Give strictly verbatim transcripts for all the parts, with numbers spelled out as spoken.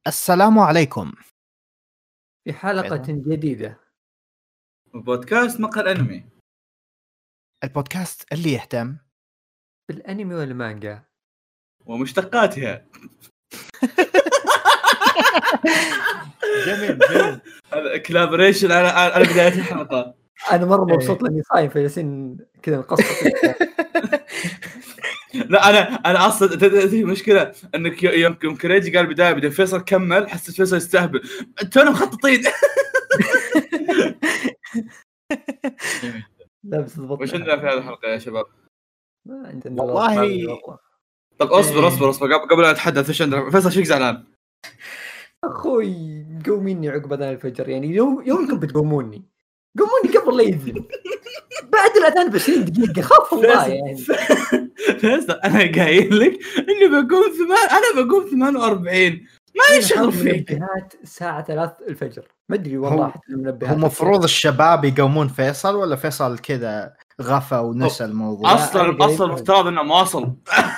السلام عليكم في حلقة جديدة بودكاست مقهى أنمي، البودكاست اللي يهتم بالأنمي والمانجا ومشتقاتها. جميل جميل. هذا كلابريشن على على بداية الحلقة. أنا مرة مبسوط لأني صايم فجالسين كذا نقص. لا أنا أنا أصلا تدري مشكلة إنك يوم يوم كريجي قال بداية بدأ فيصل كمل، حسيت فيصل يستهبل. تونا مخططين. لا بس ضبط. وش عندنا في هذه الحلقة يا شباب؟ ما عندنا والله. طب أصبر أصبر أصبر قبل أن أتحدث. وش عندنا فيصل؟ شو زعلان؟ أخوي قوميني عقب أذان الفجر، يعني يوم يومكم بتقوموني قوموني قبل لا يذن بعد الأذان بعشرين دقيقة خاف الله يعني. فيصل أنا قايل لك إني بقوم ثمان، أنا بقوم ثمان وأربعين، ما يشغل فيك. منبهات الساعة ثلاث الفجر ما أدري والله. حتى المنبهات هو مفروض الشباب يقومون فيصل ولا فيصل كذا غفى ونسى الموضوع؟ أصلا أصلا مفترض إنه مواصل.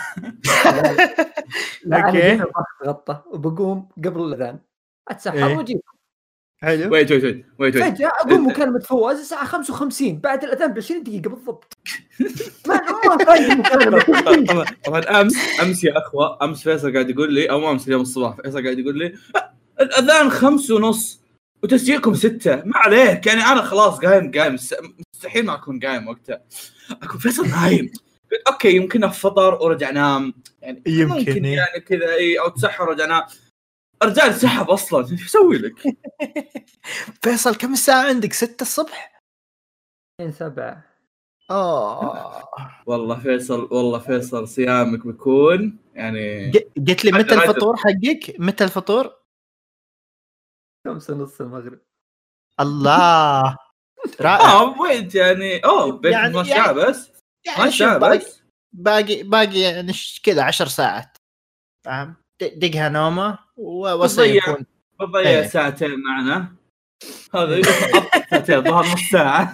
لا أنا جينا غطى وبقوم قبل الأذان أتسحر وأجيب. حلو. ويت ويت ويت ويت فجأة أقوم مكالمة فواز الساعة خمسة وخمسين بعد الأذان بعشرين دقيقة بالضبط. ما ما فايدة المكالمة. طبعا طبعا أمس أمس يا أخوة أمس فيصل قاعد يقول لي، أو أمس اليوم الصباح فيصل قاعد يقول لي الأذان خمس ونص وتسجيلكم ستة، ما عليك يعني أنا خلاص قايم قايم مستحيل ما أكون قايم وقتها. أكون فيصل نايم. أوكي يمكن أفطر ورجع نام يعني يمكن ممكن يعني كذا إيه، أو تسحر ورجع نام. رجال سحب أصلاً شو يسوي لك؟ فيصل كم الساعة عندك؟ ستة الصبح؟ من سبعة. آه. والله فيصل والله فيصل صيامك بيكون يعني. قلت لي متى الفطور حقك؟ متى الفطور؟ خمسة نص المغرب. الله رائع. آه وين يعني؟ أوه بيت يعني ما ساعة بس. يعني ما ساعة باقي بس. باقي باقي يعني كذا عشر ساعات فاهم؟ دقها نومه ووصيكون بضيع ايه. ساعتين معنا. هذا ساعتين ظهر نص ساعة.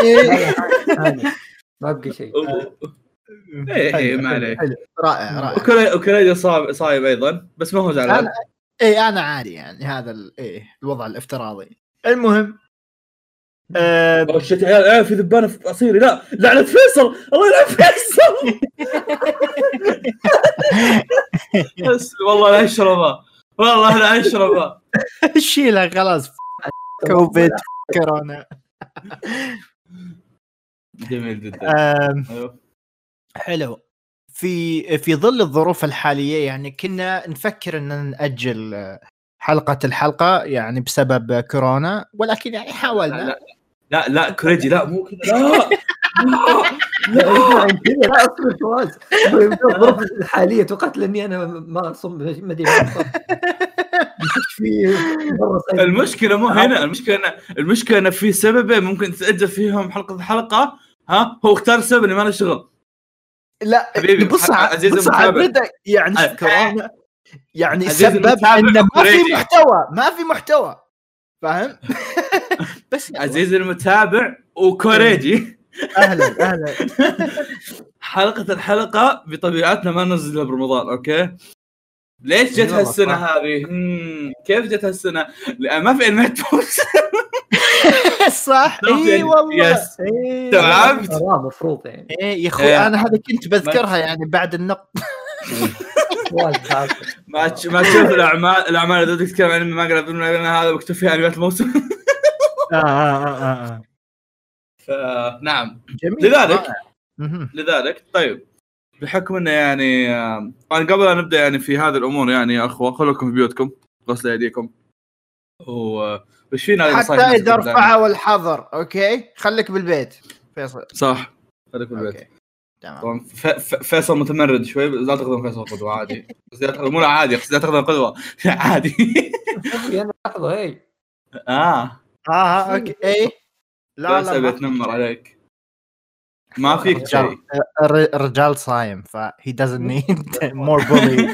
ما بقي شيء. ايه ايه ما عليك. رائع رائع. وكل وكل صايب صايب ايضا بس ما هو زعلان. أنا... ايه انا عادي يعني هذا ال... ايه الوضع الافتراضي. المهم أه... او شت عيال ايه في ذبانه في عصيري. لا لعنة فيصل، الله يلعن فيصل. بس والله لا اشربها، والله لا اشربها. شيلها خلاص. كوفيد كورونا. جميل جدا. أيوه. حلو. في في ظل الظروف الحالية يعني كنا نفكر ان نأجل حلقة الحلقة يعني بسبب كورونا، ولكن يعني حاولنا. لا لا لا كريجي لا مو كذا. لا لا كذا لا اصبر فواز. الظروف الحالية توقعت لاني انا ما صم ما ادري في المشكلة مو هنا. المشكلة المشكلة أن في سببين ممكن تأجل فيهم حلقة الحلقة. ها هو اختار السبب اللي ما له شغل. لا حبيبي بص عزيز بص المتابع يعني في كورونا يعني سبب المتابع إن ما وكريجي. في محتوى ما في محتوى فاهم. بس عزيز المتابع وكوريجي أهلا أهلا. حلقة الحلقة بطبيعتنا ما ننزلها برمضان. أوكي ليش جت هالسنة هذه؟ كيف جت هالسنة؟ لأن ما في انميات بوس. صح اي والله. تمام تمام مفروض يعني. ايه يا اخوي انا هذا كنت بذكرها يعني بعد النقط. ما ما تشوف الاعمال الاعمال اللي تتكلم عن ما قرأ هذا مكتوب فيها انميات الموسم. اه اه اه فنعم جميل. لذلك لذلك طيب بحكم انه يعني انا قبل ان نبدا يعني في هذه الامور يعني يا اخوه خلوكم في بيوتكم غسل ايديكم وش فينا حتى اذا رفعوا الحظر. اوكي خليك بالبيت فيصل. صح خليك بالبيت. اوكي تمام. طبعا فيصل متمرد شوي لا تاخذون فيصل قدوه عادي. بس لا تاخذون مو عادي لا تاخذون قدوه عادي. انا لحظه هي اه اه اوكي ايه لا لا بتنمر عليك ما فيك شيء. الرجال صايم ف he doesn't need more bully.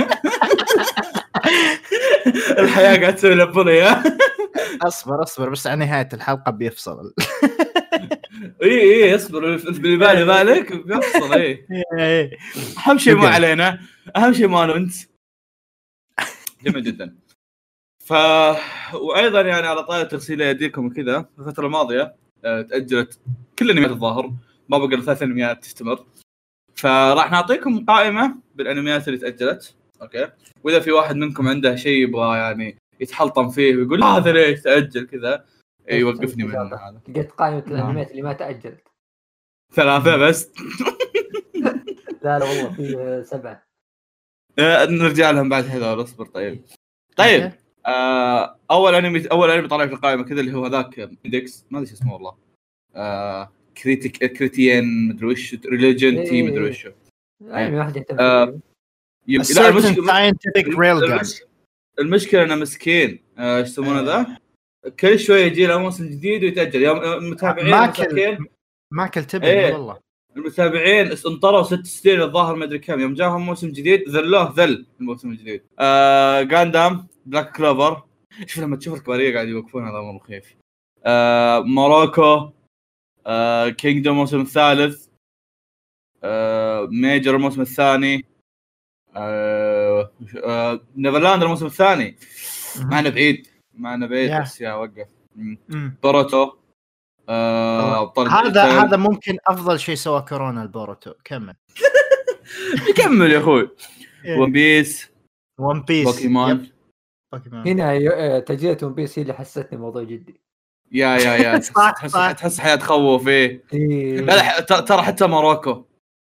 الحياة قاعد تسوي له bully. اصبر اصبر بس على نهاية الحلقة بيفصل. اي اي اصبر في بالي بالك بيفصل. اي اهم شيء مو علينا، اهم شيء ما انت. جميل جدا. ف وايضا يعني على طاري تغسيل ايديكم وكذا الفتره الماضيه آه، تاجلت كل الانميات الظاهر ما بقى ثلاث انميات تستمر. فراح نعطيكم قائمه بالانميات اللي تاجلت اوكي. واذا في واحد منكم عنده شيء يبغى يعني يتحلطم فيه ويقول هذا ليش تاجل كذا يوقفني من هذا. لقيت قائمه الانميات اللي ما تاجلت ثلاثه بس. لا لا والله في سبعه. آه، نرجع لهم بعد هذول. اصبر. طيب طيب آه، اول انمي اول انمي طلع في القائمه كذا اللي هو ذاك اندكس ما ادري ايش اسمه والله. آه، كريتيك كريتيان مدري وش ريليجن تي مدري وش. يعني واحد يهتم آه، لا المشكله scientific railgun. المشكله انه مسكين ايش آه، يسمونه ذا كل شويه يجي له موسم جديد ويتاجل. يوم المتابعين مساكين ماكل تبي ايه والله المتابعين انطروا ست سنين الظاهر ما ادري كم يوم جاهم موسم جديد ذلوه ذل الموسم الجديد. آه غاندام بلاك كلوفر. شوف لما تشوف الكباريه قاعد يوقفون هذا امر مخيف. آه موروكو. آه كينجدوم الموسم الثالث. آه ميجر الموسم الثاني. آه آه نيفرلاند الموسم الثاني. معنا بعيد معنا بعيد yeah. بس يا وقف. بوروتو. آه هذا هذا ممكن افضل شيء سوى كورونا البوروتو. كمل. يكمل يا اخوي. ون بيس. ون بيس بوكيمون. هنا تجربة ون بيس هي اللي حسستني موضوع جدي. يا يا يا تحس صح تحس حياة تخوف ايه. لا ترى حتى موروكو.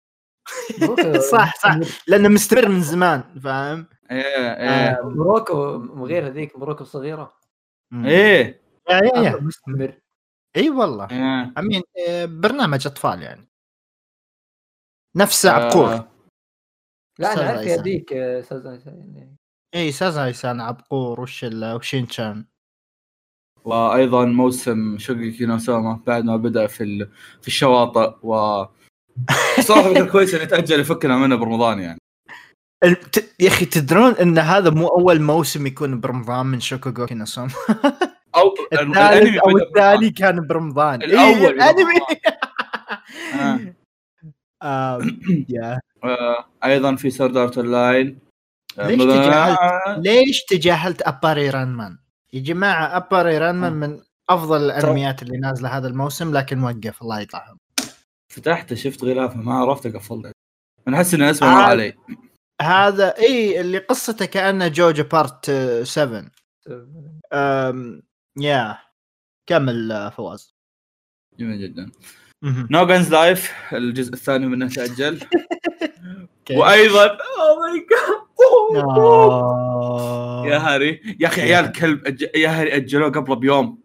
صح صح لانه مستمر من زمان فاهم. ايه ايه موروكو غير هذيك موروكو صغيرة. ايه يا يا يا مستمر. اي والله امين. برنامج اطفال يعني نفس عبقور. آه. لا انا عارف هذيك سازاي. اي سازاي سان عبقور وش وشينشان. وايضا موسم شوغيكي نو سوما بعد ما بدا في في الشواطئ و صراحه فكره كويسه ان تاجل يفكنا منه برمضان يعني. يا اخي تدرون ان هذا مو اول موسم يكون برمضان من شوكوغوكي نو سوما. او الثالث او الثاني كان برمضان. الاول انمي. آه. يا ايضا في سورد ارت لاين. ليش تجاهلت ليش تجاهلت اباري رانمان يا جماعه؟ اباري رانمان من افضل الانميات اللي نازله هذا الموسم لكن موقف الله يطلعهم. فتحت شفت غلافه ما عرفت قفلت. انا احس ان اسمه مر علي. هذا اي اللي قصته كانه جوجو بارت سبعة. امم يا كمل فواز. جميل جدا. نو جانز لايف الجزء الثاني منه تأجل. وايضا او ماي جاد يا هاري يا اخي عيال كلب يا هاري اجلوه قبل بيوم.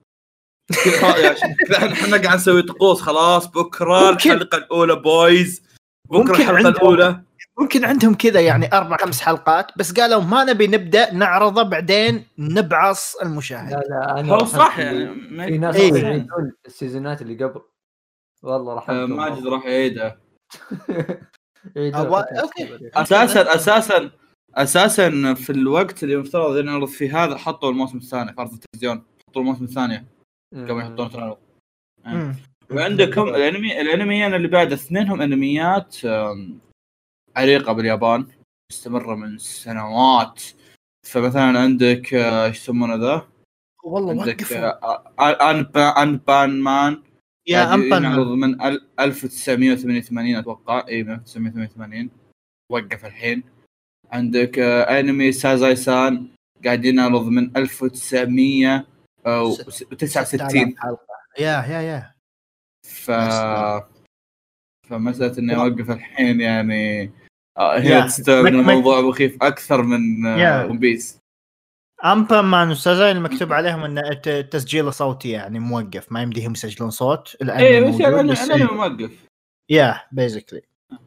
احنا قاعد نسوي طقوس خلاص بكره الحلقه الاولى بويز. بكره الحلقه الاولى ممكن عندهم كذا يعني اربع خمس حلقات بس قالوا ما نبي نبدا نعرضه بعدين نبعص المشاهد. لا لا انا هو صح يعني في ناس يعيدون السيزونات اللي قبل والله راح آه ماجد راح يعيدها. أو... اساسا اساسا اساسا في الوقت اللي مفترض ان نعرض فيه هذا حطوا الموسم الثاني في عرض التلفزيون. حطوا الموسم الثاني قبل يحطون تعرض. وعندكم الانمي الانميين اللي بعد اثنينهم انميات عريقه باليابان مستمره من سنوات. فمثلا عندك ايش يسمونه ذا والله عندك ان ان بان مان يا امبان من ألف وتسعمية وثمانية وثمانين اتوقع. اي من ألف وتسعمية وثمانية وثمانين وقف الحين. عندك انمي سازاي سان قاعدين نعرض من ألف وتسعمية وتسعة وستين يا يا يا ف فمسألة اني اوقف الحين يعني هي تستوعب ان الموضوع مخيف اكثر من ون بيس. امبا مان وسازاي المكتوب عليهم ان التسجيل صوتي يعني موقف ما يمديهم يسجلون صوت. ايه بس يعني انا موقف يا بيزيكلي.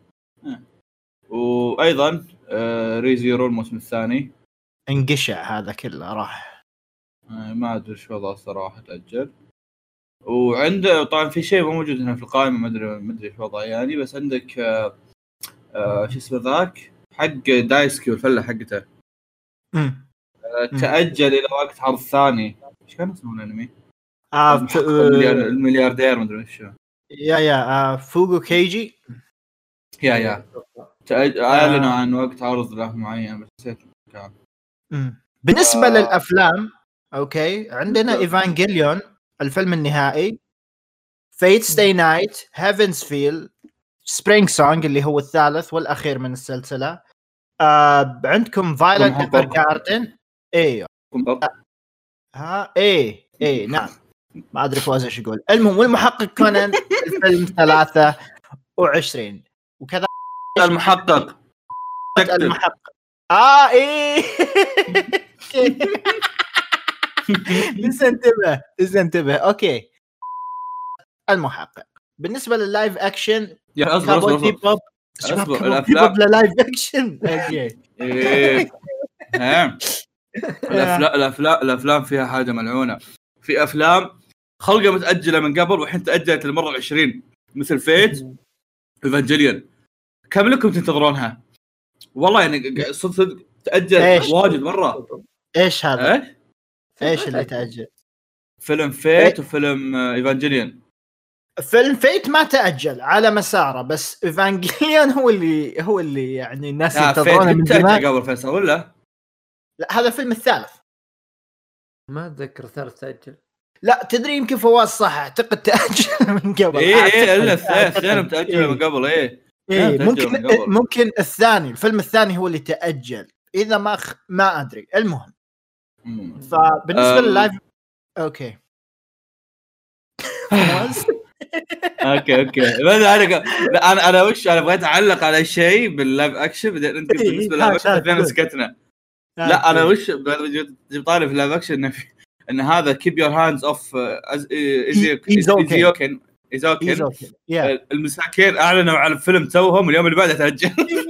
وايضا ريزيرو الموسم الثاني انقشع هذا كله راح ما ادري شو وضعه الصراحه تاجل. وعنده طبعا في شيء مو موجود هنا في القائمه ما ادري ما ادري شو وضعه يعني. بس عندك آه آه شو اسمه ذاك حق دايسكي والفله حقته آه تاجل الى وقت عرض ثاني. ايش كان اسمه الانمي؟ آه ف... الملياردير ما ادري ايش يا يا آه فوغو كيجي يا يا تأج... اعلنوا عن وقت عرض له معين بس نسيت كان. بالنسبه آه. للافلام اوكي عندنا ايفانجيليون الفيلم النهائي، فيت ستاي نايت، هيفنز فيل، سبرينج سونج اللي هو الثالث والاخير من السلسله. آه عندكم فايلنت ايفر جاردن. ايوه ها ايه ايه نعم ما ادري فوز ايش يقول. المهم والمحقق كونان الفيلم ثلاثة وعشرين وكذا. المحقق المحقق اه ايه لسه انتبه لسه انتبه اوكي. المحقق بالنسبه لللايف اكشن يا اصبر اصبر اصبر, أصبر. الافلام لايف اكشن اوكي ايه ها الافلام الافلام الافلام فيها حاجه ملعونه. في افلام خلقه متاجله من قبل والحين تاجلت للمره العشرين مثل فيت ايفانجيليون. كم لكم تنتظرونها والله يعني صدق صدق تاجل واجد مره. ايش هذا ايه ايش اللي تاجل؟ فيلم فيت وفيلم ايفانجيليون. فيلم فيت ما تأجل على مساره بس ايفانجيليون هو اللي هو اللي يعني الناس ينتظرونه من زمان قبل فيصل ولا لا هذا الفيلم الثالث ما اتذكر الثالث تأجل. لا تدري يمكن فواز صح اعتقد تأجل من قبل. ايه ايه الا الثاني متأجل إيه. من قبل ايه ايه ممكن ممكن الثاني الفيلم الثاني هو اللي تأجل اذا ما خ... ما ادري. المهم مم. فبالنسبه أم... لللايف اوكي اوكي اوكي انا انا انا وش انا بغيت اعلق على شيء باللايف اكشن بعدين انت بالنسبه للايف اكشن سكتنا. لا انا وش جبت طالب في اللايف اكشن انه ان هذا كيب يور هاندز اوف ايزوكن ايزوكن المساكين اعلنوا على الفيلم توهم اليوم اللي بعده تاجل.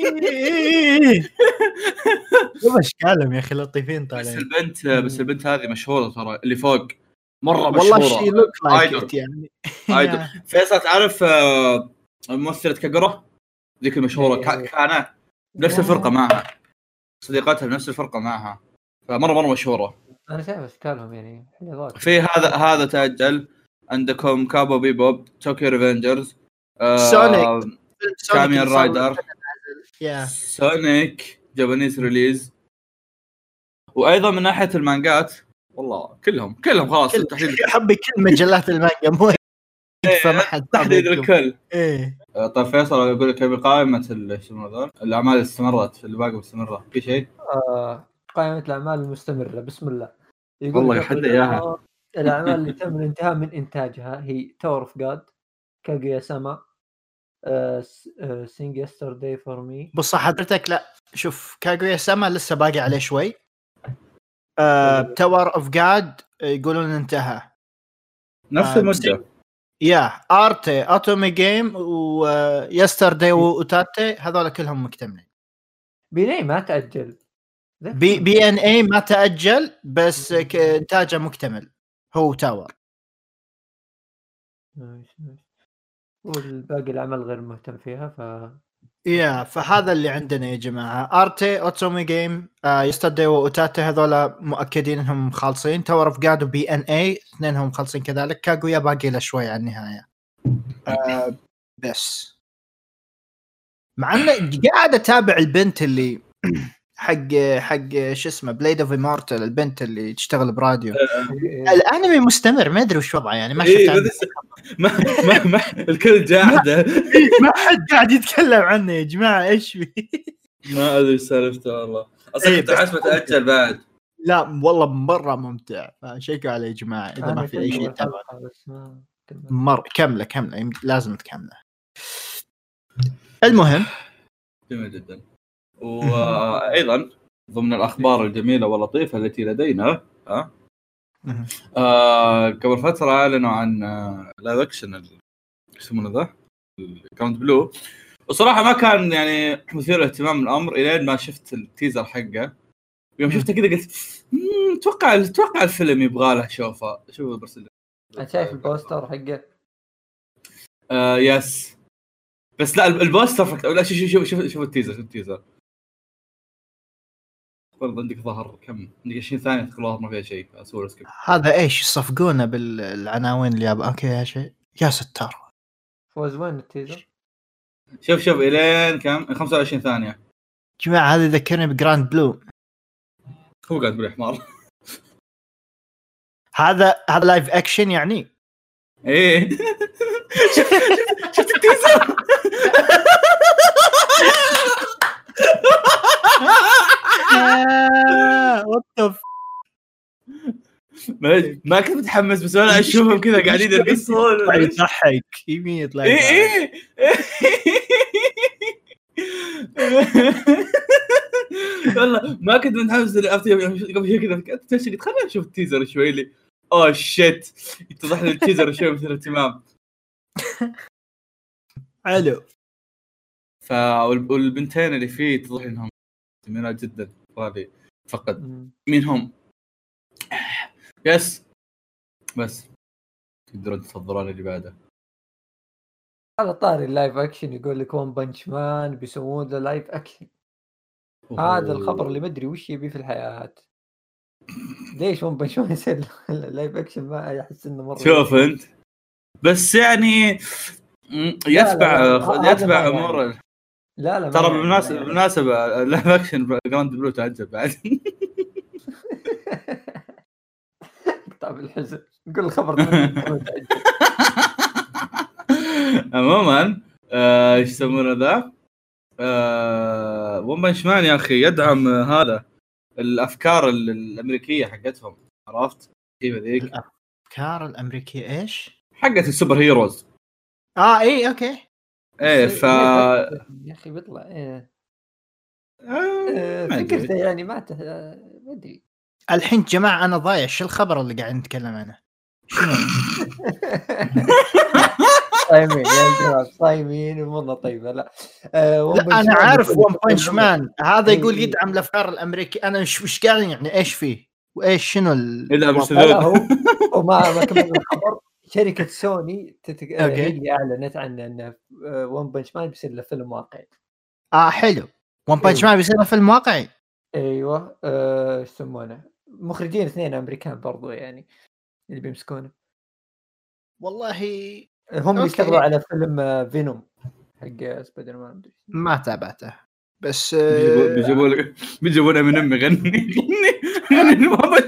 وش كلام يا اخي لطيفين طالعين. بس البنت بس البنت هذه مشهوره ترى اللي فوق مره مشهوره والله شيء لوك لايك يعني ايدول. فيصل تعرف ممثله كاغورا ذيك المشهوره كانت بنفس الفرقه معها صديقتها بنفس الفرقه معها فمره مره مشهوره. انا شايف اشكالهم يعني في هذا هذا تاجل. عندكم كابو بيبوب توكيو ريفنجرز سونيك كاميان رايدر سونيك جابانيز ريليز. وايضا من ناحيه المانجات والله كلهم كلهم خلاص تحديد حبي كل مجلات المانجا مو فما حد تحديد الكل. ايه طيب فيصل يقول لك بقائمه شنو هذول الاعمال اللي استمرت اللي باقي مستمره في شيء آه قائمه الاعمال المستمره بسم الله. يقول والله حد اياها الاعمال اللي تم الانتهاء من انتاجها هي تاور اوف جاد كاغويا ساما سينج يسترداي فور مي. بص حضرتك لا شوف كاغويا ساما لسه باقي عليه شوي. تاور اوف جاد يقولون انتهى نفس المده. يا ارتي اتومي جيم ويسترداي وتاتي هذول كلهم مكتملين. بي ان اي ما تاجل. بي بي ان اي ما تاجل بس انتاجه مكتمل هو تاور. والباقي الاعمال غير مهتم فيها ف يا فهذا اللي عندنا يا جماعه. ارتي اوتومي جيم يسترداي وتاتي هذول مؤكدين انهم خالصين. تاور اوف جاد وبي ان اي اثنينهم خالصين كذلك. كاغويا باقي له شوي على النهايه آه بس مع انه قاعد اتابع البنت اللي حق حق شو اسمه بليد اوف امورتال البنت اللي تشتغل براديو. الانمي مستمر ما ادري وش وضعه يعني ما شفت إيه ما ما ما الكل جاحده ما حد قاعد يتكلم عنه يا جماعه ايش في ما ادري سالفته والله اصلا كنت احس متاجل بعد. لا والله مره ممتع فشيكوا عليه يا جماعه اذا ما في اي شيء تابع مره كامله كامله لازم تكمله. المهم جميل جدا. وايضا ضمن الاخبار الجميله واللطيفه التي لدينا ها آه قبل فتره اعلنوا عن لايف اكشن يسمونه ذا كاونت بلو. وصراحه ما كان يعني مثير اهتمام الامر الين ما شفت التيزر حقه. يوم شفته كذا قلت اتوقع اتوقع الفيلم يبغى له شوفه. شوف برسل انت شايف البوستر حقه آه يس بس لا البوستر فكت لا شوف شوف شوف شوف التيزر شوف التيزر فرض عندك ظهر كم عندك عشرين ثانيه تخلص ما فيها شيء اسوي سكيب. هذا ايش صفقونا بالعناوين اللي يابا اوكي يا شيء يا ستار فوز وين التيزر شوف شوف الين كم خمسة وعشرين ثانيه جماعه. هذا يذكرني بجراند بلو هو قاعد يقول يا حمار. هذا هذا لايف اكشن يعني. ايه شفت شفت التيزر. وات ما ما كنت متحمس بس انا اشوفهم كذا قاعدين يرقصون. يضحك يمين يطلع. ايه ايه والله ما كنت متحمس قبل شوي كذا. قلت خلينا نشوف التيزر شوي لي. اوه شيت يتضح لي التيزر شوي مثل اهتمام. حلو. ف والبنتين اللي فيه تضح انهم جميلات جدا. هذه فقط مين هم. يس بس تقدرون تفضلون اللي بعده. على طاري اللايف اكشن يقول لك ون بنش مان بيسوون له لايف اكشن. هذا الخبر اللي ما ادري وش يبي في الحياه. ليش ون بنش مان يصير لايف اكشن؟ ما احس انه مره شوف انت بس يعني يتبع يتبع امور. لا لا ترى بالمناسبه بالمناسبه اللايف اكشن جراند بلو تعجب بعد. طب الحزن نقول الخبر. عموما ايش يسمونه ذا ون بنش مان يا اخي يدعم هذا الافكار الامريكيه حقتهم. عرفت كيف ذيك الافكار الامريكيه ايش حقت السوبر هيروز. اه ايه اوكي ايه ف يا اخي بيطلع ايه آه فكرته يعني ما ته... ما ادري. الحين جماعه انا ضايع شو الخبر اللي قاعد نتكلم عنه. شنو صايمين يا شباب صايمين والله طيبه. لا, آه لا انا عارف ون بنش مان هذا يقول يدعم الافكار الامريكيه. انا مش مش قاعد يعني ايش فيه وايش شنو ال... هو وما ما كمل الخبر. شركه سوني تتك... هي اللي اعلنت عن ان ون بنش مان بيصير له فيلم واقعي. اه حلو. ون بنش مان بيصير له فيلم واقعي. ايوه ايش آه يسمونه مخرجين اثنين امريكان برضو يعني اللي بيمسكونه. والله هم اللي اشتغلوا على فيلم فينوم حق سبايدر مان. ما تابعته بس بيجيبوا لك بيجيبونا من امي غني غني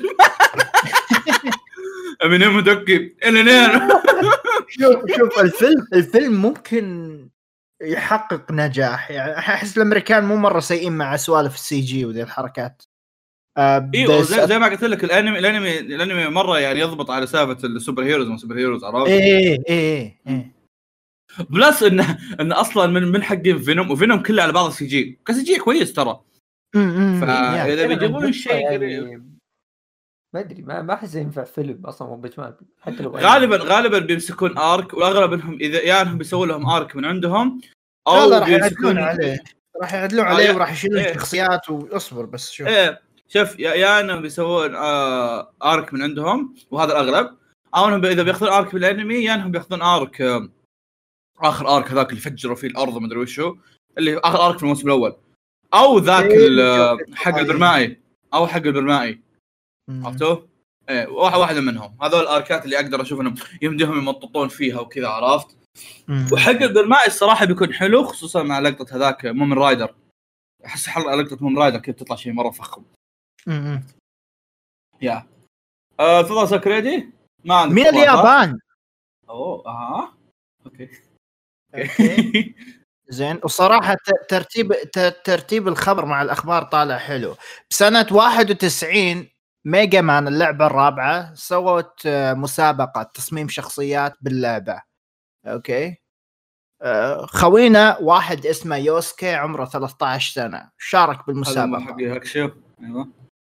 من امي دكي انا شوف شوف الفيلم الفيلم ممكن يحقق نجاح. يعني احس الامريكان مو مره سيئين مع سوالف السي جي وذي الحركات. آه ايوه زي, زي ما قلت لك الانمي الانمي الانمي مره يعني يضبط على سالفه السوبر هيروز والسوبر هيروز. عرفت ايه ايه ايه بلس انه ان اصلا من من حقين فينوم وفينوم كله على بعض السي جي كسي جي كويس ترى. فاذا بيجيبون شيء قريب ما ادري ما ما احس ينفع فيلم اصلا مو بجمال. حتى لو غالبا غالبا بيمسكون ارك واغلب منهم اذا يا انهم بيسووا لهم ارك من عندهم او راح يعدلون عليه راح يعدلون عليه وراح يشيلون إيه. شخصيات واصبر بس شوف ايه شوف يا, يا انهم بيسوون آه ارك من عندهم وهذا الاغلب او انهم اذا بياخذون ارك بالانمي يا انهم بياخذون ارك آه اخر ارك هذاك اللي فجروا فيه الارض ما ادري وشو اللي اخر ارك في الموسم الاول او ذاك إيه حق البرمائي او حق البرمائي عرفتوه ايه واحد واحده منهم. هذول الاركات اللي اقدر اشوف انهم يمديهم يمططون فيها وكذا. عرفت وحق البرمائي الصراحه بيكون حلو خصوصا مع لقطه هذاك مومن رايدر. احس حلقه لقطه مومن رايدر كيف تطلع شيء مره فخم. امم يا اه تفضل سكريدي ما عندك من اليابان. اوه اه اوكي اوكي زين. وصراحه ترتيب ترتيب الخبر مع الاخبار طالع حلو. بسنه واحد وتسعين ميجا مان اللعبه الرابعه سوت مسابقه تصميم شخصيات باللعبه. اوكي خوينا واحد اسمه يوسكي عمره ثلاثة عشر سنه شارك بالمسابقه. هذا حق هاكشو ايوه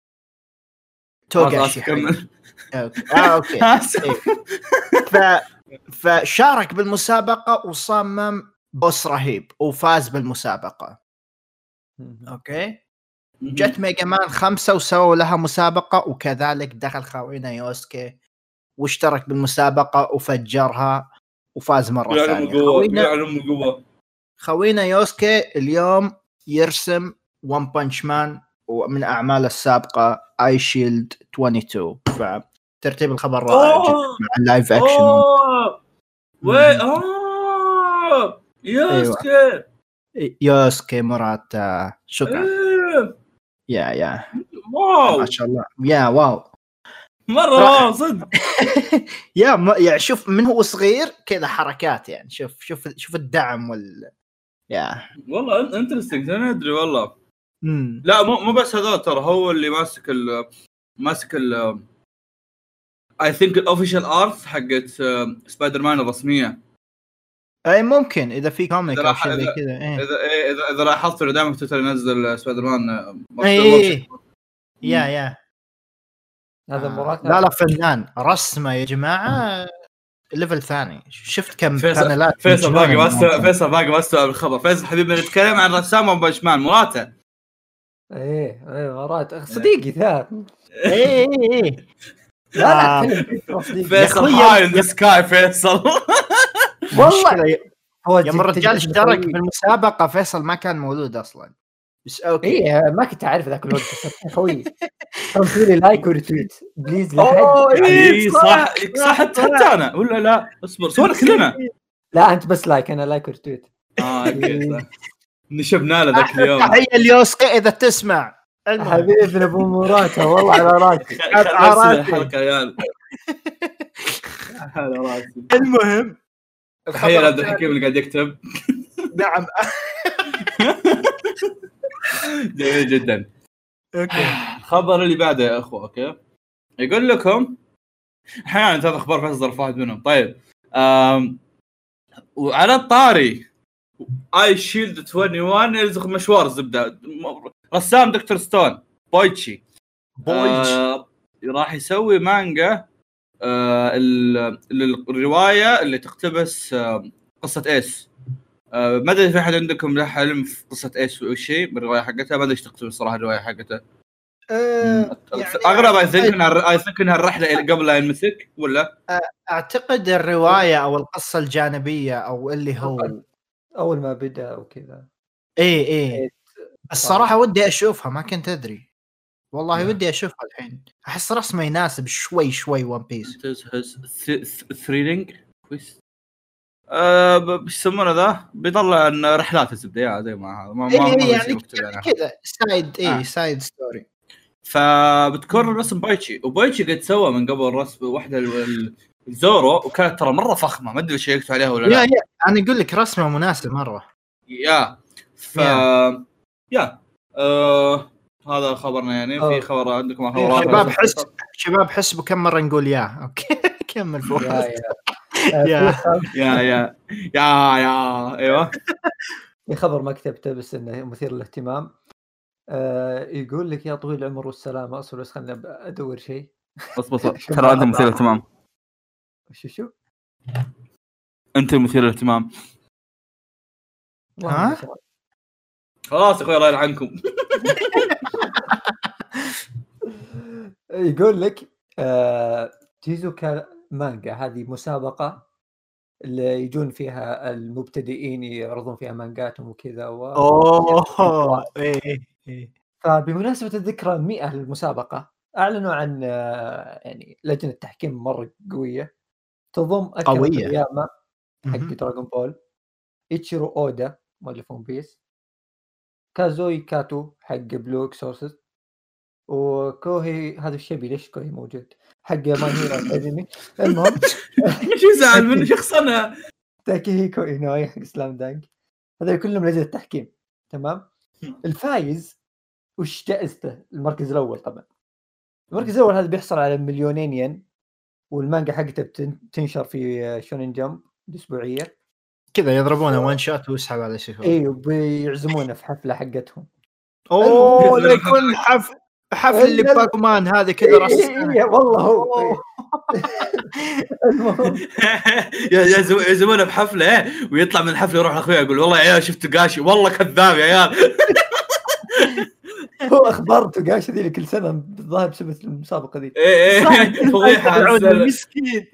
توغاشي كمل. اه اوكي ف فشارك بالمسابقه وصمم بوس رهيب وفاز بالمسابقه. اوكي جت ميجا مان خمسة وسووا لها مسابقه وكذلك دخل خوينا يوسكي واشترك بالمسابقه وفجرها وفاز مره ثانيه. خوينا خوينا يوسكي اليوم يرسم ون بانش مان ومن اعماله السابقه اي شيلد اثنين وعشرين. فترتيب الخبر رائع جدا مع اللايف اكشن. وي اه يوسكي يوسكي مراتا شكرا. يا يا واو ما شاء الله يا واو مره واو صدق. يا ما يعني شوف من هو صغير كذا حركات يعني شوف شوف شوف الدعم وال يا والله انترستنج انا ادري والله. امم لا مو مو بس هذا ترى هو اللي ماسك ال ماسك ال اي ثينك الاوفيشال ارت حقت سبايدر مان الرسميه. اي ممكن اذا في كوميك إذا او راح- شيء زي إذا- كذا ايه اذا إيه، اذا اذا لاحظت انه دائما في تويتر ينزل سبايدر مان ايه يا يا هذا آه، مراد لا لا فنان رسمه يا جماعه ليفل ثاني. شفت كم فيصل بانلات فيصل باقي مجنونة ما استوعب الموضوع. فيصل باقي ما استوعب الخبر. فيصل حبيبنا نتكلم عن رسام ون بنش مان مراته. ايه ايه مراد أخ، صديقي ذا. ايه ايه ايه لا لا آه. اتكلم بجد، صديقي. فيصل أخوي، هاي يا- ان ذا سكاي فيصل. والله مشكلة هو يوم الرجال تجربة اشترك خوي. بالمسابقه فيصل ما كان موجود اصلا بس اوكي. ايه ما كنت عارف ذاك الوقت بس خوي تسوي لي لايك وريتويت بليز أوه، لحد. إيه، اي صح، صح صح، صح حتى صح. حتى انا ولا لا اصبر سوينا كلنا. لا انت بس لايك، انا لايك وريتويت. اه اوكي صح. نشبنا له ذاك اليوم. تحيه اليوسكي اذا تسمع. المهم. حبيبنا ابو مراته والله على راسي. خلنا نرسل راسي. الحلقه يا عيال. على راسي. المهم تحيه لعبد الحكيم اللي قاعد يكتب. نعم جميل جدا. اوكي الخبر اللي بعده يا اخوه اوكي يقول لكم احيانا هذا اخبار فيصل واحد منهم. طيب أم... وعلى الطاري اي شيلد واحد وعشرين يلزق مشوار الزبده. رسام دكتور ستون بويتشي بويتش آه... راح يسوي مانجا آه... ال... الروايه اللي تقتبس آه... قصه ايس. آه... ما ادري في احد عندكم له علم في قصه ايس او شيء بالروايه حقتها؟ ما ادري ايش تقتبس صراحه الروايه حقتها. آه، اغلب اي ثينك انها اي ثينك انها الرحله قبل لا ينمسك ولا اعتقد الروايه او القصه الجانبيه او اللي هو اول ما بدا وكذا. ايه ايه الصراحه ودي اشوفها ما كنت ادري والله. نعم. ودي اشوفها الحين احس رسمه يناسب شوي شوي ون بيس. ثريلينج كويس. أه بش يسمونه ذا بيطلع ان رحلات الزبده يا زي ما هذا ما إيه ما إيه ما يعني يعني كذا سايد ايه آه. سايد ستوري. فبتكون الرسم بايتشي وبايتشي قد سوى من قبل رسم واحده الزورو وكانت ترى مره فخمه ما ادري شيكتوا عليها ولا لا. يا يا انا اقول لك رسمه مناسب مره. يا ف يا. يا أه... هذا خبرنا يعني. في خبر عندكم خبرات شباب حس شباب حسبوا كم مره نقول يا اوكي كمل فوق. يا يا يا يا يا يا ايوه في خبر ما كتبته بس انه مثير للاهتمام. آه يقول لك يا طويل العمر والسلامه. اصبر بس خلنا ادور شيء. بس بس ترى انت مثير اهتمام. شو شو انت مثير الاهتمام. ها خلاص يا اخوي الله يلعنكم. يقول لك آه تيزوكا مانجا هذه مسابقه اللي يجون فيها المبتدئين يعرضون فيها مانجاتهم وكذا و... اوه ايه ايه. فبمناسبه الذكرى المئة للمسابقه اعلنوا عن آه يعني لجنه تحكيم مره قويه تضم اكيرا تورياما حق دراغون بول، إيتشيرو اودا مؤلف ون بيس، كازوي كاتو حق بلو اكسورسيست، وكوهي هذا الشيبي ليش كوهي موجود حق ماي هيرو اكاديمي. المهم ايش يزعل من شخصنا تاكيهيكو إينوي حق سلام دانك. هذا كلهم لجنة التحكيم تمام. الفايز وش جائزته؟ المركز الأول طبعا. المركز الأول هذا بيحصل على مليونين ين، والمانجا حقته بتنشر في شونين جمب الأسبوعية كذا يضربونه وان شوت ويسحب على شيء. ايوه بيعزمونه في حفلة حقتهم. اوه لا يكون حفل حفل اللي باكمان هذا كذا رص. إيه والله هو المهم يعزمونه بحفله ويطلع من الحفله يروح لاخويا يقول والله يا عيال شفت قاشي والله كذاب يا عيال. هو اخبار تقاش ذي كل سنه بالظاهر بسبب المسابقه ذي. ايه ايه فضيحه مسكين.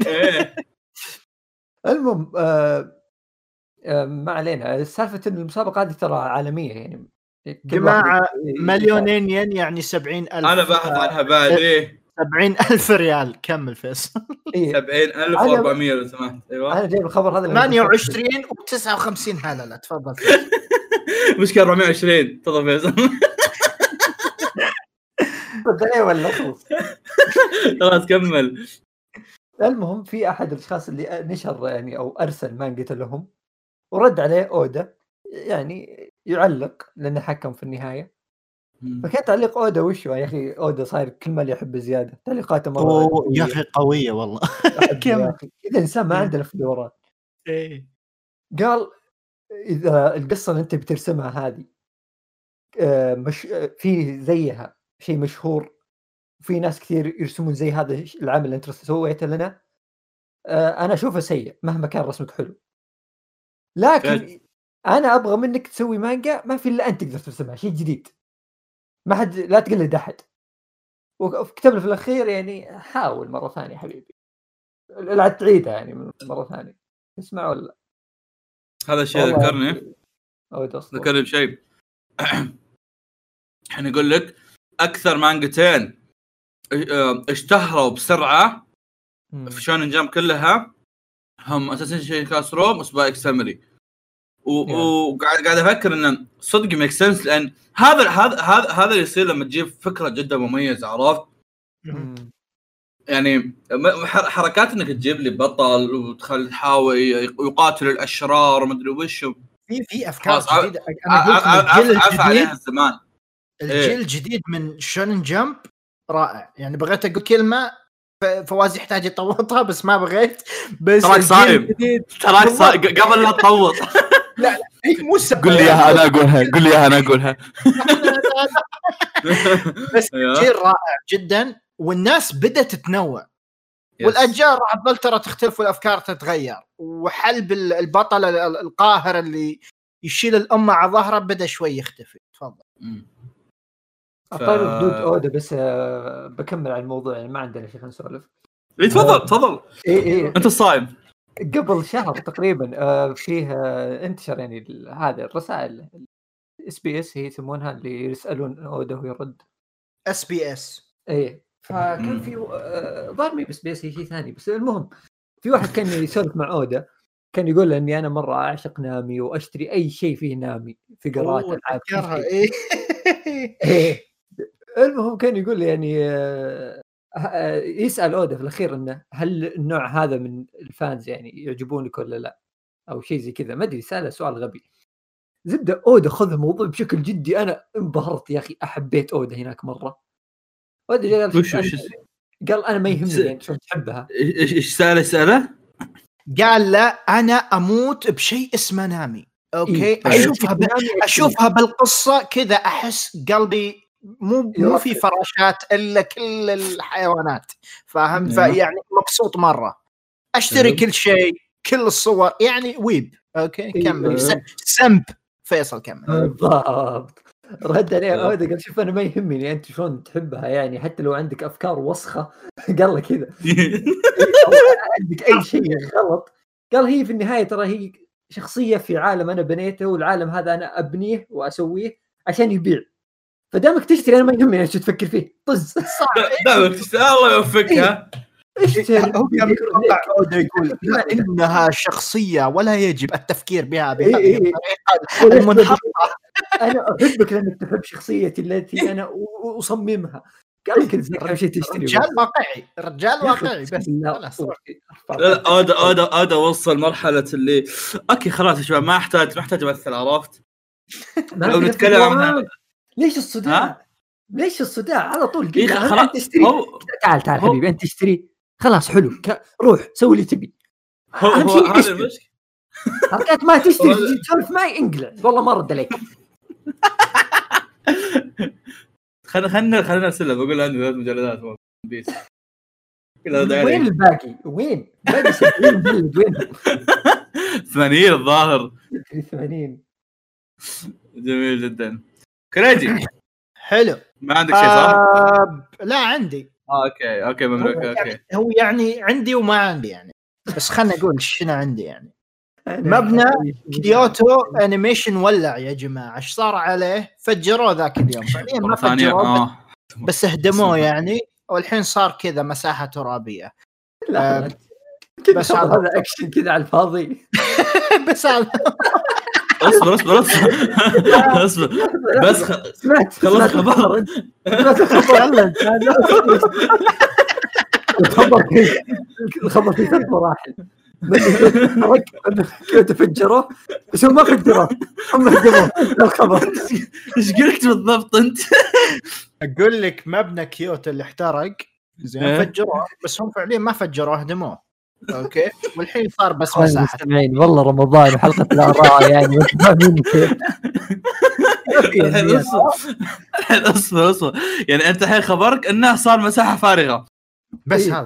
المهم آه آه ما علينا. سالفه ان المسابقه هذه ترى عالميه يعني جماعه مليونين ين يعني سبعين ألف. انا باحث عنها بعد. ايه سبعين ألف ريال. كمل فيصل. سبعين ألف وأربعمية لو سمحت. ايوه انا جايب الخبر هذا ثمانية وعشرين وتسعة وخمسين. لا لا تفضل مشكلة أربعمية وعشرين. تفضل فيصل. رد عليه ولا خلص؟ خلاص كمل. المهم في احد الاشخاص اللي نشر يعني او ارسل مانجته لهم ورد عليه اودا يعني يعلق لانه حكم في النهايه. فكان تعليق اودا وشو يا اخي اودا صاير كل ما يحب زياده تعليقاته مره يا اخي قويه والله. يا اخي اذا انسان ما عنده فلورات. ايه قال اذا القصه اللي انت بترسمها هذه مش في زيها شيء مشهور وفي ناس كثير يرسمون زي هذا العمل اللي انت سويته لنا، انا اشوفه سيء مهما كان رسمك حلو، لكن فت. انا ابغى منك تسوي مانجا ما في الا انت تقدر ترسمها شيء جديد، ما حد لا تقلد احد. وكتب له في الاخير يعني حاول مره ثانيه حبيبي لا تعيدها يعني مره ثانيه. اسمع ولا هذا الشيء ذكرني او ذكرني بشيء. احنا نقول لك اكثر مانجتين اشتهروا بسرعه في شونن جامب كلها هم اساسن كلاس روم وسباي اكسامري، وقاعد قاعد افكر انه صدق ميك سنس، لان هذا هذا هذا هذا اللي يصير لما تجيب فكره جدا مميزه. عرفت يعني حركات انك تجيب لي بطل وتخلي تحاول يقاتل الاشرار وما ادري وش، في في افكار جديده. انا قلت الجيل الجديد الزمان الجيل الجديد من شونن جامب رائع. يعني بغيت اقول كلمه فواز يحتاج يطوطها بس ما بغيت. بس تراك صايم تراك صايم قبل لا تطوط. لا لا هي مو قول لي اياها انا اقولها قول لي اياها انا اقولها. بس جيل رائع جدا والناس بدأت تتنوع والاجيال راح تظل ترى تختلف والافكار تتغير، وحلب البطل القاهر اللي يشيل الامه على ظهره بدا شوي يختفي. تفضل. طيب حدود اودا بس بكمل على الموضوع يعني ما عندنا شيء نسولف. اي تفضل تفضل. اي اي انت الصايم. قبل شهر تقريبا فيه انتشر يعني هذا الرسائل اس بي اس هي يسمونها اللي يسالون اودا ويرد اس بي اس. ايه فكان في ضرمي بس بي اس هي شيء ثاني. بس المهم في واحد كان يسولف مع اودا كان يقول له اني انا مره اعشق نامي واشتري اي شيء فيه نامي فقرات العاب ايه ايه. المهم كان يقول لي يعني يسأل أودا في الأخير إنه هل النوع هذا من الفانز يعني يعجبونك ولا لا أو شيء زي كذا ما أدري. سأله سؤال غبي زبدة. أودا خذ الموضوع بشكل جدي. أنا انبهرت يا أخي أحبيت أودا هناك مرة. أودا قال وش وش قال أنا ما يهمني أنت شو تحبها. إيش إيش سأله سأله قال لا أنا أموت بشيء اسمه نامي. أوكي إيه؟ أشوفها ب... أشوفها بالقصة كذا أحس قلبي مو مو في فراشات إلا كل الحيوانات فاهم. فيعني مبسوط مرة أشتري أه. كل شيء كل الصور يعني ويب. أوكي كمل. أه. سمب فيصل كمل. بالضبط. رد عليه أودا قال شوف أنا ما يهمني أنت شلون تحبها يعني حتى لو عندك أفكار وسخة قال له كذا عندك أي شيء غلط. قال هي في النهاية ترى هي شخصية في عالم أنا بنيته والعالم هذا أنا أبنيه وأسويه عشان يبيع. فدامك تشتري انا ما يهمني ايش تفكر فيه. طز دامك تشتري الله يوفقها. اشتري. هو كان يطلع اودا يقول لا انها شخصيه ولا يجب التفكير بها بهذه الطريقه المنحطه. انا احبك لانك تحب شخصيتي التي انا اصممها. قال كذا زي شيء تشتري. رجال واقعي رجال واقعي بس خلاص. اودا اودا اودا وصل مرحله اللي اوكي خلاص يا شباب ما احتاج ما احتاج امثل. عرفت لو نتكلم عن ليش الصداع؟ ليش الصداع على طول كذا؟ انت تشتري هو... تعال تعال هو... حبيبي انت تشتري خلاص حلو ك... روح سوي اللي تبي. هو هو هذا المشكله. حركات ما تشتري تجي تسولف معي انقلع والله ما رد عليك. خلنا خلنا خلينا نرسله بقول له عندي ثلاث مجلدات بيس. وين الباقي؟ وين؟ باقي سبعين مجلد وين؟ ثمانين الظاهر. ثمانين. جميل جدا. كريجي حلو. ما عندك شيء صح؟ آه لا عندي. آه اوكي اوكي مملوك. اوكي يعني هو يعني عندي وما عندي يعني بس خلنا نقول شنو عندي يعني. مبنى كيوتو انيميشن ولع يا جماعه. ايش صار عليه؟ فجروه ذاك اليوم فعليا ما فجروه آه. بس اهدموه يعني والحين صار كذا مساحه ترابيه. لا آه بس هذا اكشن كذا على الفاضي. بس هذا اصبر اصبر اصبر اصبر بس خ... سمعت خلص سمعت خبر. سمعت الخبر الخبر فيه الخبر فيه ثلاث مراحل. كيف تفجره بس هم ما فجروه، هم هدموه. الخبر ايش قلت بالضبط انت؟ اقول لك مبنى كيوتو اللي احترق زين إيه؟ فجروه، بس هم فعليا ما فجروه هدموه. اوكي والحين صار بس مساحه. مستمعين والله رمضان وحلقة الآراء يعني فاهمين كيف. الحين اصبر الحين اصبر اصبر يعني انت الحين خبرك انه صار مساحه فارغه بس إيه. هذا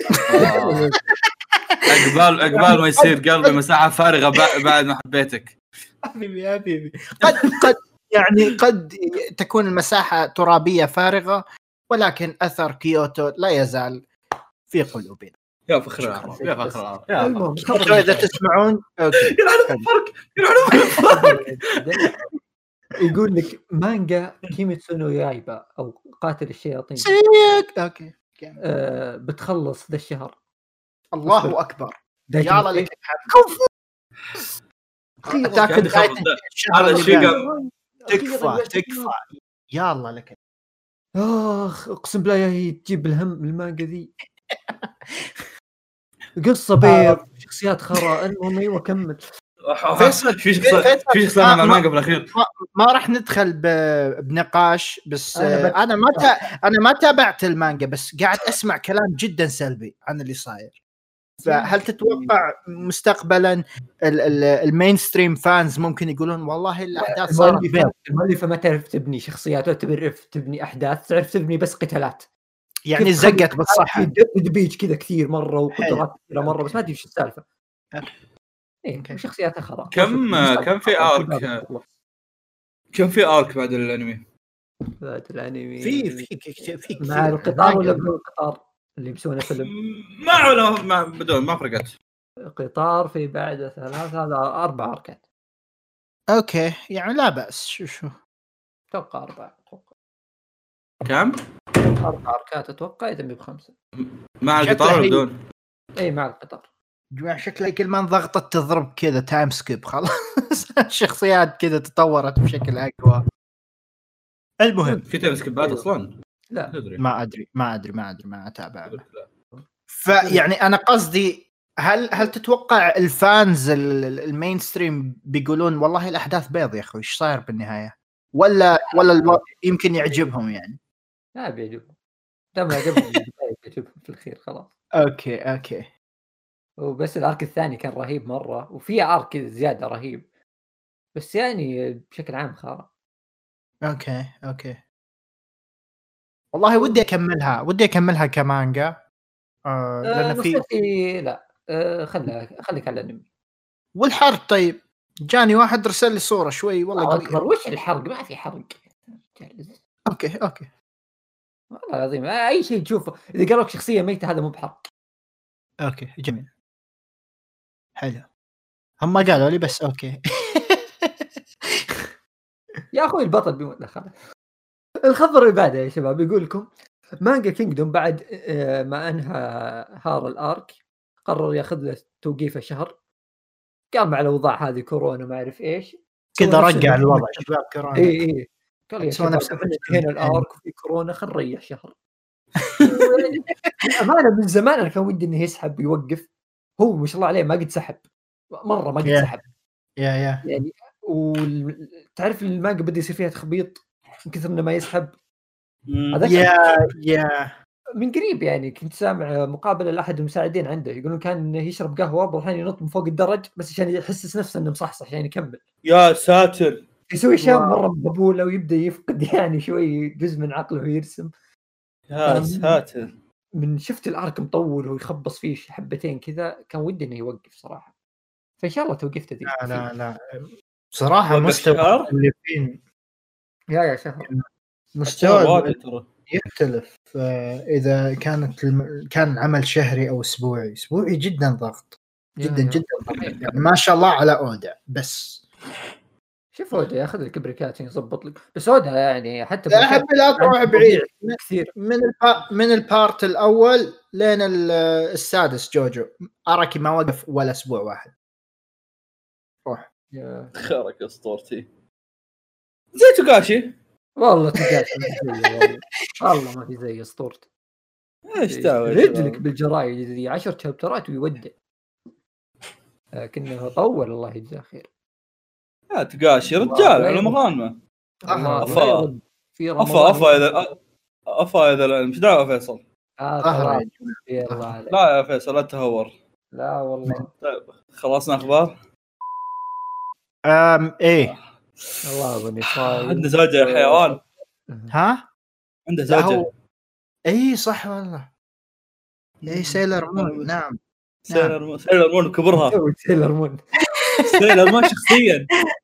اقبال اقبال ما يصير قلبي مساحه فارغه بع- بعد ما حبيتك. حبيبي يا حبيبي قد قد يعني قد تكون المساحه ترابيه فارغه، ولكن اثر كيوتو لا يزال في قلوبنا. يا فخر العرب يا فخر العرب يا المهم خبر اذا تسمعون اوكي يلعن فرق يلعن فرق. يقول لك مانجا كيميتسو نو يايبا او قاتل الشياطين سيك اوكي آه بتخلص ذا الشهر. الله اكبر دايتي يلا مكي. لك كفو اتاك يعني نهايه خبر الشهر هذا اللي الشيء بعده. قام تكفى تكفى يلا لك. اخ اقسم بالله يا هي تجيب الهم المانجا ذي. قصه بيض شخصيات خرا. المهم ايوه كمل. فيصل في شخص في شخص مع المانجا بالاخير. ما, ما راح ندخل ب- بنقاش بس أنا انا, بت- أنا ما تا... انا ما تابعت المانجا بس قاعد اسمع كلام جدا سلبي عن اللي صاير. فهل تتوقع مستقبلا ال- ال- المين ستريم فانز ممكن يقولون والله الاحداث صارت بيض؟ المؤلفه ما تعرف تبني شخصيات ولا تعرف تبني احداث، تعرف تبني بس قتالات يعني كيف زقت تخلي بالصحة. دبيج كذا كثير مره وقدرات كثيره مره بس ما ادري ايش السالفه. ايه أوكي. شخصياتها خرا. كم كم في ارك كم في ارك بعد الانمي؟ بعد الانمي في في في في مع القطار ولا بدون القطار اللي بيسوونه فيلم؟ ما ولا ما بدون ما فرقت. قطار في بعد ثلاث هذا اربع اركات. اوكي يعني لا بأس. شو شو اتوقع اربع اتوقع كم؟ اربع اركات اتوقع اذا بخمسه. مع شكله القطار ولا حي- بدون؟ اي مع القطار. جماعة شكلها كل ما انضغطت تضرب كذا تايم سكيب خلاص. الشخصيات كذا تطورت بشكل اقوى. المهم في تايم سكيبات اصلا؟ لا تدري ما ادري ما ادري ما ادري ما اتابع. فيعني انا قصدي هل هل تتوقع الفانز ال- ال- المين ستريم بيقولون والله الاحداث بيض يا اخوي ايش صاير بالنهايه، ولا ولا الو... يمكن يعجبهم يعني؟ لا بيعجبهم دام عجبهم بيعجبهم في الخير خلاص. اوكي اوكي وبس الارك الثاني كان رهيب مره وفي ارك زياده رهيب بس يعني بشكل عام خارق. اوكي اوكي والله ودي اكملها ودي اكملها كمانجا آه لان في في لا آه خلها خليك على الانمي. والحرق. طيب جاني واحد رسل لي صوره شوي والله الله قوي. اكبر وش الحرق؟ ما في حرق. اوكي اوكي والله العظيم اي شيء تشوفه اذا قالوا لك شخصيه ميته هذا مو بحرق. اوكي جميل حلو. هم ما قالوا لي بس اوكي. يا اخوي البطل بيموت. خلاص الخبر اللي بعده يا شباب يقول لكم مانجا كينجدوم بعد ما انهى هار الارك قرر ياخذ له توقيفه شهر. قام على الاوضاع هذه كورونا ما اعرف ايش كذا رجع الوضع شباب كورونا. اي اي قال يا سوى شباب نفسه هنا الارك وفي كورونا خل نريح شهر. امانه من زمان انا كان ودي انه يسحب ويوقف. هو ما شاء الله عليه ما قد سحب مره ما قد Yeah. سحب يا يا يعني. وتعرف المانجا بدا يصير فيها تخبيط من كثر انه ما يسحب. هذاك يا يا من قريب يعني كنت سامع مقابله لاحد المساعدين عنده يقولون كان يشرب قهوه والحين ينط من فوق الدرج بس عشان يحسس نفسه انه مصحصح عشان يكمل. يا ساتر يسوي اشياء واو. مره مقبوله ويبدا يفقد يعني شوي جزء من عقله ويرسم. يا أم. ساتر من شفت الارك مطول ويخبص فيه حبتين كذا كان ودي انه يوقف صراحه. فان شاء الله توقفته ذي. لا لا لا بصراحه وقف مستوى شهر؟ اللي فين يا يا شهر مستوى واجد ترى. يختلف. آه، اذا كانت الم... كان عمل شهري او اسبوعي اسبوعي جدا ضغط جدا يا يا. جدا ضغط. يعني ما شاء الله على اودا بس شوف اودا ياخذ الكبريكات يضبط لك بس اودا يعني حتى لا حبي لا تروح بعيد كثير من البا... من البارت الاول لين ال- السادس جوجو اراكي ما وقف ولا اسبوع واحد. روح يا خيرك اسطورتي زي توغاشي. والله تقاش ما في زيه والله. والله ما في زي اسطورتي. ايش دعوه رجلك بالجرايد ذي عشر شابترات ويودع. لكنه طول الله يجزاه خير. لا تقاشي رجال على مغانمه. افا في افا افا اذا افا اذا مش دعوه فيصل. اه يلا لا يا فيصل لا تهور. لا والله. طيب خلصنا اخبار. ام ايه الله بني صايم. عنده زوجة يا حيوان. ها عنده زوجة. اي صح والله. اي سيلر مون. نعم سيلر مون. سيلر مون كبرها. سيلر مون. سيلر مون شخصيا.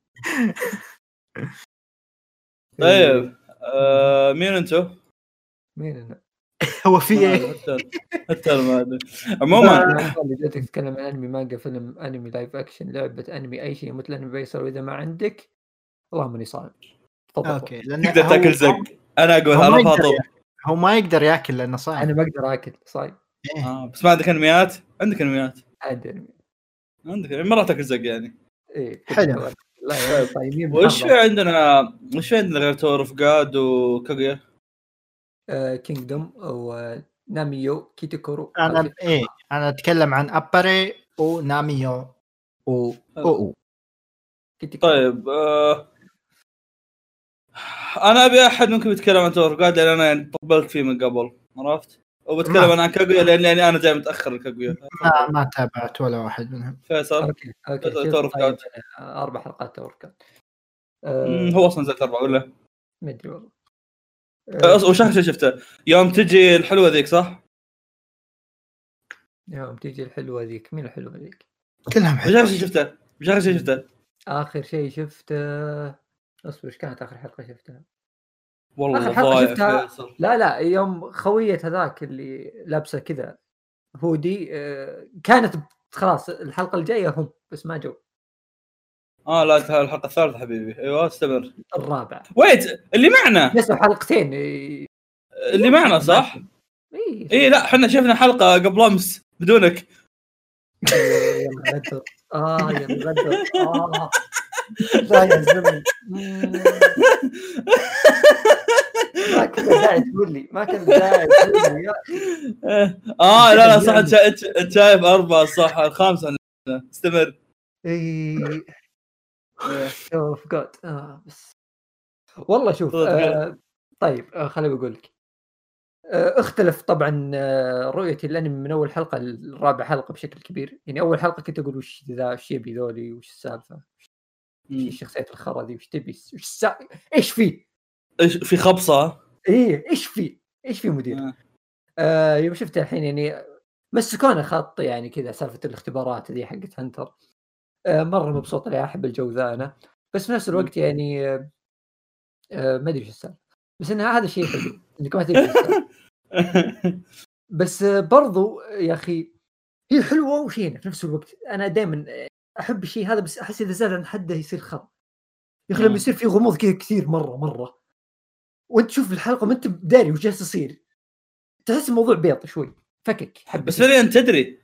طيب آه مين انتو؟ مين انا؟ هو في ايه؟ حتى ما ادري. عموما اللي جيت تتكلم عن انمي مانجا فيلم انمي لايف اكشن لعبه انمي اي شيء مثل انمي بيصل. واذا ما عندك اللهم اني صائم. اوكي تقدر تاكل زق. انا اقول هو انا ما فاطر. يقدر- هو ما يقدر ياكل لانه صايم. انا ما اقدر اكل صايم. إيه. آه بس ما عندك انميات. عندك انميات. عندي انمي. عندك مرات تاكل زق يعني. ايه حلو. لا يا صايمين. وش في عندنا وش في عندنا غير تور اوف جاد وكاغويا؟ كينجدوم وناميو كيتيكورو. انا ايه انا اتكلم عن اباري وناميو و او طيب آه... انا ابي احد ممكن يتكلم عن تور اوف جاد لان انا يعني طبلت فيه من قبل عرفت. وبتكلم انا عن كاغويا لان يعني انا جاي متاخر الكاغويا. ما ما تابعت ولا واحد منهم. فيصل. اوكي اوكي تور اوف جاد اربع حلقات تور اوف جاد. هو اصلا زي اربعه ولا ما ادري والله. أه وش اخر شيء شفته يوم تجي الحلوه ذيك صح؟ يوم تجي الحلوه ذيك. مين الحلوه ذيك؟ كلهم حلوه. وش اخر شيء شفته؟ وش اخر شيء شفته؟ اخر شيء شفته اصبر ايش كانت اخر حلقه شفتها؟ والله اخر حلقه شفتها فيصل. لا لا يوم خويه هذاك اللي لابسه كذا هودي كانت خلاص الحلقه الجايه هم بس ما جو. اه لا الحلقه الثالثه حبيبي. ايوه استمر. الرابع ويت اللي معنا بس حلقتين. اللي معنا صح؟ اي اي لا احنا شفنا حلقه قبل امس بدونك. يا مغدر. اه يا مغدر. اه ضايع الزمن. ما كان داعي تقول لي ما كان داعي تقول لي. اه لا لا صح انت شايف اربعه صح الخامسه استمر. اي شوف جود اه بس والله شوف آه طيب آه خليني بقول لك آه اختلف طبعا آه رؤيتي الانمي من اول حلقه للرابع حلقه بشكل كبير. يعني اول حلقه كنت اقول وش ذا وش يبي ذولي وش السالفه وش الشخصيات الخرا ذي وش تبي وش السا... ايش في ايش في خبصه ايه ايش في ايش في مدير آه. آه يوم شفت الحين يعني مسكونا خط يعني كذا سالفه الاختبارات ذي حقت هنتر. آه مره مبسوط لي احب الجو ذا انا بس في نفس الوقت يعني آه آه ما ادري ايش السالفه بس ان هذا الشيء حلو انك ما تدري بس آه برضو يا اخي هي حلوه وشينه في نفس الوقت. انا دائما احب الشيء هذا بس احس اذا زاد عن حده يصير خر. يا اخي لما يصير في غموض كذا كثير مره مره وانت تشوف الحلقه ما انت داري وش جالس يصير تحس الموضوع بيض شوي فكك حب بس فعلا انت تدري.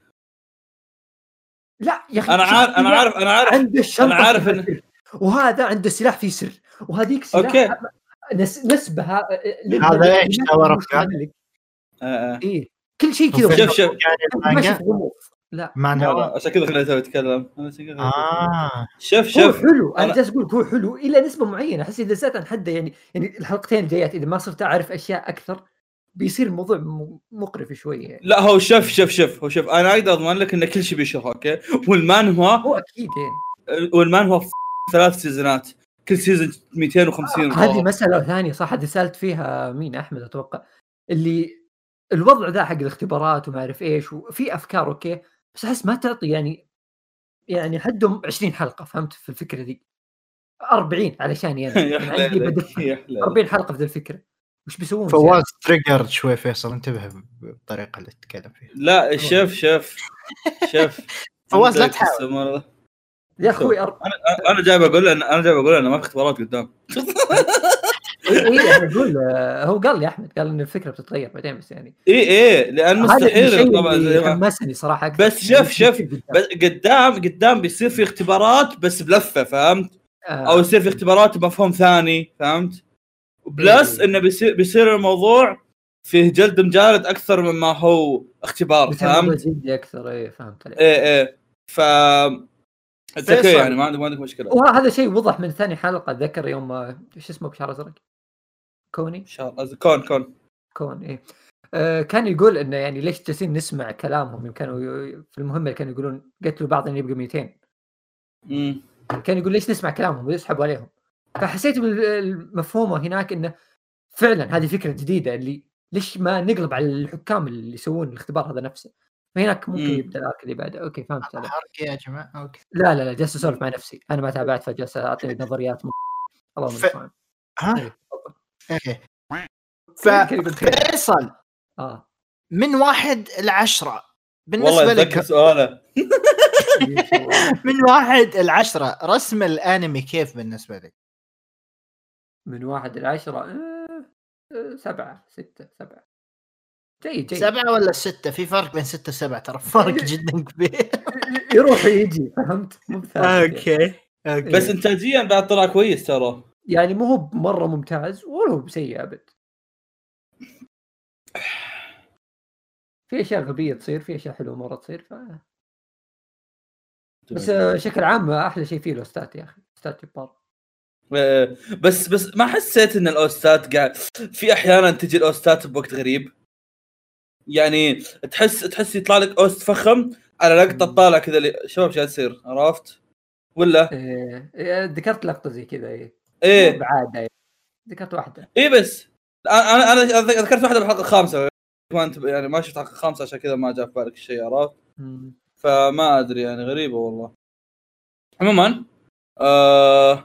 لا يا اخي انا عارف انا عارف انا عارف عنده الشنطه انا عارف إن... وهذا عنده سلاح فيه سر وهذيك سلاح نس... نسبها هذا ايش تور اوف جاد. ايه كل شيء كذا شوف شوف لا ما لا عشان كذا خليته يتكلم. اه شوف شوف حلو انا جالس اقول هو حلو الى نسبه معينه احس اذا زاد عن حده يعني يعني الحلقتين الجايات اذا ما صرت اعرف اشياء اكثر بيصير الموضوع مقرف شوي يعني. لا هو شوف شوف شوف هو شوف انا اقدر اضمن لك ان كل شيء بيشرح اوكي. والمان هو هو اكيد يعني والمان هو ثلاث سيزونات كل سيزون مئتين وخمسين. آه هذه مساله ثانيه صح هذه سالت فيها مين احمد اتوقع اللي الوضع ذا حق الاختبارات وما اعرف ايش وفي افكار اوكي بس احس ما تعطي يعني يعني حدهم عشرين حلقه فهمت في الفكره دي أربعين علشان يعني عندي بدف أربعين حلقه في الفكره وش بيسوون فواز تريجر شوي فيصل انتبه بالطريقه اللي تتكلم فيها. لا شوف شوف شوف فواز لا تحاول يا اخوي أر... انا انا جاي بقول ان انا جاي بقول انه ما في اختبارات قدام. اي احنا نقول هو قال لي احمد قال ان الفكره بتتغير بعدين بس يعني اي اي لان مستحيل طبعا زي ما حمسني صراحه أكثر. بس شوف شوف بس قدام قدام بيصير في اختبارات بس بلفه فهمت آه. او يصير في اختبارات بمفهوم ثاني فهمت بلس إيه. انه بيصير بيصير الموضوع فيه جلد مجارد اكثر مما هو اختبار فهمت جدي اكثر اي فهمت عليك ايه ايه ف اوكي يعني ما عندك ما عندك مشكله وهذا شيء وضح من ثاني حلقه ذكر يوم ايش اسمه بشعر ازرق كوني شعر كون كون كون ايه آه كان يقول انه يعني ليش جالسين نسمع كلامهم كانوا في المهمه كانوا يقولون قتلوا بعض ان يبقى مئتين امم كان يقول ليش نسمع كلامهم ويسحبوا عليهم فحسيت بالمفهومه هناك انه فعلا هذه فكره جديده اللي ليش ما نقلب على الحكام اللي يسوون الاختبار هذا نفسه فهناك ممكن مم. يبدا الارك اللي بعده اوكي فهمت عليك يا جماعه اوكي لا لا لا جالس اسولف مع نفسي انا ما تابعت فجالس اعطي نظريات م... الله ف... المستعان ها اوكي فيصل اه من واحد لعشرة بالنسبه لك سؤاله من واحد لعشرة رسم الانمي كيف بالنسبه لك من واحد لعشرة آه... آه... سبعة ستة سبعة جيد جيد سبعة ولا ستة في فرق بين ستة وسبعة ترى فرق جدا كبير يروح ويجي فهمت مو اوكي اوكي بس انتاجيا بعد طلع كويس ترى يعني مو هو مره ممتاز ولا هو سيء ابد في اشياء غبيه تصير في اشياء حلوه مره تصير ف بس بشكل عام احلى شيء فيه الاوستات يا اخي اوستات جبار بس بس ما حسيت ان الاوستات قاعد في احيانا تجي الاوستات بوقت غريب يعني تحس تحس يطلع لك اوست فخم على لقطه طالع كذا اللي شباب شو يصير عرفت ولا ايه ذكرت لقطه زي كذا ايه ايه بعد ذكرت واحده ايه بس انا انا ذكرت واحده بالحلقه الخامسه كنت يعني ما شفت الحلقه الخامسه عشان كذا ما جاء في بالك الشيء عرفت فما ادري يعني غريبه والله عموما آه...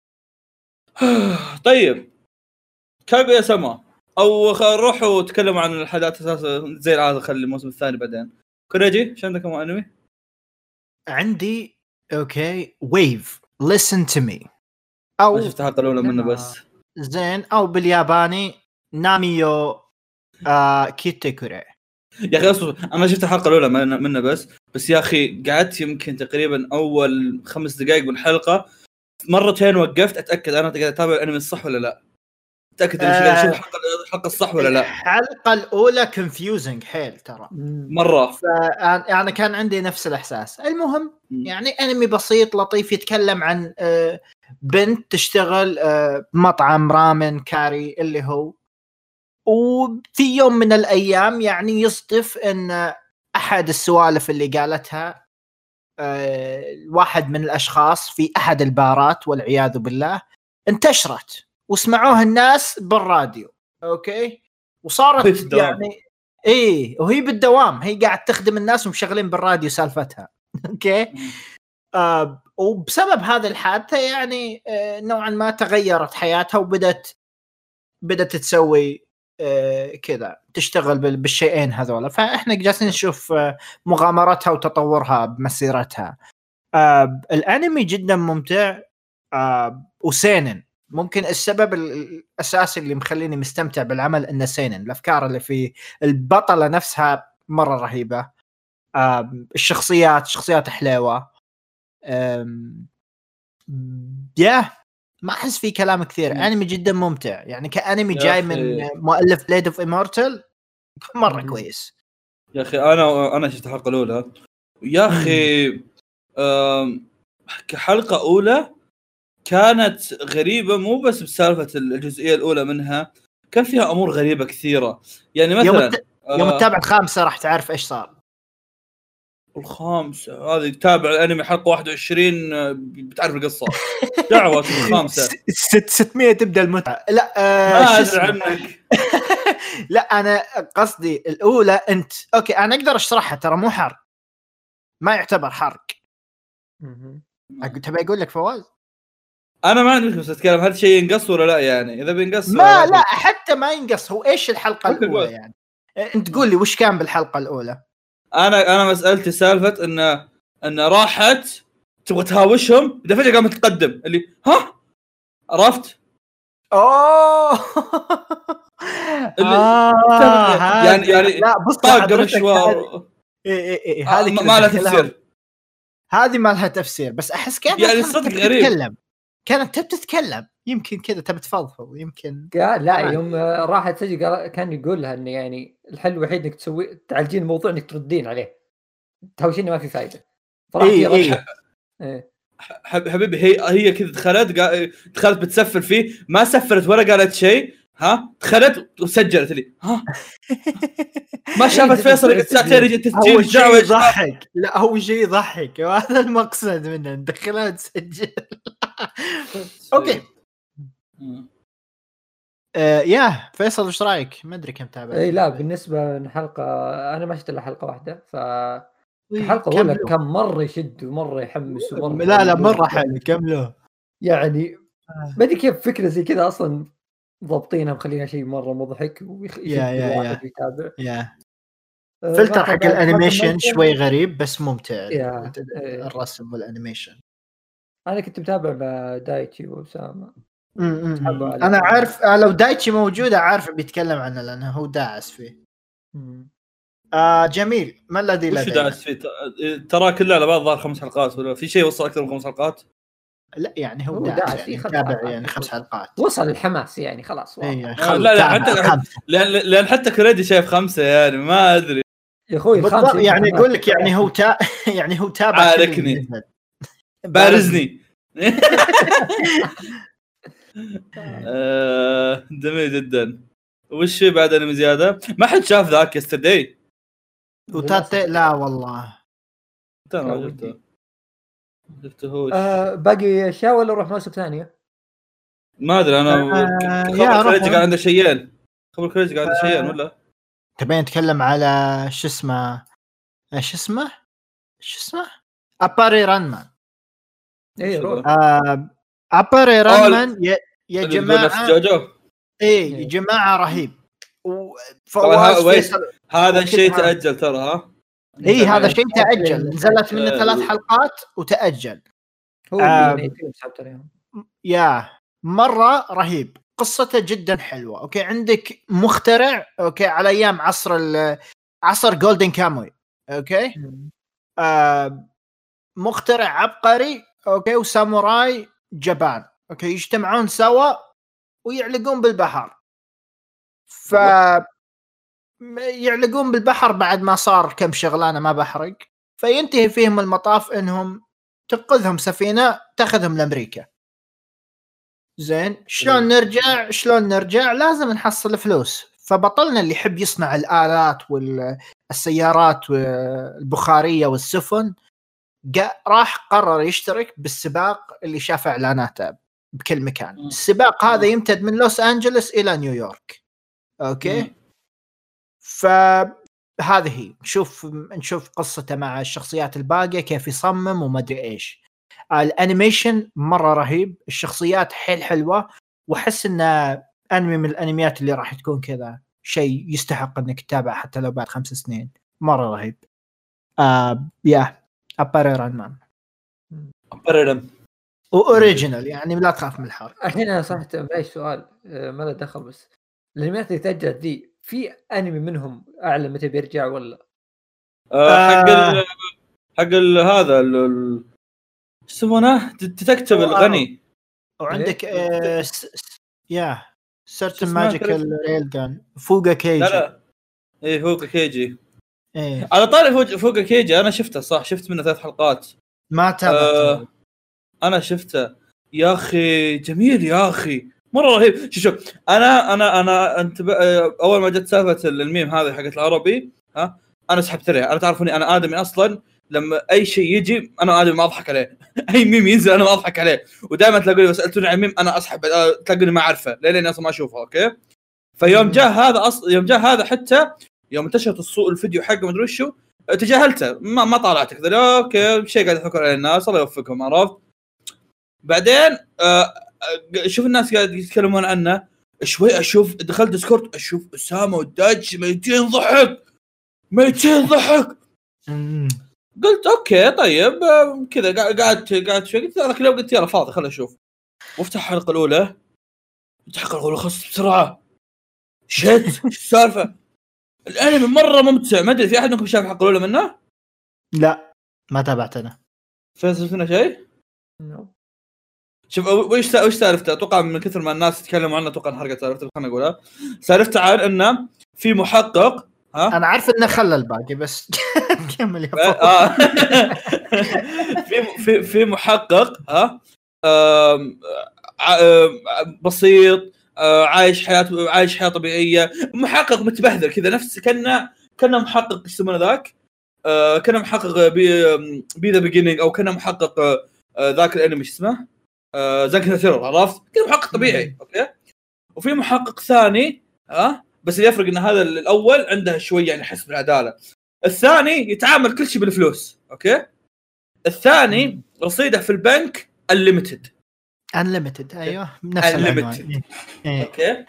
طيب كاغويا سما او روحوا وتكلموا عن الحدث اساسا زي العاده خلي الموسم الثاني بعدين كوريجي ايش عندك مو انمي عندي اوكي ويف listen to me او شفت الحلقه الاولى منه بس زين او بالياباني ناميو آه كيتيكوري يا اخي اصبر انا شفت الحلقه الاولى منه بس بس يا اخي قعدت يمكن تقريبا اول خمس دقائق من الحلقه مرتين وقفت اتاكد انا قاعد اتابع الانمي الصح ولا لا تأكد إن آه شوف الحلقة الحلقة الصح ولا لا الحلقة الأولى confusing حيل ترى مرة يعني كان عندي نفس الإحساس المهم يعني أنمي بسيط لطيف يتكلم عن بنت تشتغل مطعم رامن كاري اللي هو وفي يوم من الأيام يعني يصدف أن أحد السوالف اللي قالتها واحد من الأشخاص في أحد البارات والعياذ بالله انتشرت وسمعوها الناس بالراديو اوكي وصارت يعني ايه وهي بالدوام هي قاعد تخدم الناس ومشغلين بالراديو سالفتها اوكي آه وبسبب هذا الحادثه يعني آه نوعا ما تغيرت حياتها وبدت بدت تسوي آه كذا تشتغل بالشيئين هذولا فاحنا جالسين نشوف آه مغامراتها وتطورها بمسيرتها آه الانمي جدا ممتع آه وسينن ممكن السبب الأساسي اللي مخليني مستمتع بالعمل إنه سينن الأفكار اللي في البطلة نفسها مرة رهيبة الشخصيات شخصيات حلوة يا ما أحس في كلام كثير أنمي جدا ممتع يعني كأنمي جاي من مؤلف بليد اوف إمورتال مرة كويس يا أخي أنا أنا شفت الحلقة الأولى يا أخي كحلقة أولى كانت غريبة مو بس بسالفة الجزئية الأولى منها كان فيها أمور غريبة كثيرة يعني مثلا يوم, الت... يوم آه... التابع الخامسة راح تعرف إيش صار الخامسة هذه تابع الأنمي حلقة واحد وعشرين بتعرف القصة دعوة الخامسة ستمية تبدأ المتعة لا آه ما أدري عنك لا أنا قصدي الأولى أنت أوكي أنا أقدر أشرحها ترى مو حرق ما يعتبر حرق تبي أقول لك فواز انا ما عندي مشكله اتكلم هل شيء ينقص ولا لا يعني اذا بينقص ما لا حتى ما ينقص هو ايش الحلقه الاولى يعني انت تقول لي وش كان بالحلقه الاولى انا انا مسالتي سالفه ان ان راحت تبغى تهاوشهم اذا فجاه قامت تقدم اللي ها عرفت اوه اللي آه يعني يعني لا بص طاقه مشوار اي اي اي آه هذه ما لها تفسير، هذه ما لها تفسير، بس احس كانها يعني كانت صدق تبي غريب. تتكلم، كانت تبي تتكلم يمكن كذا تبي تفضفض يمكن. قال لا آه. يوم راحت تجي قال- كان يقول لها انه يعني الحل الوحيد انك تسوي تعالجين الموضوع انك تردين عليه، تهوشين ما في فائده. فراحت اي هي اي ردت. إيه. حب حبيبي هي هي كذا دخلت قا... دخلت بتسفل فيه، ما سفلت ولا قالت شيء، ها دخلت وسجلت لي ها ما شافت فيصل يقعد ساعتين يجي تسجيل اول ايش دعوه شيء يا شباب؟ يضحك، لا اول شيء يضحك وهذا المقصد منه ندخلها تسجل. اوكي آه يا فيصل ايش رايك؟ ما ادري كم تابعت. اي لا بالنسبه للحلقه انا ما شفت الا حلقه واحده، ف الحلقه كم الاولى له؟ كان مره يشد ومره يحمس ومره لا لا يقول مره حلو. كم له؟ يعني ما ادري كيف فكره زي كذا اصلا ضابطينها مخليها شيء مره مضحك ويشد يا يا الواحد يا يتابع. يا آه، ما فلتر حق تابعت- ما الانيميشن كملت. شوي غريب بس ممتع. يا، إيه. الرسم والانيميشن. انا كنت متابع مع دايتشي واسامه. أمم، تابعوا على انا الفيلم. عارف آه، لو دايتشي موجود عارف بيتكلم عنه لانه هو داعس فيه. مم. آه جميل. ما الذي وش لدينا؟ داعس فيه؟ ترى كله على بعض ظهر خمس حلقات ولا في شيء وصل اكثر من خمس حلقات؟ لا يعني هو, هو داعس, داعس يعني فيه خمس تابع حلقات. يعني خمس حلقات. وصل الحماس يعني خلاص واضح. اي آه لا لا حتى خمسة. لان لان حتى كريدي شايف خمسه يعني ما ادري يا اخوي الخامس بالضبط يمكن يعني حماس. يقول لك يعني هو تا... يعني هو تابع كل عاركني. اللي نزل. بارزني آه، جميل جدا. وش في بعد انمي زياده؟ ما حد شاف ذاك يسترداي وتاتي لا والله انا ما شفته شفتهوش آه باقي اشياء ولا نروح موسم ثانيه؟ ما ادري انا آه، ك- يا خبر كريدي رب. قال عنده شيئين خبر كريدي قال عنده شيئين ولا تبين نتكلم على شو اسمه ايش اسمه شو اسمه اباري رانمان. اي روح. آه اباري رانمان يا, يا اللي تقول نفس جماعه جوجو. ايه يا جماعه رهيب. طبعا وفواز ها- فيصل هذا الشيء وكلها. تاجل ترى ها اي هذا شيء تأجل. تاجل نزلت منه آه، ثلاث حلقات وتاجل. هو آه، اللي نيتين سحبت عليهم. يا مره رهيب. قصته جدا حلوه. اوكي عندك مخترع اوكي على ايام عصر ال عصر جولدن كاموي. اوكي آه مخترع عبقري اوكي وساموراي جبان اوكي يجتمعون سوا ويعلقون بالبحر. ف يعلقون بالبحر بعد ما صار كم شغلانه ما بحرق. فينتهي فيهم المطاف انهم تنقذهم سفينه تاخذهم لامريكا. زين شلون نرجع شلون نرجع لازم نحصل فلوس. فبطلنا اللي يحب يصنع الآلات والسيارات والبخارية والسفن راح قرر يشترك بالسباق اللي شاف اعلاناته بكل مكان. السباق هذا يمتد من لوس أنجلوس إلى نيويورك. أوكي فهذه هي نشوف نشوف قصته مع الشخصيات الباقية كيف يصمم وما أدري إيش. الانيميشن مره رهيب. الشخصيات حيل حلوه. واحس انه انمي من الانميات اللي راح تكون كذا شيء يستحق انك تتابع حتى لو بعد خمس سنين. مره رهيب. آه يا اباريران مان ابررم واوريجينال يعني لا تخاف من الحرق. الحين انا صح بايش سؤال آه، ما له دخل بس الانميات اللي تأجلت ذي في انمي منهم اعلم متى بيرجع ولا آه حق ال حق ال هذا ال يسمونه تكتب الغني. وعندك آه س... س... يا سيرتن اسمه ماجيكال ريل جان فوغا كيجي. لا لا ايه فوق كيجي. إيه. على طاري فوق فوق كيجي انا شفته صح شفت منه ثلاث حلقات ما تابعت. آه انا شفته يا اخي جميل يا اخي مره رهيب. شوف شوف انا انا انا انت اول ما جت سالفه الميم هذه حقت العربي ها انا سحبت عليها. انا تعرفوني انا ادمي اصلا لما اي شيء يجي انا ادمي ما اضحك عليه. اي ميم ينزل انا ما اضحك عليه. ودائما تلاقوني سالتوني عن ميم انا اسحب تلاقوني ما اعرفه لين اصلا ما اشوفه. اوكي فيوم جاء هذا أص... يوم جاء هذا حتى يوم انتشرت الصوت الفيديو حقه ما ادري وشو تجاهلته ما ما طالعته كذا. اوكي شيء قاعد يحكون على الناس الله يوفقهم عرفت. بعدين آه شوف الناس قاعد يتكلمون عنه شوي اشوف دخلت ديسكورد اشوف اسامه والداج ميتين ضحك ميتين ضحك. قلت اوكي طيب كذا قعدت قعدت شوي قلت لك لو قلت يلا فاضي خلينا نشوف. وافتح الحلقه الاولى تحقق الخص بسرعه شت ايش السالفه الانمي مره ممتع ما ادري في احد منكم شاف الحلقه الاولى منه لا ما تابعت انا. فيصل فينا شيء نو شوف وش وش سالفته اتوقع من كثر ما الناس يتكلموا عنه اتوقع حرقه سالفته خلينا نقولها سالفته عن انه في محقق ها انا عارف انه خلى الباقي بس كمل يا فوق. آه. في في في محقق ها آم، ع- آم، بسيط آه، عايش حياه عايش حياه طبيعيه محقق متبهذل كذا نفس كنا كنا محقق ايش يسمونه ذاك آه، كنا محقق بي بي ذا بيجينينج او كنا محقق آه، ذاك الانمي ايش اسمه آه، ذاك التيرور عرفت كذا محقق طبيعي اوكي وفي محقق ثاني ها أه؟ بس اللي يفرق ان هذا الاول عنده شويه يعني حس بالعداله الثاني يتعامل كل شيء بالفلوس اوكي الثاني رصيده في البنك unlimited انليمتد ايوه نفس العنوان إيه. اوكي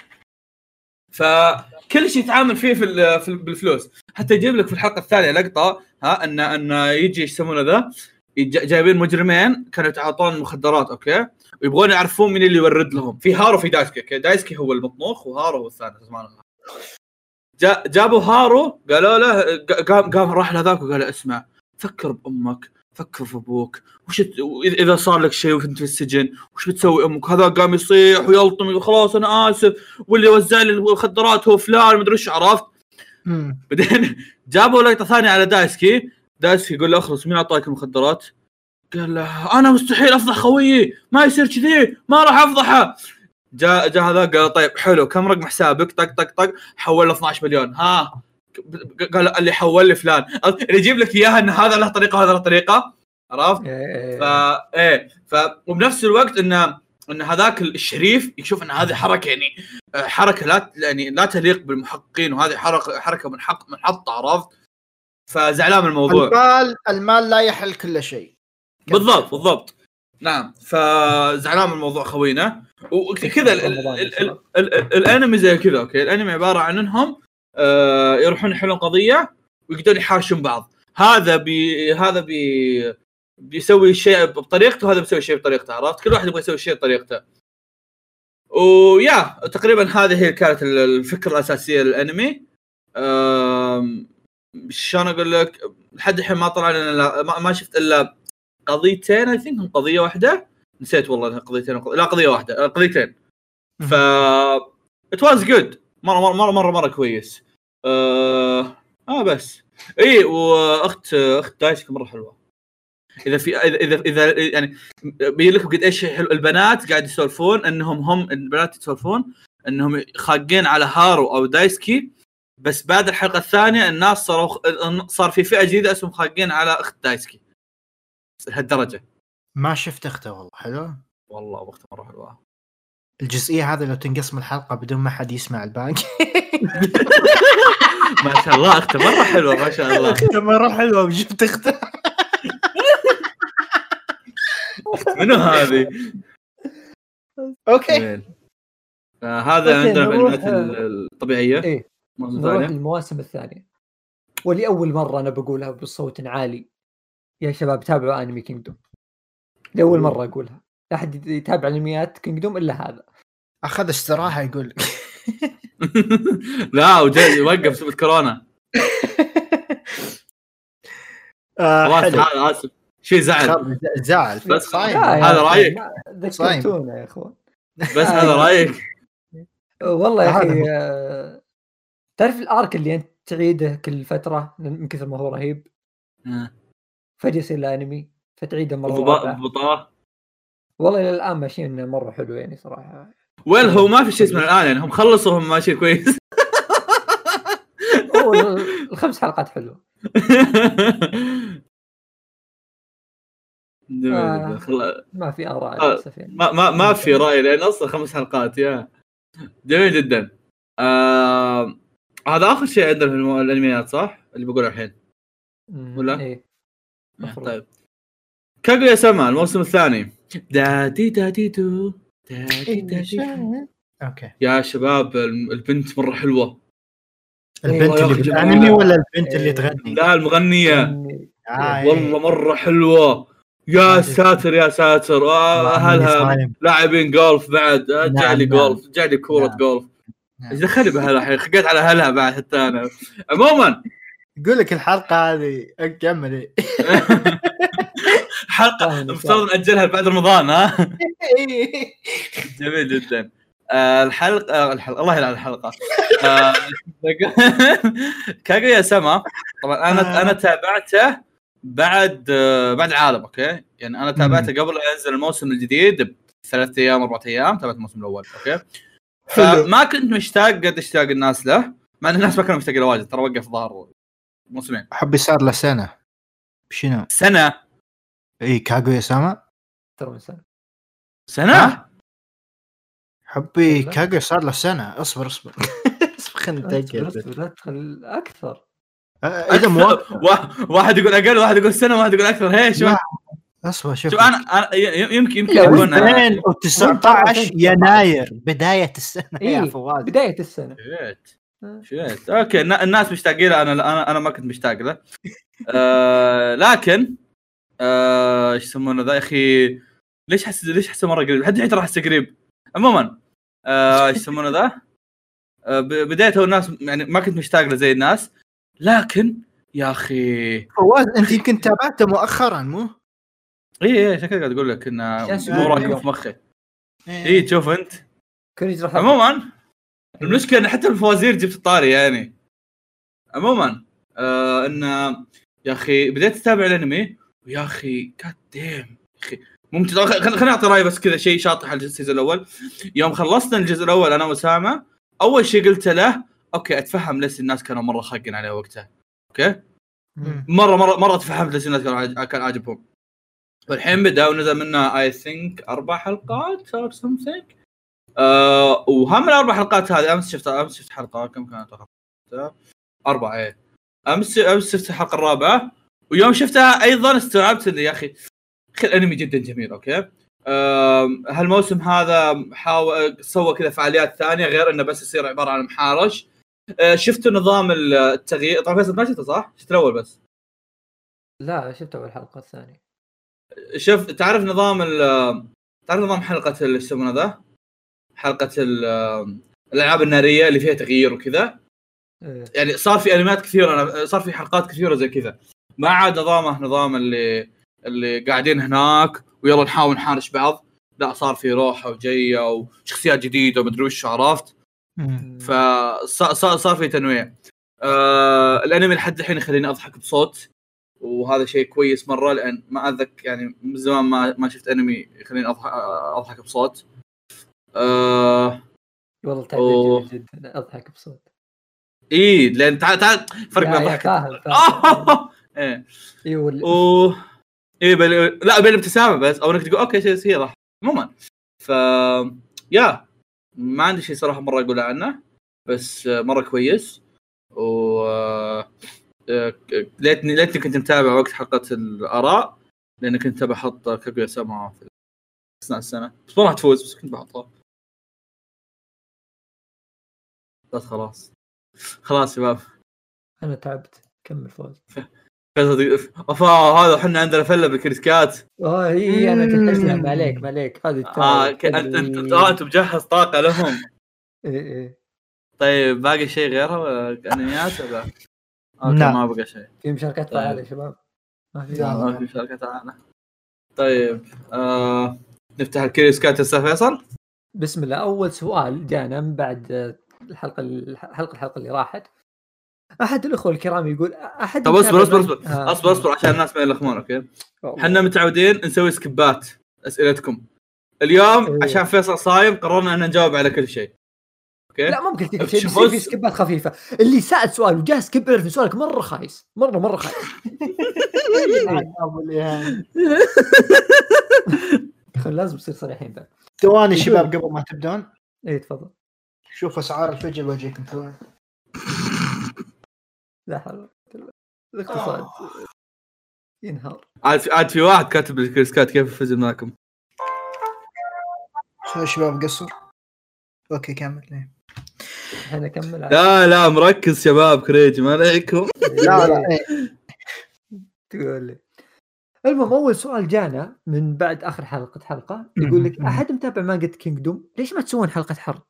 فكل شيء يتعامل فيه في, ال في ال بالفلوس حتى يجيب لك في الحلقه الثانيه لقطه ها ان ان يجي يسمونه ذا جايبين مجرمين كانوا يتعاطون مخدرات اوكي ويبغون يعرفون مين اللي يورد لهم في هارو في دايسكي اوكي دايسكي هو المطنوخ وهارو هو الثاني اسمه جا جابوا هارو قالوا له قام قام راح لهذاك وقال اسمع فكر بامك فكر في ابوك وش اذا صار لك شيء وانت في السجن وش بتسوي امك هذا قام يصيح ويلطم خلاص انا اسف واللي وزع لي المخدرات هو فلان مدري ايش عرفت بعدين جابوا لقطه ثانيه على دايسكي دايسكي يقول له اخلص مين اعطاك المخدرات قال له انا مستحيل افضح خويي ما يصير كذي ما راح افضحه جاء جاء هذا قال طيب حلو كم رقم حسابك طق طق طق حول له اثنا عشر مليون ها قال اللي حول لي فلان اللي يجيب لك اياها ان هذا له طريقه وهذا له طريقه عرفت فا ايه ف وبنفس الوقت ان ان هذاك الشريف يشوف ان هذه حركه يعني حركه لا يعني لا تليق بالمحققين وهذه حركه حركه من حق من حط عرفت فزعلان من الموضوع المال المال لا يحل كل شيء بالضبط بالضبط نعم فزعلان من الموضوع خوينا وكذا الانمي زي كذا اوكي الانمي عباره عن انهم آه يروحون يحلون قضيه ويقدرون يحاشون بعض هذا بي هذا بي بيسوي شيء بطريقته وهذا بيسوي شيء بطريقته عرفت كل واحد يبغى يسوي شيء بطريقته ويا تقريبا هذه هي كانت الفكره الاساسيه للانمي شلون اقول لك لحد الحين ما طلع لنا ما, ما شفت الا قضيتين اي ثينك قضيه واحده نسيت والله قضيتين لا قضيه واحده قضيتين ف it was good مره مره مره مره, مرة كويس اه, آه بس اي واخت اخت دايسك مره حلوه اذا في اذا اذا يعني بيقول لكم قد ايش حلو البنات قاعد يسولفون انهم هم البنات يسولفون انهم خاقين على هارو او دايسكي بس بعد الحلقه الثانيه الناس صاروا صار في فئه جديده اسمهم خاقين على اخت دايسكي لهالدرجه ما شفت اخته والله حلو والله اخته مره حلوه الجزئيه هذه لو تنقسم الحلقه بدون ما حد يسمع الباقي ما شاء الله اخته مره حلوه ما شاء الله اخته مره حلوه وجبت اخته منو هذه اوكي آه هذا عندنا الانميات الطبيعيه ايه نروح المواسم الثانيه ولأول مره انا بقولها بصوت عالي يا شباب تابعوا انمي كينجدوم لأول مره اقولها لا احد يتابع انميات كينجدوم الا هذا اخذ استراحه يقول لا وجاي يوقف بسبب كورونا خلاص هذا اسف شيء زعل زعل بس هذا رايك ذكرتونا يا اخوان بس هذا رايك والله يا اخي تعرف الارك اللي انت تعيده كل فتره من كثر ما هو رهيب فجأة يصير الانمي فتعيده مره رابعه والله الى الان ماشيين مره حلو يعني صراحه وين هو ما في شيء اسمه الان يعني هم خلصوا هم ماشي كويس هو الخمس حلقات حلوه آه ما في آراء آه ما ما ما في رأي لأن أصلا خمس حلقات يا جميل جدا آه هذا آخر شيء عندنا في الأنميات صح اللي بقوله الحين ولا إيه طيب كاغويا سما الموسم الثاني دادي دادي دو دادي دادي اوكي يا شباب البنت مرة حلوة البنت اللي بالأنمي ولا البنت اللي تغني لا المغنية والله مرة حلوة يا ساتر يا ساتر، واهلها لاعبين جولف بعد، جعلي جولف، جعلي كوره جولف، ايش دخلني بهالها الحين؟ خقيت على اهلها بعد حتى انا. عموما يقول لك الحلقه هذه كملي. حلقه المفترض ناجلها بعد رمضان. ها جميل جدا. آه الحلقه آه الحلقه الله يلعن الحلقه. آه كاغويا سما طبعا انا انا تابعته بعد آه بعد العالم. اوكي يعني انا تابعته قبل لا ينزل الموسم الجديد بثلاث ايام اربع ايام. تابعت الموسم الاول. اوكي فما كنت مشتاق قد اشتاق الناس له، مع ان الناس ما كانوا مشتاقين له واجد. ترى وقف ظهر موسمين. حبي صار له سنه. شنو سنه؟ اي كاغويا سما ترى سنه سنه حبي كاغويا صار له سنه. اصبر اصبر اصبر خلينا نتاكد. لا تدخل اكثر. اذا مو واحد يقول اقل، واحد يقول سنه، واحد يقول اكثر. هي شو اصبر شوف شو انا, أنا يمكن يمكن يكون ألفين وتسعة عشر يناير بدايه السنه. إيه؟ يا فواز بدايه السنه. شيت شيت اوكي. الناس مشتاقين له، انا انا انا ما كنت مشتاق له. آه لكن آه ايش يسمونه ذا يا اخي؟ ليش حس ليش حس مره قريب؟ لحد الحين راح احس قريب. عموما آه ايش يسمونه ذا؟ آه بدايته الناس يعني ما كنت مشتاق له زي الناس، لكن يا اخي فواز انت يمكن تابعته مؤخرا مو؟ اي اي شكلك قاعد اقول لك انه مو راكب في مخي. اي تشوف انت. عموما المشكله ان حتى الفوازير جبت الطاري يعني. عموما آه انه يا اخي بديت اتابع الانمي ويا اخي كاتديم اخي ممتع. خليني اعطي رايي بس كذا شيء شاطح على السيزون الاول. يوم خلصنا الجزء الاول انا وسامة، اول شيء قلت له اوكي اتفهم ليش الناس كانوا مره خاقين عليه وقتها. اوكي مره مره مره تفهمت ليش الناس كانوا كان عاجبهم. والحين بدا ونزل منه اي ثينك اربع حلقات او سمثينج. آه وهم الاربع حلقات هذه امس شفت امس شفت حلقه كم كانت اربعه. ايه امس امس شفت الحلقه الرابعه، ويوم شفتها ايضا استوعبت ان يا اخي اخي الانمي جدا جميل. اوكي آه هالموسم هذا حاول سوى كذا فعاليات ثانيه غير انه بس يصير عباره عن محارش. آه شفت نظام التغيير طبعا. فيصل ما شفته صح؟ شفت الاول بس؟ لا شفت اول حلقه الثانيه. شوف تعرف نظام تعرف نظام حلقه اللي يسمونه ذا حلقه الالعاب الناريه اللي فيها تغيير وكذا. إيه. يعني صار في انميات كثيره، صار في حلقات كثيره زي كذا. ما عاد نظامه نظام اللي اللي قاعدين هناك ويلا نحاول نحارش بعض. لا صار في روحه وجيه وشخصيات جديده ومدري وش عرفت. فصار صار في تنويع. آه الانمي لحد الحين يخليني اضحك بصوت، وهذا شيء كويس مره، لان ما اذكر يعني من زمان ما ما شفت انمي يخليني اضحك اضحك بصوت. أه والله تعبت جدا اضحك بصوت. ايه لان تعال تعال فرق بين الضحك. ايه اي ولا و ايه بل... لا بين الابتسامه بس او انك تقول اوكي شيء هي راح. عموما ف يا ما عندي شيء صراحه مره اقول عنه، بس مره كويس. و ليتني ليتني كنت متابع وقت حلقه الاراء، لان كنت بحط كاغويا سما في اثناء السنه. بس ما راح تفوز، بس كنت بحطها. بس خلاص خلاص شباب انا تعبت. كمل فوز. افا هذا احنا عندنا فله بالكريسكات. اه هي انا تحسها ما عليك ما عليك هذه اه انت انت انت مجهز طاقه لهم. ايه ايه طيب باقي شيء غيرها ولا انميات ولا اوكي نعم. ما بقى شيء. في مشاركات فعالة يا شباب. ما في ما في مشاركات فعالة. طيب آه... نفتح الكريسكات يا فيصل. بسم الله. اول سؤال جانا من بعد الحلقه الحلقه الحلقه اللي راحت. احد الاخوه الكرام يقول احد طب اصبر اصبر اصبر آه. اصبر اصبر عشان الناس ما يلخمون. اوكي احنا متعودين نسوي سكبات اسئلتكم. اليوم إيه. عشان فيصل صايم قررنا ان نجاوب على كل شيء. اوكي لا ممكن كل شيء بس في سكبات خفيفه. اللي سأل سؤال وجاه سكيب يعرف سؤالك مره خايس مره مره خايس. لازم تصير صريحين بعد. ثواني شباب قبل ما تبدون. اي تفضل. شوف اسعار الفجل وجهكم ثواني. لا حول الاقتصاد ينهار. عاد عاد في واحد كاتب الكريسكات كيف الفجل معكم. شو شباب قصر. اوكي كمل ليه. انا اكمل. لا لا مركز شباب كريج ما عليكم. لا لا تقول لي المهم اول سؤال جانا من بعد اخر حلقه حلقه يقول لك احد متابع مانجا كينجدوم ليش ما تسوون حلقه حرق؟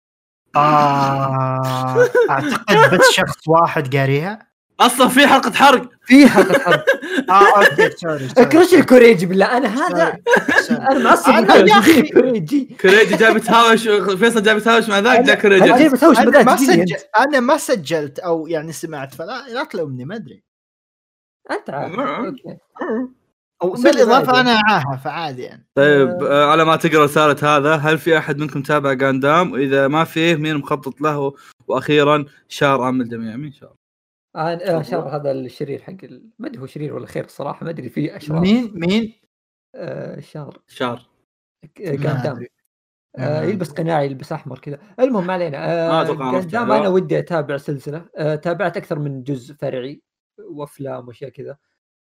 آه اعتقد بس شخص واحد قاريها اصلا في حلقه حرق في حلقه حرق. اه اوكي سوري اكرش الكوريجي بالله انا هذا انا معصب أنا يا أخي. الكوريجي كريدي جاب يتهاوش فيصل جاب يتهاوش مع ذاك جاء كريدي أنا جايب أسوي أنا بدأت ما تجيني سجل... انا ما سجلت او يعني سمعت فلا لا تلومني ما ادري انت عارف اوكي وبالاضافه انا معاها فعادي يعني. طيب آه على ما تقرا رساله هذا هل في احد منكم تابع غاندام واذا ما فيه مين مخطط له واخيرا شار عام الجميع ان شاء الله. آه شار هذا الشرير حق ال... ما ادري هو شرير ولا خير صراحه ما ادري فيه اشرار. مين مين آه شار شار غاندام آه يلبس قناع يلبس احمر كذا. المهم ما علينا. آه غاندام انا ودي اتابع سلسله آه تابعت اكثر من جزء فرعي وافلام واشياء كذا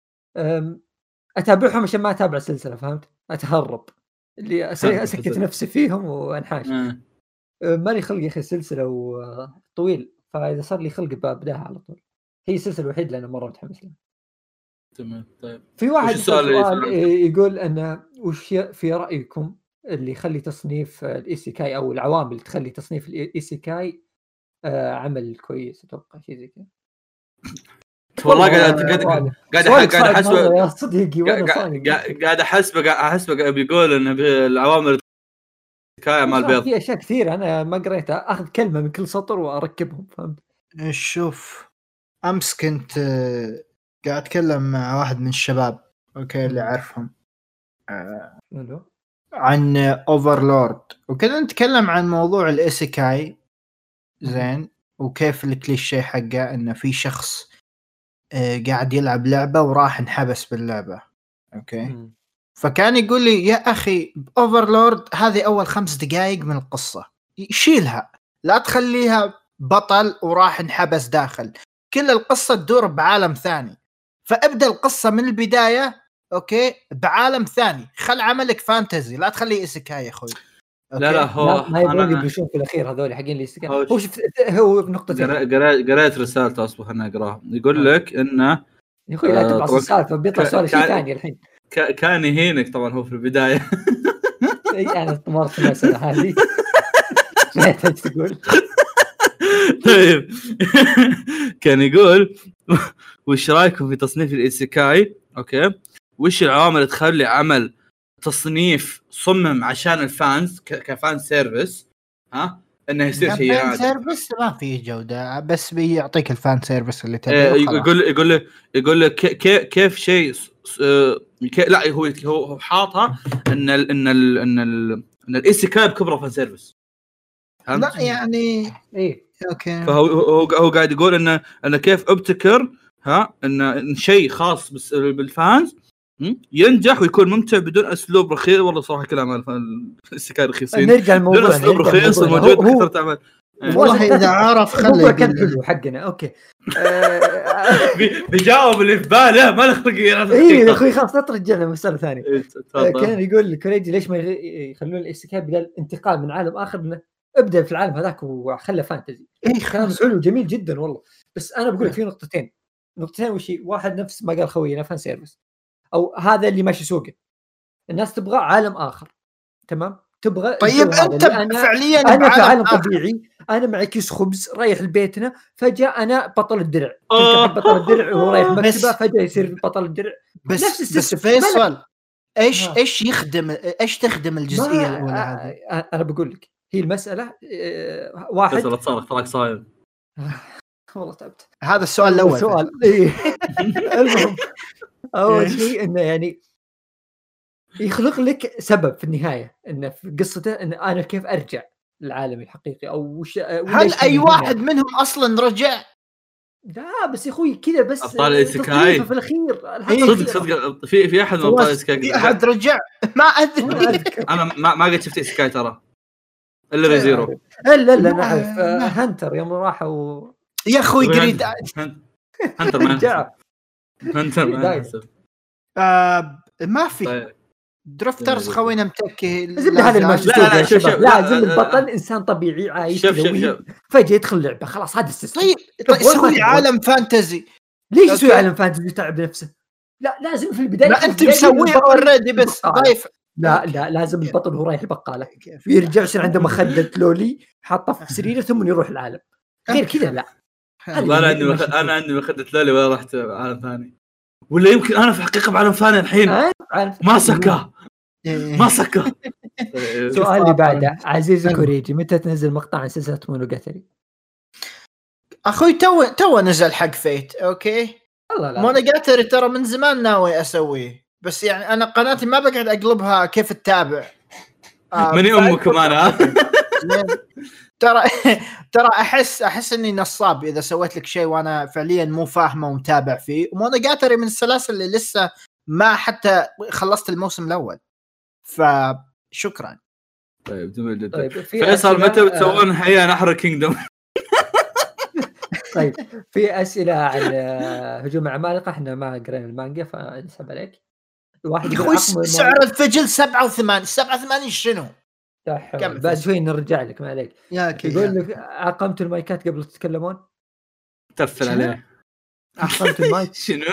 اتابعهم عشان ما اتابع السلسله فهمت اتهرب اللي اسكت نفسي فيهم وانحاش مالي خلق يا اخي سلسله وطويل فاذا صار لي خلق ببداها على طول. هي السلسله الوحيده اللي انا مره متحمس لها. تمام طيب في واحد سؤال يقول أن وش في رايكم اللي يخلي تصنيف الايسيكاي او العوامل اللي تخلي تصنيف الايسيكاي آه عمل كويس اتوقع شيء زي كذا. والله قاعد قاعد قاعد قاعد احسب يا صديقي وانا صادق قاعد احسب احسب بيقول ان العوامل كايا مال البيض في اشياء كثير انا ما قريتها اخذ كلمه من كل سطر واركبهم فهمت. شوف امس كنت قاعد اتكلم مع واحد من الشباب اوكي اللي اعرفهم آه عن اوفرلورد وكنا نتكلم عن موضوع الايسيكاي زين وكيف الكليشيه حقه انه في شخص قاعد يلعب لعبة وراح انحبس باللعبة أوكي م. فكان يقول لي يا أخي أوفرلورد هذه أول خمس دقائق من القصة يشيلها لا تخليها بطل وراح انحبس داخل كل القصة تدور بعالم ثاني فابدأ القصة من البداية أوكي بعالم ثاني خل عملك فانتزي لا تخليه إيسيكاي يا أخوي. لا لا هو ما يبغون يبلشون في الأخير هذول حقين اللي يستكان هو شفت هو بنقطتين قرأت قرأت رسالته أصبح أنا أقراها يقول لك إنه يا أخوي لا تبعث السالفة بيطلع سؤال شيء ثاني الحين كان يهينك طبعا هو في البداية أي أنا طمرت المسألة هذه ما يحتاج تقول. طيب كان يقول وش رأيكم في تصنيف الإيسيكاي أوكي وش العوامل اللي تخلي عمل تصنيف صمم عشان الفانز كفان سيرفيس ها انه يصير شيء عادي. فان سيرفيس ما فيه جوده بس بيعطيك الفان سيرفيس اللي تبيه آه يقول يقول له يقول لك كيف كيف شيء آه لا هو هو حاطها ان ال ان ال ان ال ان الايسيكاي بكبره فان سيرفيس لا يعني ايه اوكي فهو هو هو قاعد يقول انه انه كيف ابتكر ها ان شيء خاص بس بالفانز ينجح ويكون ممتع بدون اسلوب رخيص. والله صراحه كلام السكاي رخيصين نرجع الموضوع اسلوب رخيص الموجود كثر تعمل والله اذا عرف خليه يقول حقنا اوكي بيجاوب اللي في باله ما له خلق اي يا اخوي خلاص ترجع لمساله ثانيه. كان يقول كوريجي ليش ما يخلون الاستكاي بدل انتقال من عالم اخر من ابدا في العالم هذاك وخلى فانتزي. كان حلو جميل جدا والله بس انا بقول لك في نقطتين نقطتين وشي واحد نفس ما قال خوينا فان سيرفيس او هذا اللي ماشي سوقه الناس تبغى عالم اخر تمام تبغى طيب انت فعليا انا في عالم طبيعي انا معي كيس خبز رايح لبيتنا فجاه انا بطل الدرع بطل الدرع وهو رايح مكتبه فجاه يصير بطل الدرع بس نفس بس فيصل ايش ها. ايش يخدم ايش تخدم الجزئيه الاولى هذه انا بقول لك هي المساله واحد فيصل تصرخ تراك صايم والله تعبت هذا السؤال الاول سؤال المهم اول شيء انه يعني يخلق لك سبب في النهايه انه في قصته ان انا كيف ارجع للعالم الحقيقي او وش هل اي واحد هنا. منهم اصلا رجع؟ لا بس يا اخوي كذا بس ابطال ايسيكاي في الاخير صدق صدق في في احد من ابطال ايسيكاي في احد رجع ما ادري انا ما ما قد شفت ايسيكاي ترى الا ريزيرو لا لا نعرف هانتر يوم راحوا يا اخوي قريد هانتر ما هانتر ما ما في درفترز خوينا متكي زبد هذا المشهد لا لا شوف لازم البطل انسان طبيعي عايش قوي فجاه يدخل لعبه خلاص هذا السيستم. طيب يسوي عالم فانتزي ليش يسوي عالم فانتزي يتعب نفسه لا لازم في البدايه لا انت مسويه اوريدي بس ضيف. لا لا لازم البطل هو رايح البقاله يرجع يصير عنده مخده لولي حاطه في سريره ثم يروح العالم. غير كذا لا. والله انا عندي مخ... انا عندي مخده لولي ولا رحت عالم ثاني، ولا يمكن انا في حقيقه بعالم ثاني الحين ما سكه ما سكه. سؤال اللي بعده عزيز كوريجي، متى تنزل مقطع عن سلسله مونوجاتري؟ اخوي تو تو نزل حق فيت. اوكي مونوجاتري ترى من زمان ناوي اسويه، بس يعني انا قناتي ما بقعد اقلبها كيف تتابع. آه مني امكم انا ترى ترى احس احس اني نصاب اذا سويت لك شيء وانا فعليا مو فاهمه ومتابع فيه. مونوجاتري من السلاسل اللي لسه ما حتى خلصت الموسم الاول، فشكرا. طيب جميل جدا. طيب فيصل متى بتسوون حياه نحر كينجدوم؟ طيب في اسئله عن هجوم العمالقه، احنا ما قرينا المانجا فنسحب عليك. واحد يقول سعر الفجل سبعة وثمانين سبعة وثمانين شنو؟ كم بعد شوي نرجع لك ما عليك. يقول لك عقمت المايكات قبل تتكلمون؟ تفل عليه. عقمت المايك شنو؟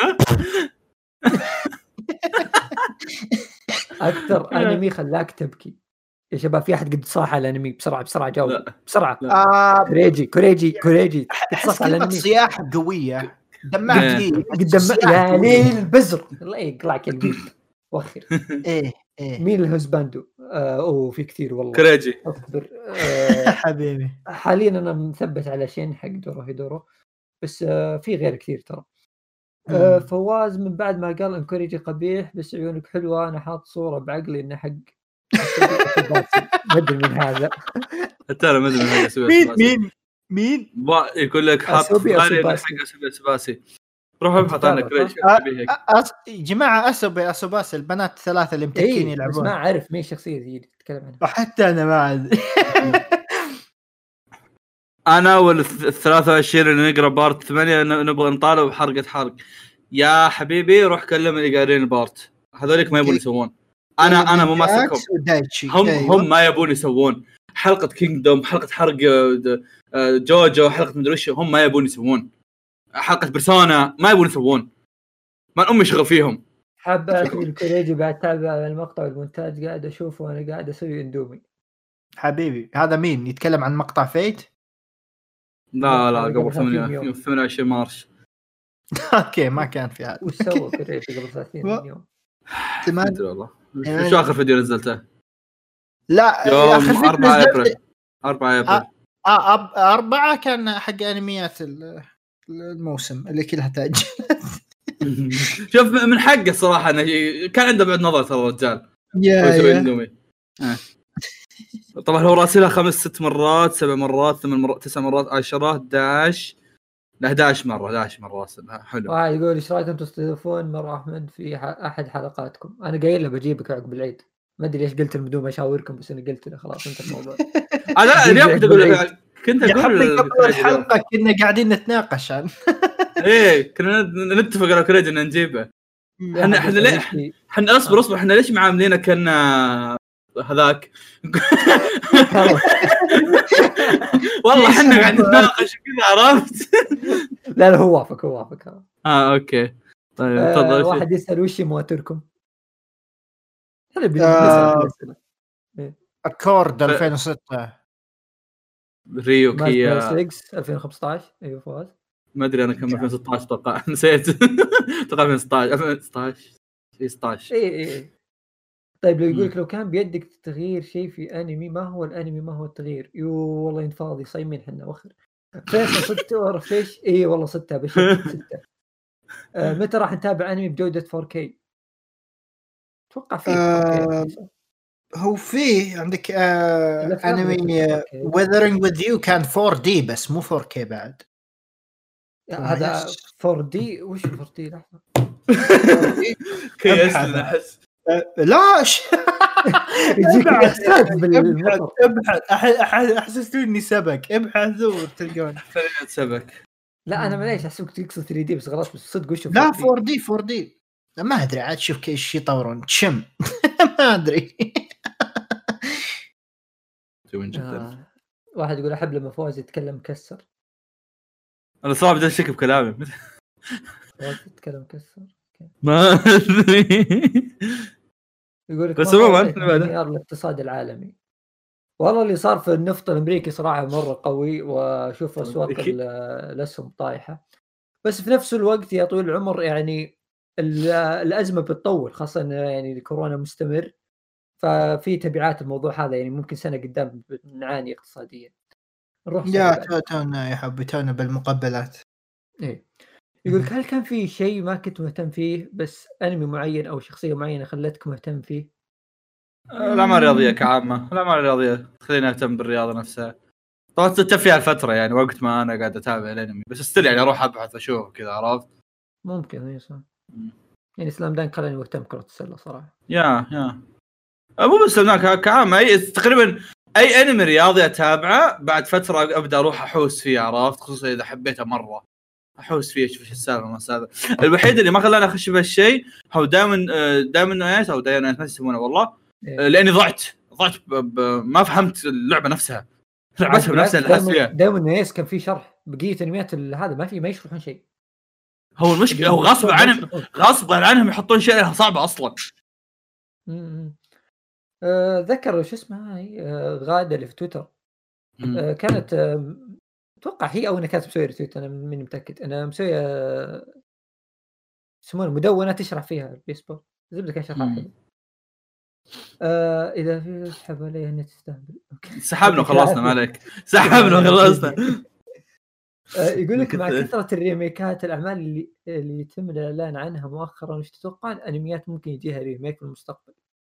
اكثر انمي خلاك تبكي يا شباب؟ في احد قد صاح على الانمي؟ بسرعه بسرعه جاوب بسرعه. آه كوريجي كوريجي كوريجي تصح على الانمي. صياح قويه دمعت فيه قدام يا ليل البزر الله يقلعك البيت وخر. ايه ايه مين الهزباندو؟ آه اوه في كثير والله. كوريجي اصبر آه حبيبي. حاليا انا مثبت على شين حق دورو هيدورو، بس آه في غير كثير ترى. آه فواز من بعد ما قال ان كوريجي قبيح بس عيونك حلوه، انا حاط صوره بعقلي انه حق ما ادري من هذا. حتى انا ما ادري من هذا. مين مين مين يقول لك حاط بالي حق اسوبي سباسي. روح ابحث عنك ليش يا جماعه. اسوبي اسوباس البنات الثلاثه اللي متكين إيه يلعبون. ما اعرف مين الشخصيه دي تتكلم عنها. حتى انا ما ادري. انا والثلاثة وعشرين اللي نقرا بارت ثمانية نبغى نطالع بحرقه حرق. يا حبيبي روح كلم اللي قارين بارت هذولك ما يبون يسوون. انا انا مو ماسكهم هم هم ما يبون يسوون حلقه كينجدوم، حلقه حرق جوجو، حلقه مدري وش. هم ما يبون يسوون حلقه بيرسونا، ما يبون يسوون. ما امي شغل فيهم. حابه في الكوريجي بعد تابع المقطع والمونتاج قاعد اشوفه وانا قاعد اسوي اندومي. حبيبي هذا مين يتكلم عن مقطع فيت؟ لا لا قبل ثمانية وعشرين مارس. اوكي ما كان في هذا. وش سوى كوريجي قبل ثلاثين يوم؟ تمام والله. شو اخر فيديو نزلته؟ لا يوم أربعة أبريل. أربعة أبريل. اه أربعة كان حق انميات الموسم اللي كلها تاجلت. شوف من حقه صراحه انه كان عنده بعد نظر ترى الرجال. يا طبعا هو راسلها خمس ست مرات سبع مرات ثمان مرات تسع مرات عشرة أحد عشر لا أحد عشر مره أحد عشر مره راسلها. حلو. واحد يقول ايش رايكم تستضيفون مره احمد في احد حلقاتكم؟ انا قايل له بجيبك عقب العيد، ما ادري ايش قلت بدون ما اشاوركم بس انا قلت له خلاص انت الموضوع. انا اليوم كنت اقول كنت اقول قبل الحلقه كنا قاعدين نتناقش عن ايه كنا نتفق على كريج ان نجيبه. احنا احنا ليه احنا اصبر اصبر احنا ليش معاملينه كنا هذاك؟ والله احنا قاعد نتناقش كذا عرفت. لا لا هو وافق هو وافق. اه اوكي طيب تفضل. واحد يسال وش مواتركم؟ اكورد ألفين وستة ريو كيا ستة ألفين وخمسة عشر. ايوه فواز ما ادري انا كم ألفين وستة عشر اتوقع نسيت. اتوقع ألفين وستة عشر ألفين وستة عشر ستة عشر. اي اي طيب لو يقول لك لو كان بيدك تغيير شيء في انمي ما هو الانمي ما هو التغيير؟ يو والله انت فاضي صايمين احنا وخر. فيصل صدت تعرف ليش؟ اي والله ستة بشكل ستة. آه متى راح نتابع انمي بجوده فور كي؟ اتوقع في آه هو في عندك آه انمي ويذرينج وذ يو كان فور دي بس مو فور كي بعد. هذا فور دي وش فور دي؟ لحظه كيس احس لا يجيك احساس بالمطر. ابحث احسستوني اني سبك. ابحث وتلقون سبك. لا انا معليش احسبك تقصد ثري دي بس غلط بس صدق وش لا فور دي فور دي ما ادري عاد شوف كيف شيء يطورون تشم. ما ادري. جميل جدا. آه. واحد يقول احب لما فواز يتكلم مكسر. انا صعب بدي اشك بكلامي. فواز يتكلم مكسر ما ادري يقول لك بس ما هو هو ما رأيك أدري في بعده. انهيار الاقتصاد العالمي؟ والله اللي صار في النفط الامريكي صراحه مره قوي، واشوف اسواق أمريكي؟ ال- الاسهم طايحه، بس في نفس الوقت يا طويل العمر يعني ال- الازمه بتطول، خاصه إن يعني الكورونا مستمر، ففي تبعات الموضوع هذا، يعني ممكن سنه قدام نعاني اقتصاديا. نروح السؤال يا اللي بعده. تو- تونا يا حبي تونا بالمقبلات. ايه يقول لك هل كان في شيء ما كنت مهتم فيه بس انمي معين او شخصيه معينه خلتك مهتم فيه؟ الأعمال الرياضية كعامة، الأعمال الرياضية تخليني أهتم بالرياضة نفسها. طبعا تتفي الفترة يعني وقت ما أنا قاعد أتابع الأنمي، بس استل يعني أروح أبحث أشوف كذا، عرفت؟ ممكن اي صح. يعني سلام دانك خلاني مهتم كرة السلة صراحة. يا يا مو بس هناك كعامة، أي تقريبا أي أنمي رياضي أتابعه بعد فترة أبدأ أروح أحوس فيه، عرفت؟ خصوصا إذا حبيته مرة احوس فيه اشوف ايش السالفه ما السالفه. الوحيد اللي ما خلاني اخش بهالشيء هو دائما دائما نايت او دائما ما يسمونه والله، إيه. لاني ضعت ضعت ب... ب... ما فهمت اللعبه نفسها، لعبتها بنفسها اللي حس فيها. دائما نايس كان في شرح، بقيه انميات هذا ما في، ما يشرحون شيء. هو المشكله هو غصب عنهم غصب عنهم يحطون شيء صعبه اصلا. امم آه ذكر شو اسمها هي آه غاده اللي في تويتر، آه كانت آه اتوقع هي او انها كانت مسويه ريتويت، انا ماني متاكد، انا مسويه آه يسمونه مدونه تشرح فيها البيسبول، زبده كان شرحها حلو. آه اذا في اسحب عليه انها تستهبل. سحبنا وخلصنا، ما عليك سحبنا وخلصنا. آه يقول لك مع كثره الريميكات الاعمال اللي اللي يتم الاعلان عنها مؤخرا، وش تتوقع الانميات ممكن يجيها ريميك في المستقبل؟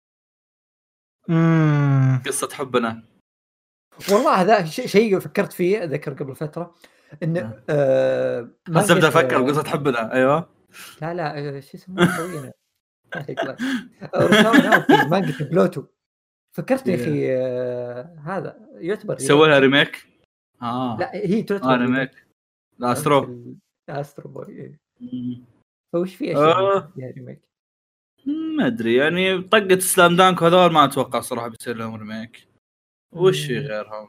امم قصه حبنا والله هذا شيء فكرت فيه، اذكر قبل فتره انه آه بس ابدا افكر قصه حبنا. ايوه لا لا شو اسمه سوينا روساوا ناوكي مانجا بلوتو، فكرت يا اخي آه هذا يعتبر سووا لها ريميك. اه لا هي تعتبر آه ريميك لاسترو استرو بوي. فوش في آه. اشياء فيها ريميك؟ ما ادري يعني طقه سلام دانك هذول ما اتوقع صراحه بيصير لهم ريميك. وش في غيرهم؟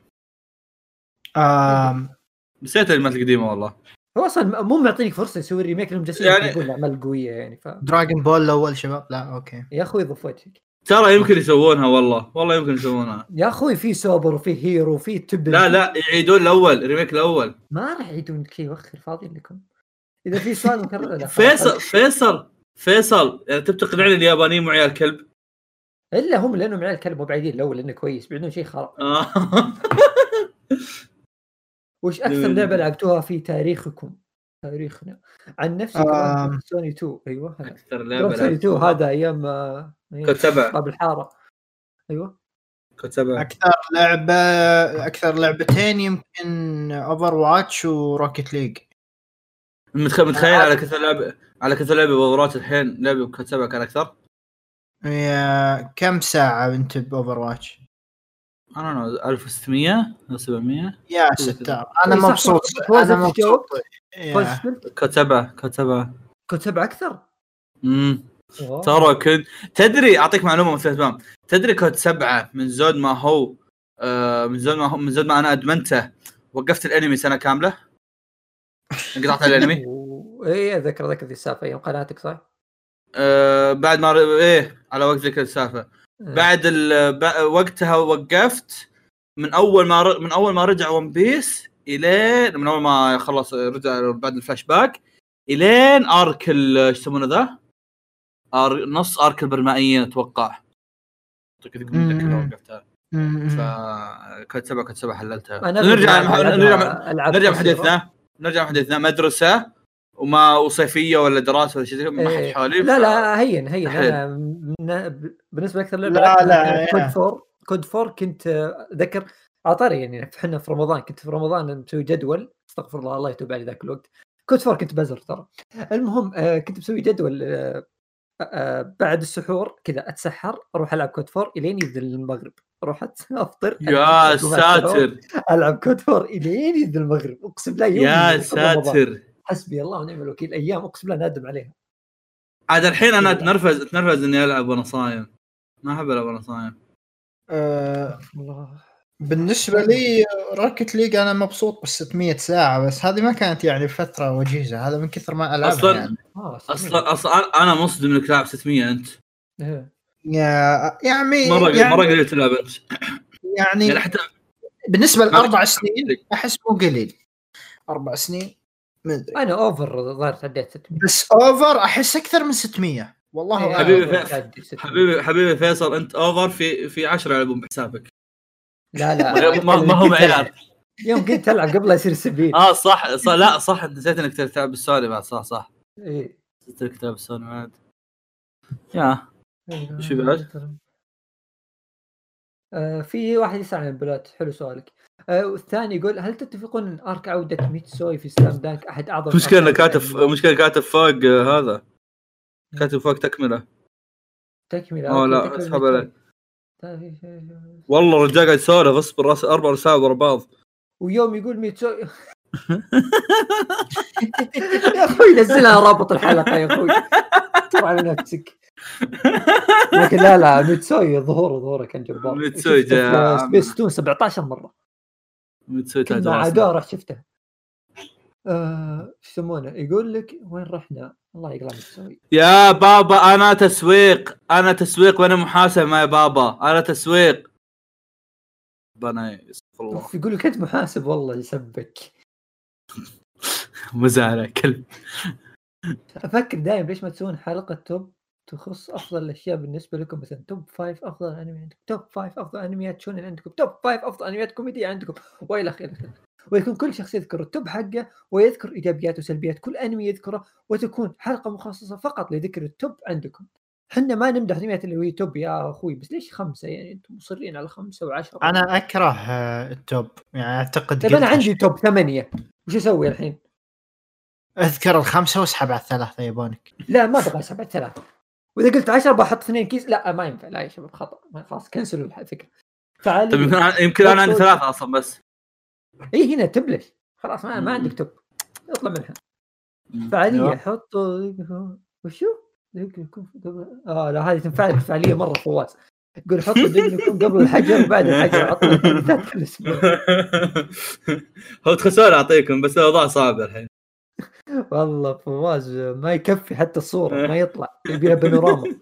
امم نسيت الكلمات القديمه والله. هو اصلا مو معطينك فرصه يسوي ريميك لهم، جالسين يعني- يطلبون الاعمال القويه يعني ف دراغون بول الاول شباب، لا اوكي يا اخوي ضف وجهك. ترى يمكن يسوونها والله والله يمكن يسوونها. يا اخوي في سوبر وفي هيرو وفي تبن. لا لا يعيدون الاول، ريميك الاول. ما راح يعيدون شيء، وخر فاضي لكم. اذا في سؤال مكرر لا خلاص. فيصل فيصل فيصل يعني تبي تقنعني اليابانيين مو عيال كلب؟ الا هم لانهم عيال كلب وبعيدين الاول لانه كويس، بيعدون شيء خرا. آه. وش اكثر لعبه لعبتوها في تاريخكم؟ تاريخنا عن نفسي آم. كمان سوني تو. ايوه هلا اكثر لعبه سوني تو لعبتوها. هذا ايام آه، أيام كنت سبعة. باب الحاره. ايوه كنت سبعة. اكثر لعبه اكثر لعبتين يمكن اوفر واتش وروكيت ليج. متخ- متخيل على كثر لعبه على كثر لعبه بورات الحين لعبه كنت سبعة كان اكثر. يا كم ساعه انت باوفر واتش؟ انا انا ألف وستمية أو سبعمية. يا ستار انا إيه صح، مبسوط صح، صح. انا مبسوط. فوز يا. سبلت كنت سبعة كنت سبعة. كنت سبعة اكثر. امم واو. ترى كنت تدري اعطيك معلومه مثل تمام. تدري كنت سبعة من زود ما هو آه من زود ما هو من زود ما انا ادمنته وقفت الانمي سنه كامله. انقطعت الانمي. ايه ذكر ذكر ذي السالفه يوم قناتك صح؟ آه بعد ما ر... ايه على وقت ذيك السالفه. بعد ال... ب... وقتها وقفت من اول ما ر... من اول ما رجع ون بيس الين من اول ما خلص رجع بعد الفلاش باك الين ارك ال... ايش يسمونه ذا أر... نص ارك البرمائيين اتوقع. كذا متذكر وقفتها. فكنت سبعة كنت سبعة حللتها. نرجع نرجع نرجع حديثنا نرجع حديثنا مدرسه وما وصيفيه ولا دراسه ولا شيء ما حد حالي. لا لا هين هين انا من... بالنسبه اكثر لعبه لا لا كود فور كود فور كنت ذكر عطاري يعني احنا في رمضان كنت في رمضان مسوي جدول استغفر الله الله يتوب علي ذاك الوقت. كود فور كنت بزر ترى. المهم كنت مسوي جدول بعد السحور كذا اتسحر اروح العب كود فور الين يذل المغرب اروح افطر يا ساتر العب كود فور الين يذل المغرب اقسم بالله يا ساتر حسبي الله ونعم الوكيل ايام اقسم بالله نادم عليها. عاد الحين انا اتنرفز اتنرفز اني العب وانا صايم ما احب العب وانا صايم. أه الله بالنسبه لي روكت ليج انا مبسوط بال ستمية ساعه، بس هذه ما كانت يعني فتره وجيزه، هذا من كثر ما العبها اصلا يعني. اه اصلا اصلا انا مصدوم انك لاعب ستمية انت. إيه. يا يعني مره يعني مره قليل تلعب انت يعني, يعني حتى بالنسبه ما لاربع في- سنين احس مو قليل. اربع سنين ما ادري، انا اوفر ظهر تعديت ستمية. بس اوفر احس اكثر من ستمية والله إيه، اعلم. حبيبي أوفر في- تعدي ستمية. حبيبي حبيبي فيصل انت اوفر في في عشرة يلعبون بحسابك. لا لا غير- ما ما هو معيار. يوم كنت العب قبل لا يصير سبيل. اه صح, صح لا صح نسيت انك تلعب بالسوني بعد. صح صح ايه نسيت انك تلعب بالسوني بعد. يا وش في بعد؟ آه في واحد يسأل عن البلاد، حلو سؤالك. آه والثاني يقول هل تتفقون ان ارك عودة ميتسوي في سلام دانك احد اعظم مشكلة انه أركات كاتب الأنمي؟ مشكلة كاتب فوق آه، هذا كاتب فوق تكملة. تكملة اه اوكي لا تكملة اسحب ميتسوي. عليه والله الرجال قاعد يسولف اصبر راس اربع رسائل ورا بعض. ويوم يقول ميتسوي يا اخوي نزلها رابط الحلقة يا اخوي ترى على نفسك. لكن لا لا ميتسوي ظهوره ظهوره كان جبار. ميتسوي شفته جاء في عم. سبيس تون سبعة عشر مرة متسوي تاج كنا راسنا. عقارة شفته. آه، ايش يسمونه يقول لك وين رحنا الله يقلع ميتسوي. يا بابا انا تسويق انا تسويق وانا محاسب ما يا بابا انا تسويق. بنا يستغفر الله. اوف يقول لك انت محاسب والله يسبك. مزارع كلب. افكر دايم ليش ما تسوون حلقه توب تخص افضل الاشياء بالنسبه لكم، مثلا توب فايف افضل انمي عندكم، توب فايف افضل انميات شونن عندكم، توب فايف افضل انميات كوميدي عندكم والى اخره، ويكون كل شخص يذكر التوب حقه ويذكر ايجابيات وسلبيات كل انمي يذكره، وتكون حلقه مخصصه فقط لذكر التوب عندكم. حنا ما نمدح انميات اللي هي توب يا اخوي، بس ليش خمسه يعني انتم مصرين على خمسه وعشرة؟ انا اكره آه، التوب يعني اعتقد طيب انا قلت عندي توب ثمانية وش اسوي الحين؟ اذكر الخمسه واسحب على الثلاثه يبونك. لا ما ابغى سبعة ثلاثة، واذا قلت عشرة بحط اثنين كيس، لا ما ينفع، لا يا شباب خطا، ما خلاص كنسلوا الفكره. طيب يمكن يمكن انا عندي ثلاثة اصلا بس. اي هنا تبلش خلاص ما, ما عندك توب اطلع منها. فعاليه حطوا وشو اه لا هذه تنفع لك فعاليه مره فواز. يقول حطوا دقنكم قبل الحجر بعد الحجر عطوا الحديثات كل اسبوع. هو تخسون اعطيكم بس الاوضاع صعبه الحين. والله فواز ما يكفي حتى الصوره ما يطلع يبيها بانوراما.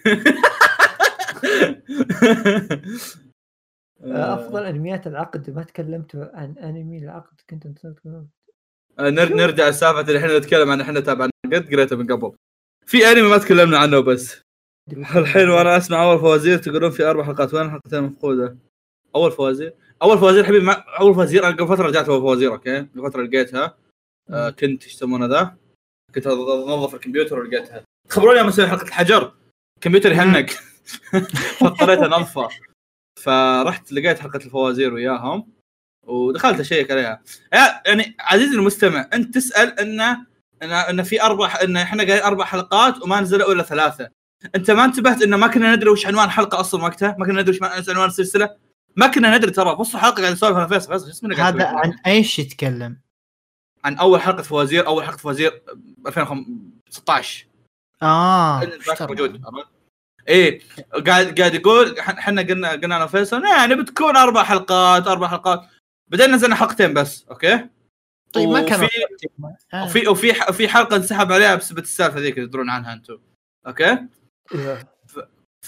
افضل انميات العقد ما تكلمت عن انمي العقد كنت انت نرجع السالفه اللي احنا نتكلم عن احنا تابعنا قد قريته من قبل في انمي ما تكلمنا عنه بس الحين وانا اسمع اول فوازير تقولون في اربع حلقات وين حلقتين مفقوده. اول فوازير اول فوازير حبيبي ما... اول فوازير انا قبل فتره رجعت اول فوازير اوكي قبل فتره لقيتها آه كنت ايش يسمونه ذا كنت انظف الكمبيوتر ولقيتها خبروني يوم اسوي حلقه الحجر الكمبيوتر يهنق فاضطريت انظفه فرحت لقيت حلقه الفوازير وياهم ودخلت اشيك عليها. يعني عزيزي المستمع انت تسال ان ان ان في اربع ان احنا قاعدين اربع حلقات وما نزلوا الا ثلاثه. انت ما انتبهت انه ما كنا ندري وش عنوان الحلقه اصلا وقتها ما كنا ندري وش عنوان السلسله ما كنا ندري ترى بص حلقه قاعد نسولف انا فيصل فيصل اسمه هذا عن ايش يتكلم؟ عن اول حلقه فوازير اول حلقه فوازير ألفين وستة عشر. اه موجود ايه قاعد قاعد يقول احنا قلنا قلنا انا فيصل يعني بتكون اربع حلقات اربع حلقات بدينا نزلنا حلقتين بس اوكي. طيب ما كان وفي وفي في حلقه انسحب عليها بسبب السالفه ذيك تدرون عنها انتم اوكي. ف, ف...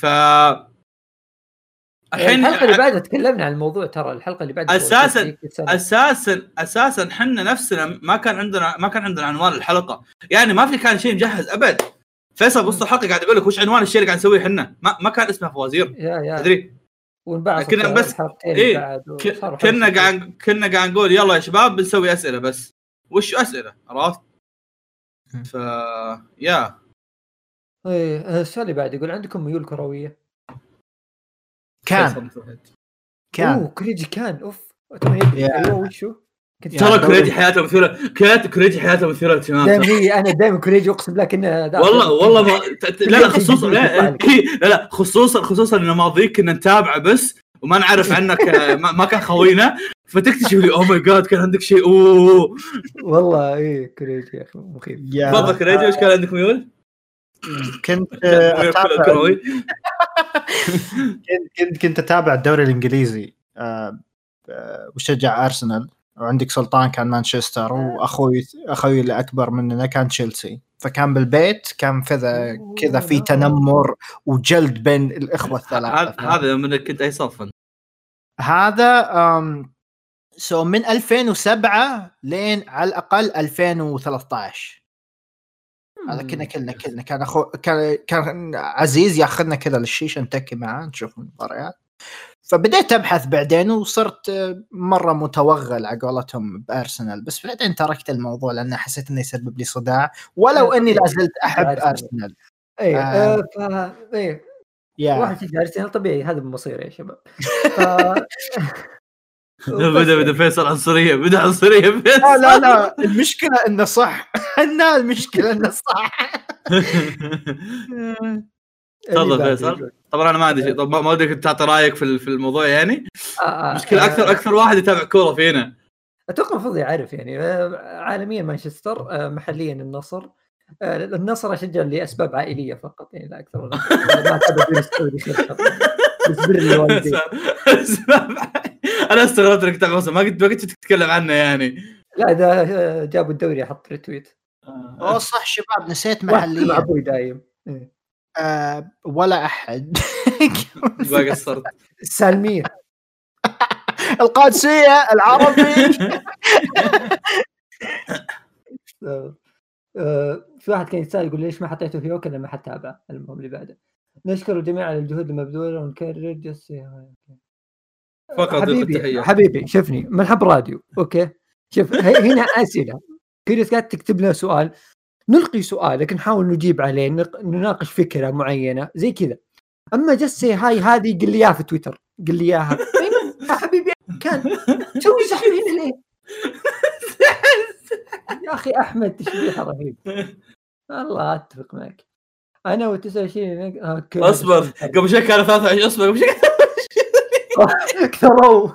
الحين الحلقه اللي بعدها تكلمنا عن الموضوع ترى الحلقه اللي بعدها اساسا اساسا اساسا احنا نفسنا ما كان عندنا ما كان عندنا عنوان الحلقه يعني ما في كان شيء مجهز ابد. فيصل بص الحلقه قاعد يقول لك وش عنوان الشيء اللي قاعد نسويه احنا ما, ما كان اسمه فوازير تدري كنا بس إيه كنا قاعد كنا قاعد نقول يلا يا شباب بنسوي اسئله بس وش اسئله عرفت. ف يا ايه السؤال اللي بعد يقول عندكم ميول كرويه؟ كان كان اوه كريجي كان اوف ايوه وشو ترى كريجي حياته مثيره كانت كريجي حياته مثيره اهتمام. دائما انا دائما كريجي اقسم لك انه والله والله ما... لا لا خصوصا لا لا, لا خصوصا خصوصا ان ماضيك كنا نتابعه بس وما نعرف عنك ما كان خوينا فتكتشف لي اوه ماي جاد كان عندك شيء اوه والله ايه كريجي يا اخي مخيف. تفضل كريجي وش كان عندك ميول؟ كنت اتابع كنت كنت اتابع الدوري الانجليزي وشجع ارسنال، وعندك سلطان كان مانشستر، واخوي اخوي اللي اكبر مننا كان تشيلسي. فكان بالبيت كان كذا كذا في تنمر وجلد بين الاخوه الثلاثه. هذا منك كنت اي صف؟ هذا أم سو من ألفين وسبعة لين على الاقل ألفين وثلاثة عشر. هذا كنا كلنا كلنا كان اخو كان كان عزيز ياخذنا كذا للشيشه نتكي معاه نشوف المباريات. فبديت ابحث بعدين وصرت مره متوغل على قولتهم بارسنال، بس بعدين تركت الموضوع لان حسيت انه يسبب لي صداع، ولو اني لا زلت احب ارسنال. اي آه ف اي يا واحد يشجع ارسنال طبيعي، هذا بمصير يا شباب. ف... بدا بدا فيصل عنصريه، بدا عنصريه فيصل. لا لا لا المشكله انه صح. انا المشكله انه صح. تفضل فيصل. طبعا انا ما عندي شيء. طب ما ودك تعطي رايك في في الموضوع يعني؟ آه مشكله اكثر اكثر واحد يتابع كوره فينا. اتوقع المفروض يعرف يعني. عالميا مانشستر، محليا النصر. النصر اشجع لاسباب عائليه فقط يعني، لا اكثر ولا ما اتابع الدوري السعودي خير. بس بر الوالدين. انا استغربت انك تتابع، ما قلت ما قلت تتكلم عنه يعني. لا اذا جابوا الدوري احط ريتويت. اوه صح شباب نسيت محليا. مع ابوي دايم. أه ولا احد. ما قصرت. السالميه. القادسيه العربي. في واحد كان يتساءل يقول ليش ما حطيته في يوكا لما حتابع. المهم اللي بعده، نشكر الجميع على الجهود المبذوله ونكرر جسي. فقط حبيبي حبيبي شوفني ملحب راديو اوكي. شوف هنا اسئله كريس قاعد تكتب لنا سؤال، نلقي سؤالك نحاول نجيب عليه، نناقش فكره معينه زي كذا. اما جسي هاي هذه قل لي اياها في تويتر، قل لي اياها يا حبيبي. كان تسوي زحمه هنا ليه يا اخي؟ احمد تشبيه رهيب. الله اتفق معك. انا وتسعة وعشرين اصبر قبل شوي كان ثلاثة وعشرين. اصبر قبل شوي كثروا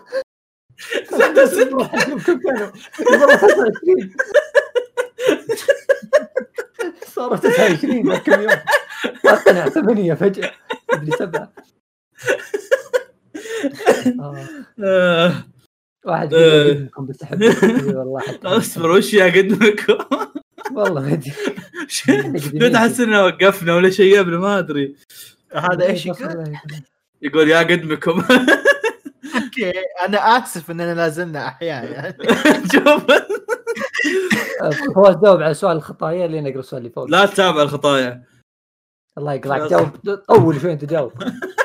صاروا تسعة وعشرين كم يوم. اقتنع ثمانية فجأة ادري سبعة. واحد يقدمكم بس احبكم والله. حتى اصبر وش يقدمكم والله ما ادري. كنت احس انه وقفنا ولا شيء قبل ما ادري. هذا ايش يقول يا قدمكم. اوكي انا اسف اننا لازلنا احياء يعني. شوف هو جاوب على سؤال الخطايا اللي نقرا السؤال اللي فوق. لا تتابع الخطايا. الله يقلعك. جاوب طول شوي انت جاوب.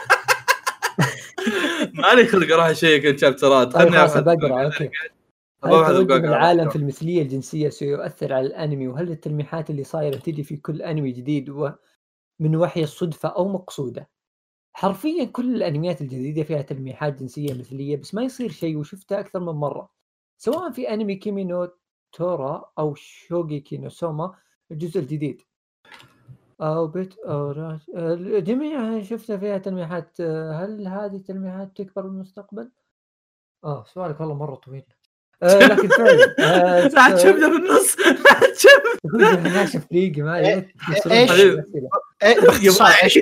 ما لي خلق اروح اشيك الشابترات. خلني اقرا. اوكي. هل العالم في المثليه الجنسيه سيؤثر على الانمي؟ وهل التلميحات اللي صايره تجي في كل انمي جديد ومن وحي الصدفه او مقصوده؟ حرفيا كل الانميات الجديده فيها تلميحات جنسيه مثليه بس ما يصير شيء، وشفتها اكثر من مره سواء في انمي كيمي نو تورا او شوغيكي نو سوما الجزء الجديد او بيت او راش. الجميع شفتها فيها تلميحات. هل هذه تلميحات تكبر بالمستقبل؟ اه سؤالك والله مره طويل. آه لكن فعلا آه لا تشوفنا بالنص. لا تشوف ناشف فريقي ما ايش ايش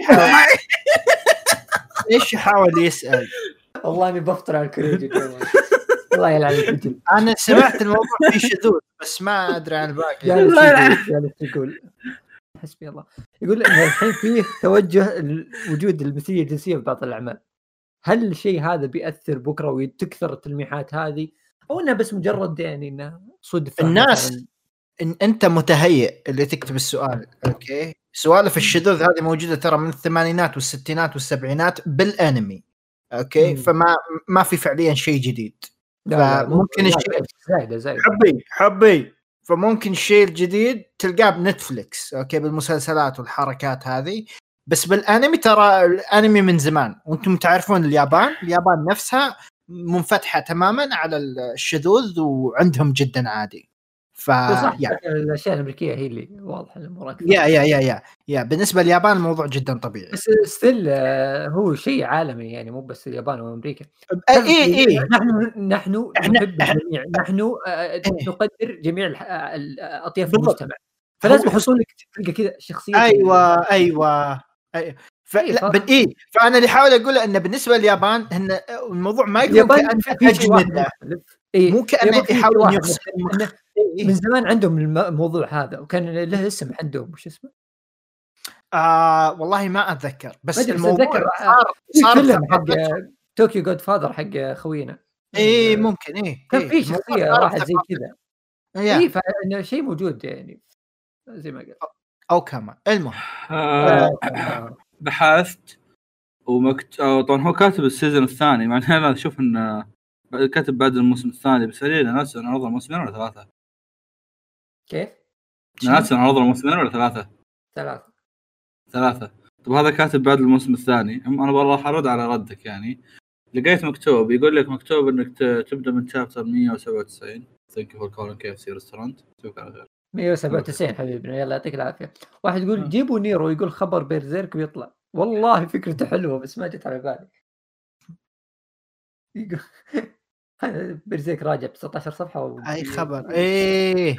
ايش يحاول يسال؟ والله اني بفطر على الكوريجي. الله يلعن الفجل. انا سمعت الموضوع في شذوذ بس ما ادري عن الباقي. جالس يقول حسبي الله. يقول ان الحين فيه توجه وجود المثليه الجنسيه في بعض الاعمال. هل الشيء هذا بيأثر بكره وتكثر التلميحات هذه او انها بس مجرد يعني انها صدفه؟ الناس إن انت متهيئ اللي تكتب السؤال. اوكي سوالف الشذوذ هذه موجوده ترى من الثمانينات والستينات والسبعينات بالانمي. اوكي مم. فما ما في فعليا شيء جديد. فممكن الشيء زايده زايده حبي حبي فممكن الشيء الجديد تلقاه بنتفليكس اوكي بالمسلسلات والحركات هذه. بس بالانمي ترى الانمي من زمان وانتم تعرفون اليابان اليابان نفسها منفتحه تماما على الشذوذ وعندهم جدا عادي. ف يعني الاشياء الامريكيه هي اللي واضحه الامور. يا يا يا يا يا بالنسبه لليابان الموضوع جدا طبيعي. بس ستيل هو شيء عالمي يعني مو بس اليابان وامريكا. اي اي نحن نحن نحب الجميع. نحن نقدر جميع اطياف المجتمع. فلازم يحصل لك تلقى كذا شخصيه. ايوه ايوه فلا بن إيه فأنا اللي حاول أقول إنه بالنسبة لليابان إن الموضوع ما يكون اليابان كأنه في شيء واحد أجندة مختلف. إيه مو كأنه اليابان في شيء يحاولون واحد يفصلون مختلف، إنه إيه. من زمان عندهم الم- الموضوع هذا، وكان له اسم عندهم، وش اسمه؟ آه والله ما أتذكر، ما بس أدري، بس الموضوع أتذكر صار في صار فيلم حق بثقافتهم. توكيو جود فاذر حق خوينا، إيه ممكن إيه كان إيه في الموضوع شخصية صار واحد زي بثقافتهم. كذا. يا. إيه فإنه شيء موجود يعني زي ما قلت. أو كمان المهم آه، بحثت ومكت آه، طبعا هو كاتب السيزون الثاني، مع انا اشوف انه كاتب بعد الموسم الثاني، بس ليه ناس نعرض الموسمين ولا ثلاثه؟ كيف؟ ناس نعرض الموسمين ولا ثلاثه؟ ثلاثة. ثلاثه. طب هذا كاتب بعد الموسم الثاني. انا والله حرد على ردك يعني. لقيت مكتوب يقول لك مكتوب انك ت- تبدا من شابتر مية وسبعة وتسعين. ثانك يو فور كي اف سي ريستورانت. شوف على خير. مية وسبعة وتسعين حبيبنا، يلا يعطيك العافية. واحد يقول جيبوا نيرو، يقول خبر بيرزيرك بيطلع. والله فكرته حلوة بس ما جت على بالي. يقول بيرزيرك راجع ب تسعة عشر صفحة و... أي خبر إيه.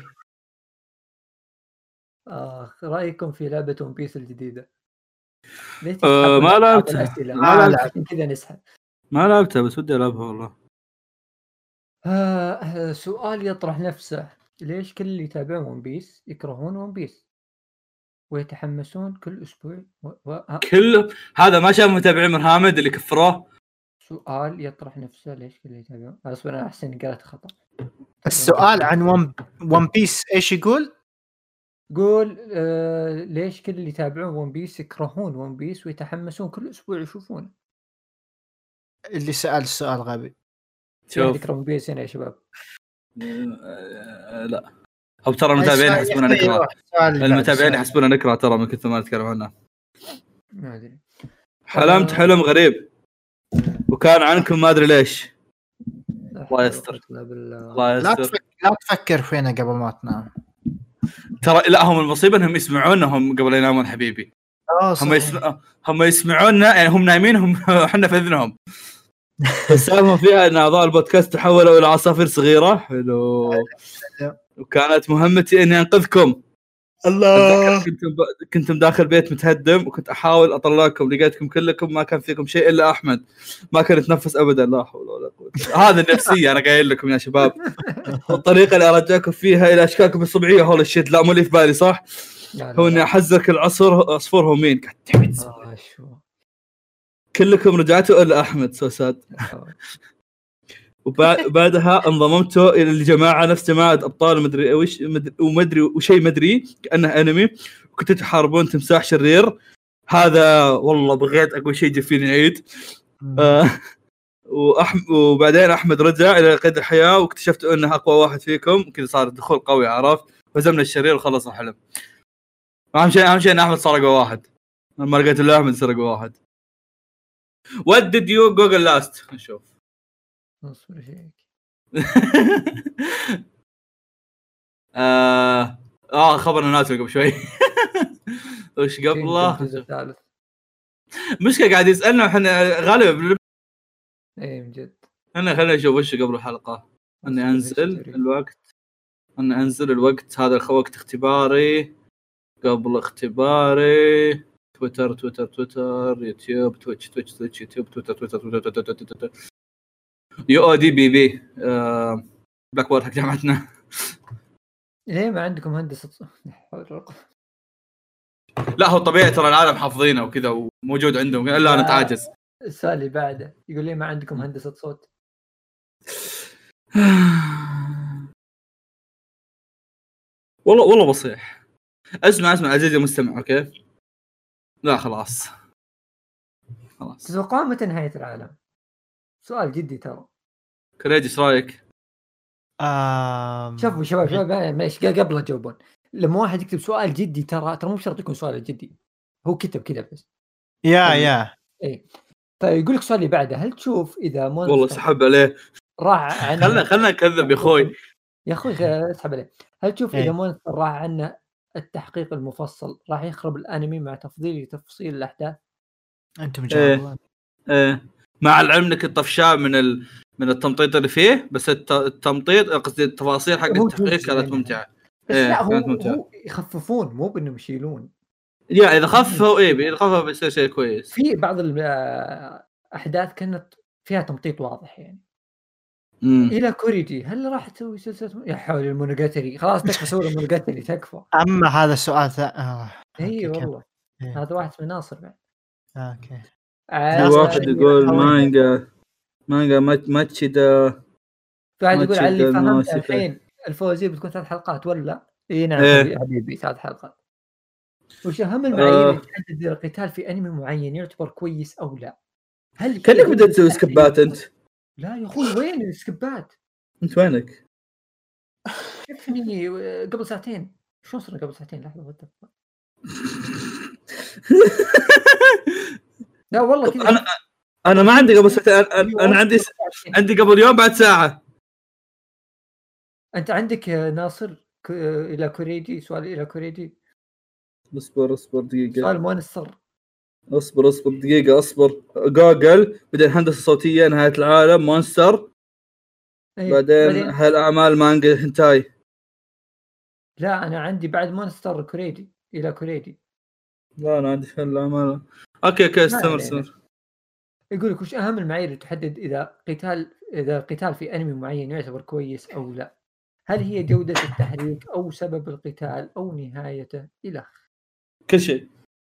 آه رأيكم في لعبة ون بيس الجديدة؟ ليش أه ما لعبتها الأسئلة؟ ما لعبتها عشان كذا نسحب. ما لعبتها بس ودي ألعبها والله. آه سؤال يطرح نفسه، ليش كل اللي يتابعون ون بيس يكرهون ون بيس ويتحمسون كل أسبوع و... و... آه. كل هذا ما شاف متابعين من هامد اللي كفروه. سؤال يطرح نفسه، ليش كل اللي يتابعون؟ اصبر انا احسن قرأت خطأ. السؤال عن ون ون بيس ايش يقول؟ قول آه ليش كل اللي يتابعون ون بيس يكرهون ون بيس ويتحمسون كل اسبوع يشوفونه؟ اللي سأل السؤال غبي. شوف يكره ون بيس هنا يا شباب. أه لا او ترى المتابعين يحسبوننا نكره. المتابعين يحسبوننا نكره ترى من كثر ما نتكلم عنه. ما ادري. حلمت حلم غريب وكان عنكم ما ادري ليش. الله يستر. الله يستر. لا تفكر لا تفكر فينا قبل ما تنام. ترى لا هم المصيبه انهم يسمعونهم قبل ينامون حبيبي. هم يسمع هم يسمعونا يعني هم نايمين هم احنا في اذنهم. السالفه فيها ان اعضاء البودكاست تحولوا الى عصافير صغيره. حلو. وكانت مهمتي اني انقذكم. الله. كنت كنت داخل بيت متهدم وكنت احاول اطلعكم، لقيتكم كلكم ما كان فيكم شيء الا احمد ما كان يتنفس ابدا. لا حول ولا قوه. هذا النفسيه انا قايل لكم يا شباب. والطريقه اللي ارجعكم فيها الى اشكالكم الصبعيه هول الشيت. لا مو اللي في بالي صح. هو اني احذرك العصفور عصفور هو مين آه شو كلكم رجعتوا الا احمد سوساد. وبعدها انضممتوا الى الجماعه نفس جماعه ابطال مدري وش ومدري وشيء مدري كانه انمي، وكنتوا تحاربون تمساح شرير. هذا والله بغيت اقول شيء جفيني عيد. آه وأحم... وبعدين احمد رجع الى قيد الحياه واكتشفت انه اقوى واحد فيكم كذا، صار دخول قوي عرفت، فزمنا الشرير وخلص الحلم. اهم شيء اهم شيء ان احمد صار اقوى واحد. لما لقيت له احمد صار اقوى واحد. What did you Google last؟ نشوف. اصبر شيء. آه اه خبرنا الناس قبل شوي. وش قبله؟ الثالث. مشكلة قاعد يسألنا احنا غالبا. ايه من جد. انا خلينا نشوف وش قبل الحلقة. اني انزل الوقت. اني انزل الوقت هذا وقت اختباري. قبل اختباري. تويتر تويتر تويتر يوتيوب تويتش تويتش تويتش يوتيوب تويتر تويتر تويتر تويتر يو او دي بي بي بلاك بورد حق جامعتنا. ليه ما عندكم هندسة؟ لا هو طبيعي ترى العالم حافظينه وكذا وموجود عندهم الا انا اتعاجز. السؤال اللي بعده يقول لي ما عندكم هندسة صوت. والله والله بصيح. اسمع اسمع عزيزي المستمع اوكي. لا خلاص خلاص. تتوقع متى نهاية العالم؟ سؤال جدي ترى. كريج ايش رايك؟ آم... شوفوا شباب شباب معليش قبل اجاوبون. لما واحد يكتب سؤال جدي ترى ترى مو شرط يكون سؤال جدي، هو كتب كذا بس. يا يا اي فيقول لك السؤال اللي بعده، هل تشوف اذا مونستر والله سحب عليه راح عن خلنا خلنا نكذب يا اخوي يا اخوي اسحب عليه. هل تشوف اذا مونستر راح عنا التحقيق المفصل راح يخرب الانمي مع تفضيل تفصيل الاحداث؟ انتم مجاوبين. ايه. ايه مع العلم انك الطفشاء من ال... من التمطيط اللي فيه، بس الت... التمطيط قصدي التفاصيل حق التحقيق كانت ممتعه. بس إيه لا هو, كانت ممتعة. هو يخففون مو بانهم يشيلون. يا اذا خففوا ايه اذا خففوا بيصير شيء كويس. في بعض الاحداث كانت فيها تمطيط واضح يعني. امم الى كوريجي هل راح تسوي سلسله يا حول المونوجاتري؟ خلاص تكفى سوي المونوجاتري تكفى. اما هذا السؤال ث... آه. اي والله إيه. هذا واحد من ناصر بعد. آه، اوكي في واحد يقول مانجا مانجا ماتشيدا. في واحد يقول على اللي فهمت ماتشيدا الحين الفوازير بتكون ثلاث حلقات ولا؟ اي نعم إيه. حبيبي ثلاث حلقات. وش اهم المعايير اللي آه. تحدد إذا القتال في انمي معين يعتبر كويس او لا؟ هل كانك بدأت تسوي سكبات انت؟ لا يا اخوي وين السكبات؟ انت وينك؟ شفتني قبل ساعتين. شو صار قبل ساعتين؟ لحظه وقت. لا والله كذا. انا انا ما عندي قبل ساعتين. انا, أنا عندي س... عندي قبل يوم بعد ساعه. انت عندك ناصر ك... الى كوريجي سؤال الى كوريجي. اصبر اصبر دقيقه. سؤال مونستر. اصبر اصبر دقيقه اصبر. جوجل بعدين هندسه صوتيه نهايه العالم مونستر. أيه. بعدين, بعدين هالاعمال مانجا هنتاي. لا انا عندي بعد مونستر كوريجي الى كوريجي. لا انا عندي هالاعمال. اوكي اوكي استمر استمر. يقول لك وش اهم المعايير اللي تحدد اذا قتال اذا القتال في انمي معين يعتبر كويس او لا؟ هل هي جوده التحريك او سبب القتال او نهايته الى كل شيء.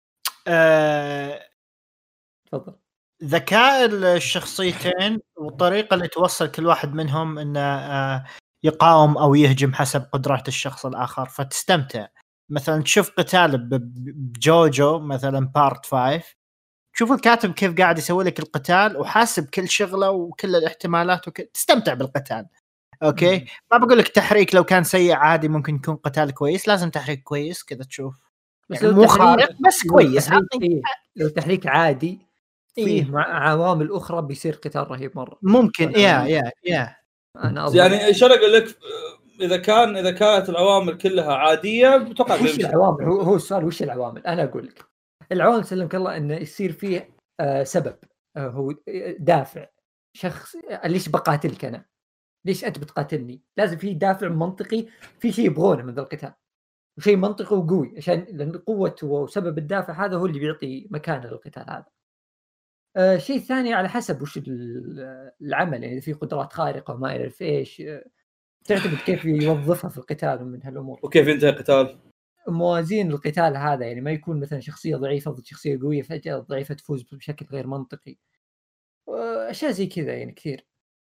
أه... تفضل. ذكاء الشخصيتين والطريقه اللي توصل كل واحد منهم انه أه يقاوم او يهجم حسب قدرات الشخص الاخر فتستمتع. مثلا تشوف قتال بجوجو مثلا بارت خمسة، تشوف الكاتب كيف قاعد يسوي لك القتال وحاسب كل شغله وكل الاحتمالات وك... تستمتع بالقتال. اوكي م- ما بقول لك تحريك لو كان سيء عادي ممكن يكون قتال كويس، لازم تحريك كويس كذا تشوف بس يعني لو مو خارق بس لو كويس. تحريك إيه؟ لو تحريك عادي فيه إيه؟ مع عوامل اخرى بيصير قتال رهيب مره ممكن يا يا يا انا يعني ايش اقول لك اذا كان اذا كانت العوامل كلها عاديه بتوقع وش العوامل. هو هو السؤال وش العوامل. انا اقول لك العوامل سلمك الله انه يصير فيه آه سبب آه هو دافع شخص. ليش بقاتلك انا؟ ليش انت بتقاتلني؟ لازم في دافع منطقي، في شيء يبغونه من ذا القتال وشيء منطقي وقوي عشان لان قوته وسبب الدافع هذا هو اللي بيعطي مكان للقتال هذا. آه شيء ثاني على حسب وش العمل يعني في قدرات خارقه وما اعرف ايش آه تعتمد كيف يوظفها في القتال ومن هالامور. وكيف ينتهي القتال. موازين القتال هذا يعني ما يكون مثلا شخصيه ضعيفه ضد شخصيه قويه فجاه ضعيفه تفوز بشكل غير منطقي. اشياء زي كذا يعني كثير.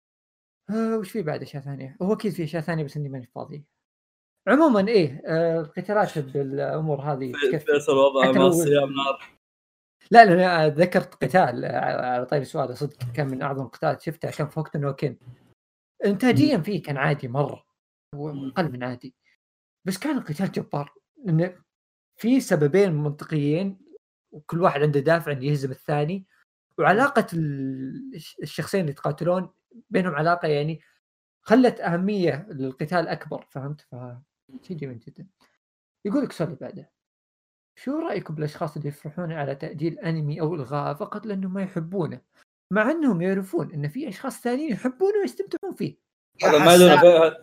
آه وش في بعد اشياء ثانيه؟ هو اكيد في اشياء ثانيه بس اني ماني فاضي. عموما ايه آه القتالات بالامور هذه فيصل وضع مع الصيام نار. لا لا ذكرت قتال على طيب السؤال صدق كان من اعظم القتالات شفتها كان في وقت انه كان انتاجيا فيه كان عادي مره واقل من عادي بس كان القتال جبار لانه في سببين منطقيين وكل واحد عنده دافع انه يهزم الثاني وعلاقه الشخصين اللي يتقاتلون بينهم علاقه يعني خلت اهميه للقتال اكبر فهمت. فشيء جميل جدا. يقول لك سؤال بعده شو رايكم بالاشخاص اللي يفرحون على تاجيل انمي او الغاء فقط لانه ما يحبونه مع انهم يعرفون ان في اشخاص ثانيين يحبونه ويستمتعون فيه؟ هذا ما يدرون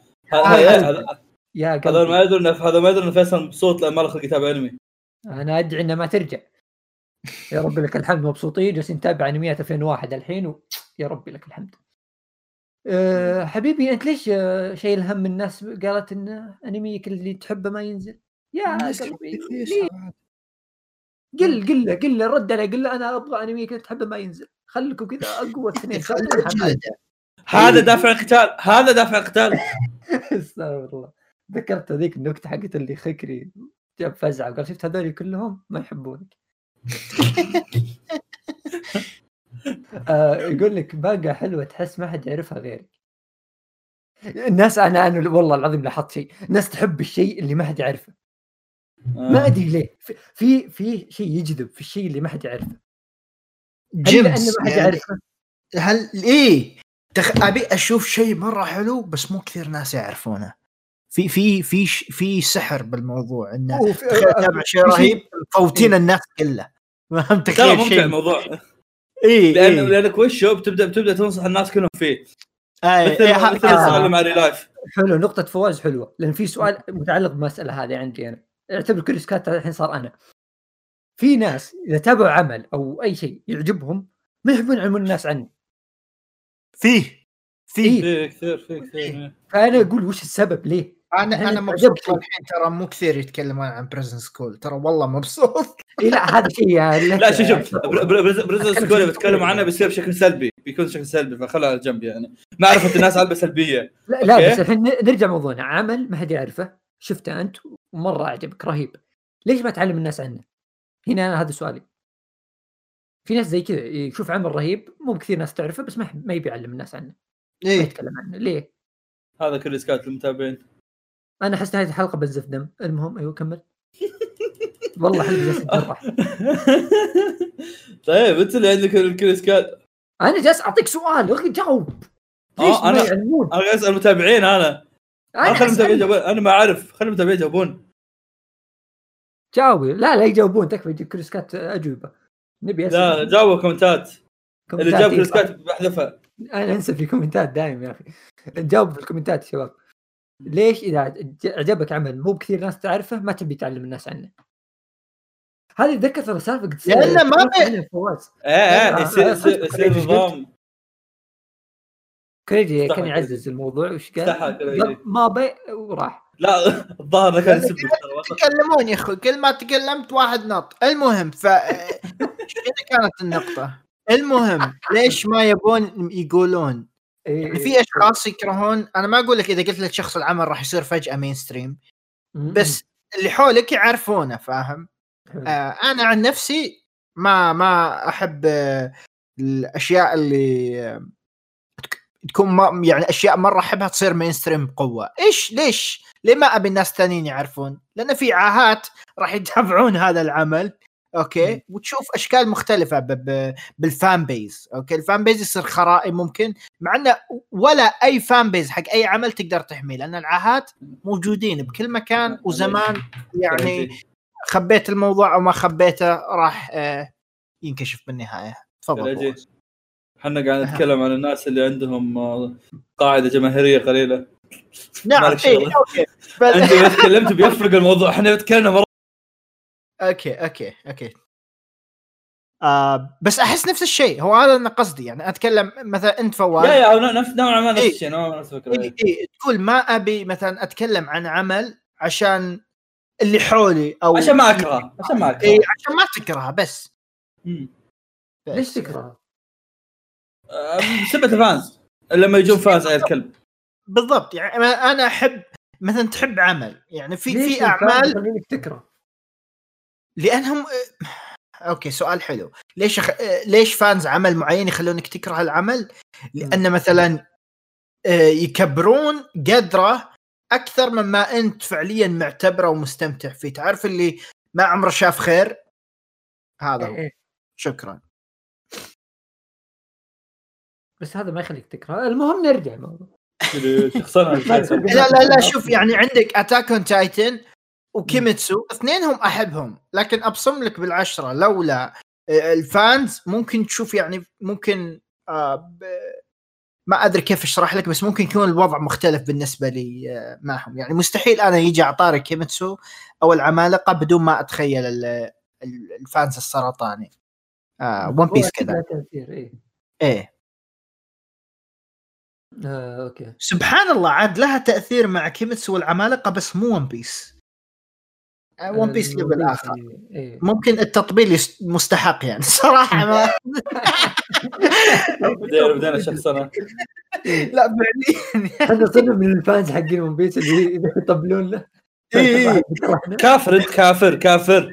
هذا يا هذا ما يدرون هذا ما يدرون فيصل مبسوط لما لقى كتاب انمي. انا ادعي انه ما ترجع. يا رب لك الحمد مبسوطين جالسين نتابع انميات ألفين وواحد الحين و... يا رب لك الحمد. أه حبيبي انت ليش شايل هم الناس قالت ان انميك اللي تحبه ما ينزل؟ يا قلبي قل قل له قل له رد عليه قل له انا ابغى انميك اللي تحبه ما ينزل. خليكم كذا اقوى اثنين. هذا دافع القتال هذا دافع القتال. استغفر الله. ذكرت هذيك النكته حقت اللي خكري جاب فزعه وقال شفت هذول كلهم ما يحبونك. آه يقول لك باقة حلوة تحس ما حد يعرفها غيرك. الناس أنا أنا والله العظيم لاحظت شيء الناس تحب الشيء اللي ما حد يعرفه. آه. ما أدري ليه في في شيء يجذب في الشيء اللي ما حد يعرفه. جيمس ما حد يعرفه. هل إيه تخ... أبي أشوف شيء مرة حلو بس مو كثير ناس يعرفونه. في في في في سحر بالموضوع إنه تتابع شيء رهيب فوتين إيه؟ الناس كله ما هم تخيل شيء الموضوع. إيه لأن إيه. لأنك وشو بتبدأ بتبدأ تنصح الناس كلهم فيه. آه مثل إيه مثل سؤال ماري لايف. حلو نقطة فواز حلوة لأن في سؤال متعلق بالمسألة هذه عندي أنا. اعتبر كل سكات الحين صار أنا في ناس اذا تابعوا عمل او اي شيء يعجبهم ما يحبون يعلمون الناس عنه. فيه فيه في كثير في كثير فانا اقول وش السبب ليه؟ انا هل انا أنت مبسوط عجبك شيء؟ الحين، ترى مو كثير يتكلمون عن بريزن سكول، ترى والله مبسوط. إيه لا هذا شيء يعني لا شوف شوف بريزن أتكلم سكول شيء بتكلم عنه يعني. بيصير بشكل سلبي، بيكون بشكل سلبي فخلها على جنب يعني. ما عرفت الناس علبة سلبية. لا لا أوكي؟ بس الحين نرجع موضوعنا. عمل ما حد يعرفه شفته انت ومره اعجبك رهيب، ليش ما تعلم الناس عنه؟ هنا أنا هذا سؤالي. في ناس زي كذا يشوف عمل رهيب مو كثير ناس تعرفه بس ما ما يبي يعلم الناس عنه، ما ايه يتكلم عنه. ليه؟ هذا كل اسكات المتابعين. انا احس هذه الحلقه بزف دم. المهم ايوه كمل. والله حلقه جالس اتجرح. طيب انت اللي عندك الكل اسكات. انا جالس اعطيك سؤال اخي جاوب. ليش اه ما انا يعلمون؟ انا اسال المتابعين. انا انا انا خلي المتابعين أسأل. يجاوبون. انا ما اعرف، خلي المتابعين يجاوبون. جاوبي. لا لا يجاوبون تكفى يجيب كل اسكات اجوبه. نبي اسال. لا جاوبوا كومنتات. اللي جاب كل اسكات بحذفها. انا انسى في الكومنتات دايم يا اخي. جاوب في الكومنتات يا شباب. ليش اذا عجبك عمل مو بكثير ناس تعرفه ما تبي تعلم الناس عنه؟ هذه ذكرت سالفه قد لأنه ما بي- فواز ايه ايه آه، يصير آه، يصير يصير إيش قلت؟ نظام. كريجي افتحها كان يعزز كريجي. الموضوع وش افتحها قال؟ كريجي. قال ما بي وراح. لا الظاهر انه كان يسب. تكلمون يا اخوي، كل ما تكلمت واحد نط. المهم ف شنو كانت النقطة؟ المهم ليش ما يبون يقولون؟ يعني في اشخاص يكرهون. انا ما اقول لك اذا قلت لك شخص العمل راح يصير فجأة مين ستريم، بس اللي حولك يعرفونه، فاهم؟ آه انا عن نفسي ما ما احب آه الاشياء اللي آه تكون ما يعني اشياء مره احبها تصير مين ستريم بقوه. ايش ليش ليه ما ابي الناس ثانيين يعرفون؟ لان في عاهات راح يتابعون هذا العمل اوكي، وتشوف اشكال مختلفه ب- ب- بالفان بيز. اوكي الفان بيز يصير خرائي ممكن، مع انه ولا اي فان بيز حق اي عمل تقدر تحميه، لان العاهات موجودين بكل مكان وزمان. يعني خبيت الموضوع او ما خبيته راح آه ينكشف بالنهايه. تفضل. احنا قاعد نتكلم عن الناس اللي عندهم قاعده جماهيريه قليله. نعم ايه اوكي بل... انت ما تكلمت بيفرق الموضوع. احنا بنتكلم مره. اوكي اوكي اوكي آه بس احس نفس الشيء. هو هذا انا قصدي، يعني اتكلم مثلا انت فواز. يا يا نفس نوعا ما نفس إيه. الشيء نوعا ما نفس الفكره. إيه إيه. تقول ما ابي مثلا اتكلم عن عمل عشان اللي حولي او عشان ما اكره عشان ما اكره إيه عشان ما تكرهها بس. مم. بس ليش تكرهها؟ بسبب الفانز لما يجون فانز على الكلب. بالضبط. يعني انا احب مثلا تحب عمل، يعني في في اعمال خلينك تكره لانهم اوكي سؤال حلو. ليش أخ... ليش فانز عمل معين يخلونك تكره العمل؟ لان مثلا يكبرون قدره اكثر مما انت فعليا معتبره ومستمتع فيه. تعرف اللي ما عمره شاف خير هذا هو. شكرا. بس هذا ما يخليك تكره. المهم نرجع الموضوع. لا لا لا شوف، يعني عندك اتاك اون تايتن وكيميتسو، اثنينهم احبهم، لكن ابصم لك بالعشرة لولا الفانز ممكن تشوف يعني ممكن آه ب... ما ادري كيف اشرح لك، بس ممكن يكون الوضع مختلف بالنسبه لي آه معهم. يعني مستحيل انا يجي عطاري كيميتسو او العمالقه بدون ما اتخيل الفانز السرطاني. آه ون بيس كذا. ايه ايه آه، اوكي. سبحان الله عاد لها تاثير مع كيميتسو والعمالقه بس مو ون بيس. ون بيس ليفل اخر. إيه. ممكن التطبيل مستحق يعني صراحه. ما بدينا بدينا شخصنا. لا فعليا هذا صرنا من الفانز حقين ون بيس اللي يطبلون له. إيه. كافر انت كافر كافر.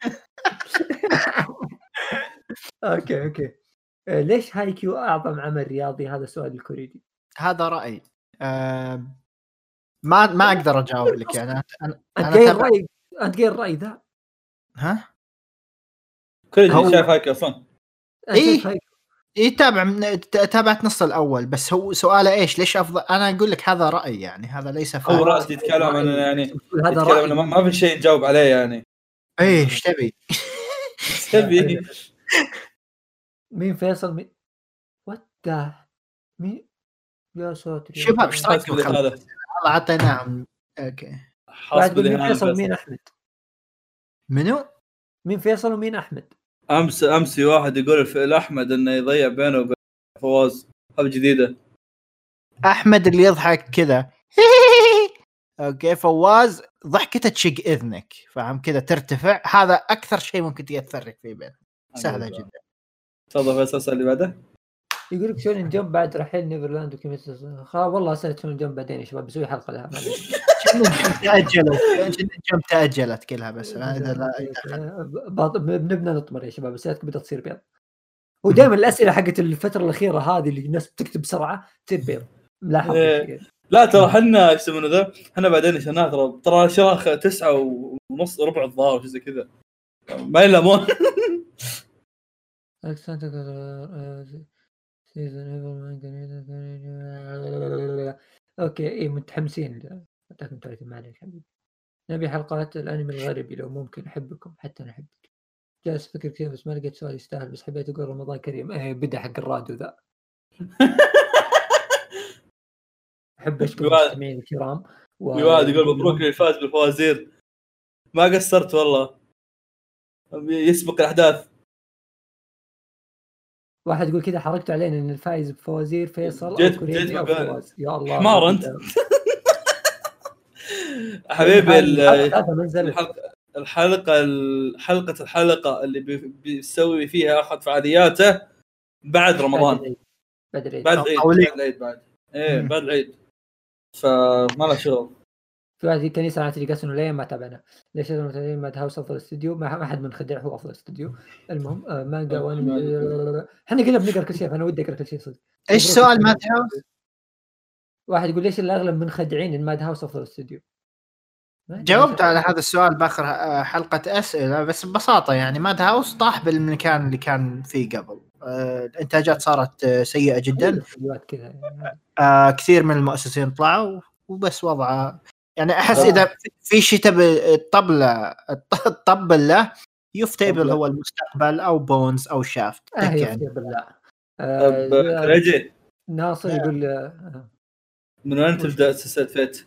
اوكي اوكي ليش هاي كيو اعظم عمل رياضي؟ هذا سؤال الكوريدي. هذا رايي. أه ما ما اقدر اجاوب لك يعني. انا انت غير رايي انت غير رايي ذا. ها كل اللي شايف هايك اصلا ايه ايه تابع من... تابعت نص الاول. بس هو سؤاله ايش ليش افضل. انا اقول لك هذا رايي يعني، هذا ليس هو راسي يتكلم عن يعني هذا رايي ما في شيء نجاوب عليه يعني. ايه ايش تبي تبي مين فيصل مين وات مين يا ساتر شباب ايش رايكم هذا والله عطيناهم. اوكي بعد مين فيصل مين احمد منو مين فيصل ومين احمد؟ امس امس واحد يقول في الاحمد انه يضيع بينه وبين فواز. هذه جديده. احمد اللي يضحك كذا اوكي، فواز ضحكته تشق اذنك، فاهم كذا ترتفع. هذا اكثر شيء ممكن تاثرك فيه بين سهله جدا. تفضل فيصل اللي بعده. يقول لك شلون نجم بعد رحيل نيفرلاند وكيميتس. خلاص والله اسئله شلون نجم بعدين يا شباب، بسوي حلقه لها. شنو تاجلوا نجم تاجلت كلها بس اذا لا بنبنى نطمر يا شباب، اسئلتكم بدها تصير بيض. ودائما الاسئله حقت الفتره الاخيره هذه اللي الناس بتكتب بسرعه تصير بيض. لاحظ إيه. لا ترى حنا ايش يسمونه ذا، حنا بعدين شناه ترى ترى شراخ تسعة ونص ربع الظاهر شيء زي كذا ما يلامون. اوكي ايه متحمسين اتاكم تايتن. معليش حبيبي، نبي حلقات الانمي الغربي لو ممكن، احبكم حتى انا احبك. جالس فكر كثير بس ما لقيت سؤال يستاهل، بس حبيت اقول رمضان كريم. ايه بدا حق الراديو ذا. احب اشكر المستمعين الكرام. في واحد يقول مبروك للفائز بالفوازير، ما قصرت والله، يسبق الاحداث. واحد يقول كذا حركت علينا ان الفائز بفوازير فيصل جد او كوريجي او فواز. يا الله حمار انت. حبيبي الحلقه الحلقه الحلقه الحلقه اللي بيسوي فيها احد فعالياته بعد رمضان، بعد العيد بعد العيد بعد ايه بعد العيد، فما له شغل. في هذه الكنيسه انا تلقى انه ليه ما تابعنا. ليش انه ماد هاوس افضل استوديو؟ ما حد منخدع، هو افضل استوديو. المهم آه مانجا وانمي احنا قلنا بنقرا كل شيء، فانا ودي اقرا كل شيء صدق. ايش سؤال ماد هاوس؟ واحد يقول ليش الاغلب منخدعين ان ماد هاوس افضل استوديو؟ جاوبت على هذا السؤال باخر حلقه اسئله، بس ببساطه يعني ماد هاوس طاح بالمكان اللي كان فيه قبل. آه الانتاجات صارت سيئه جدا، كذا آه كثير من المؤسسين طلعوا وبس وضعه يعني احس آه. اذا في شيء تبي الطبله الطبل له يفتيبل هو المستقبل او بونز او شافت. آه يعني بالله. آه رجع ناصر يقول آه. من وين تبدا سلسله فيت؟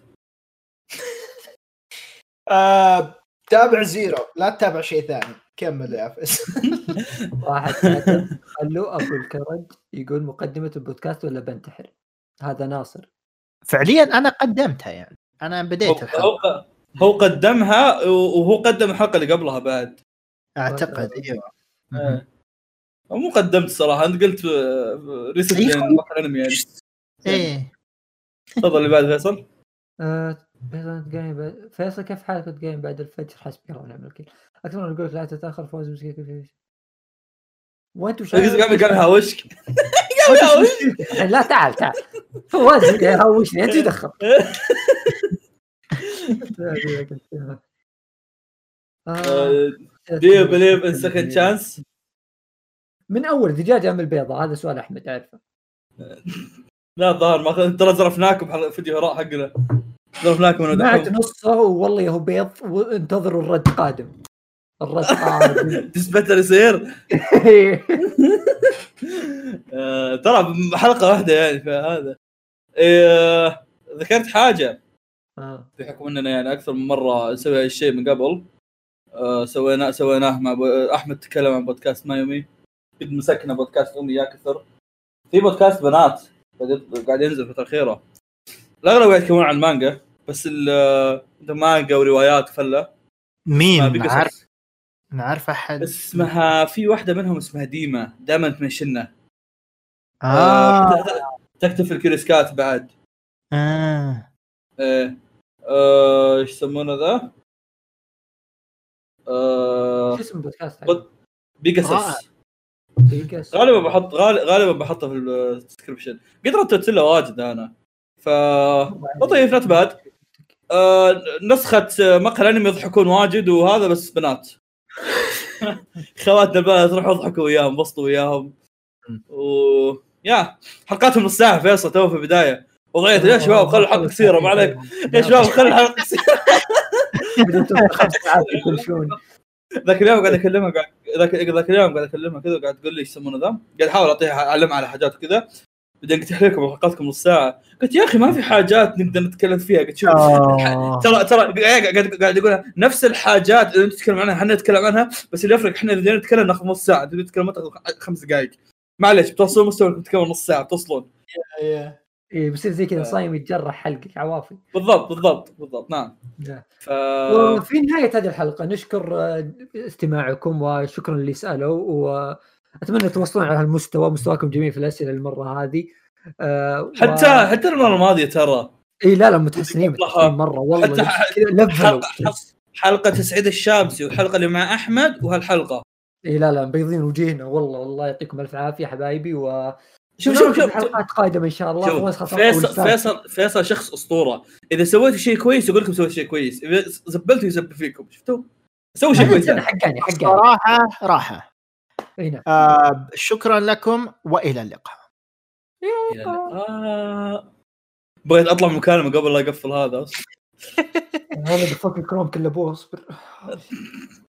آه، تابع زيرو، لا تتابع شيء ثاني. كمل يا فيس. واحد كاتب خلو ابو الكرد يقول مقدمه البودكاست ولا بنتحر. هذا ناصر. فعليا انا قدمتها، يعني انا بديت الحلقه. هو قدمها وهو قدم الحلقه اللي قبلها بعد اعتقد. ايوه آه. مو قدمت الصراحه، انت قلت ريسنت انمي يعني. ايه تفضل اللي بعد فيصل. آه فيصل فيصل كيف حالك جيم بعد الفجر؟ حسبي الله ونعم الوكيل. اكثر من يقول لا تتاخر فوز مسكين كيف وانت وش قال قال هاوشك لا تعال تعال فواز هاوشني انت تدخل. Do you believe in second chance؟ من اول دجاجه ام البيضه؟ هذا سؤال احمد عارفه. لا ظاهر ما ترى زرفناكم بفيديو هراء حقنا، زرفناكم من سمعت نصه والله هو بيض، وانتظروا الرد قادم. الرد قادم تثبت يصير. ترى حلقه واحده يعني فهذا. ذكرت حاجه بحكم اننا يعني اكثر من مره نسوي هالشيء من قبل. سوينا سويناه مع احمد، تكلم عن بودكاست ما يومي، قد مسكنا بودكاست امي يا كثر. في بودكاست بنات قاعد ينزل في الفتره الاخيره، الاغلب قاعد يتكلمون عن المانجا، بس المانجا وروايات فله. مين نعرف نعرف احد اسمها؟ في واحده منهم اسمها ديما، دائما تمشينا اه تكتب في الكريسكات بعد. اه ايه ايش يسمونه ذا؟ شو اسم البودكاست؟ بيجاسس. غالبا بحط غالبا بحطه في الديسكربشن. قد رتبت له واجد انا، ف لطيف نوت باد. آه نسخه مقهى الانمي يضحكون واجد وهذا، بس بنات خواتنا البنات روحوا اضحكوا وياهم، بسطوا وياهم. و يا حلقاتهم نص ساعه فيصل تو في البدايه وضعيت يا شباب خلوا الحلقه قصيره، ما عليك يا شباب خلوا الحلقه قصيره. خمس ساعات يكونون. ذاك اليوم قاعد اكلمها قاعد ذاك ذاك اليوم قاعد اكلمها كذا، قاعد تقول لي ايش يسمونه ذا، قاعد احاول اعطيها اعلمها على حاجات كذا، بعدين قلت لكم حلقاتكم نص ساعه، قلت يا اخي ما في حاجات نقدر نتكلم فيها. قلت شوف آه. ترى ترى قاعد قاعد يقول نفس الحاجات اللي انت تتكلم عنها احنا نتكلم عنها، بس اللي يفرق احنا اذا نتكلم ناخذ نص ساعه، تبي تتكلم خمس دقائق معليش بتوصلون مستوى تتكلم نص ساعه بتوصلون. ايه بصير زي كذا صايم يتجرح حلقك عوافي. بالضبط بالضبط بالضبط نعم. ف... وفي نهاية هذه الحلقة نشكر استماعكم وشكرا اللي سألوا، وأتمنى توصلون على هالمستوى، مستواكم جميل في الأسئلة المرة هذه. أه حتى و... حتى المرة الماضية ترى اي لا لا متحسنين متحسنين مرة والله. حلقة, حلقة تسعيد الشامسي والحلقة اللي مع أحمد وهالحلقة اي لا لا مبيضين وجيهنا والله. والله يعطيكم الف عافيه حبايبي. و شوف شوف شوف حلقات قادمه ان شاء الله. فيصل فيصل فيصل شخص اسطوره، اذا سويت شيء كويس يقول لكم سويت شيء كويس، اذا زبلتوا يزبل فيكم. شفتوا سوي شيء كويس حقاني حقاني صراحه راحه. هنا آه شكرا لكم والى اللقاء. الى اللقاء. بغيت اطلع مكالمه قبل لا اقفل هذا. هذا دفك الكروم كله ابوه. اصبر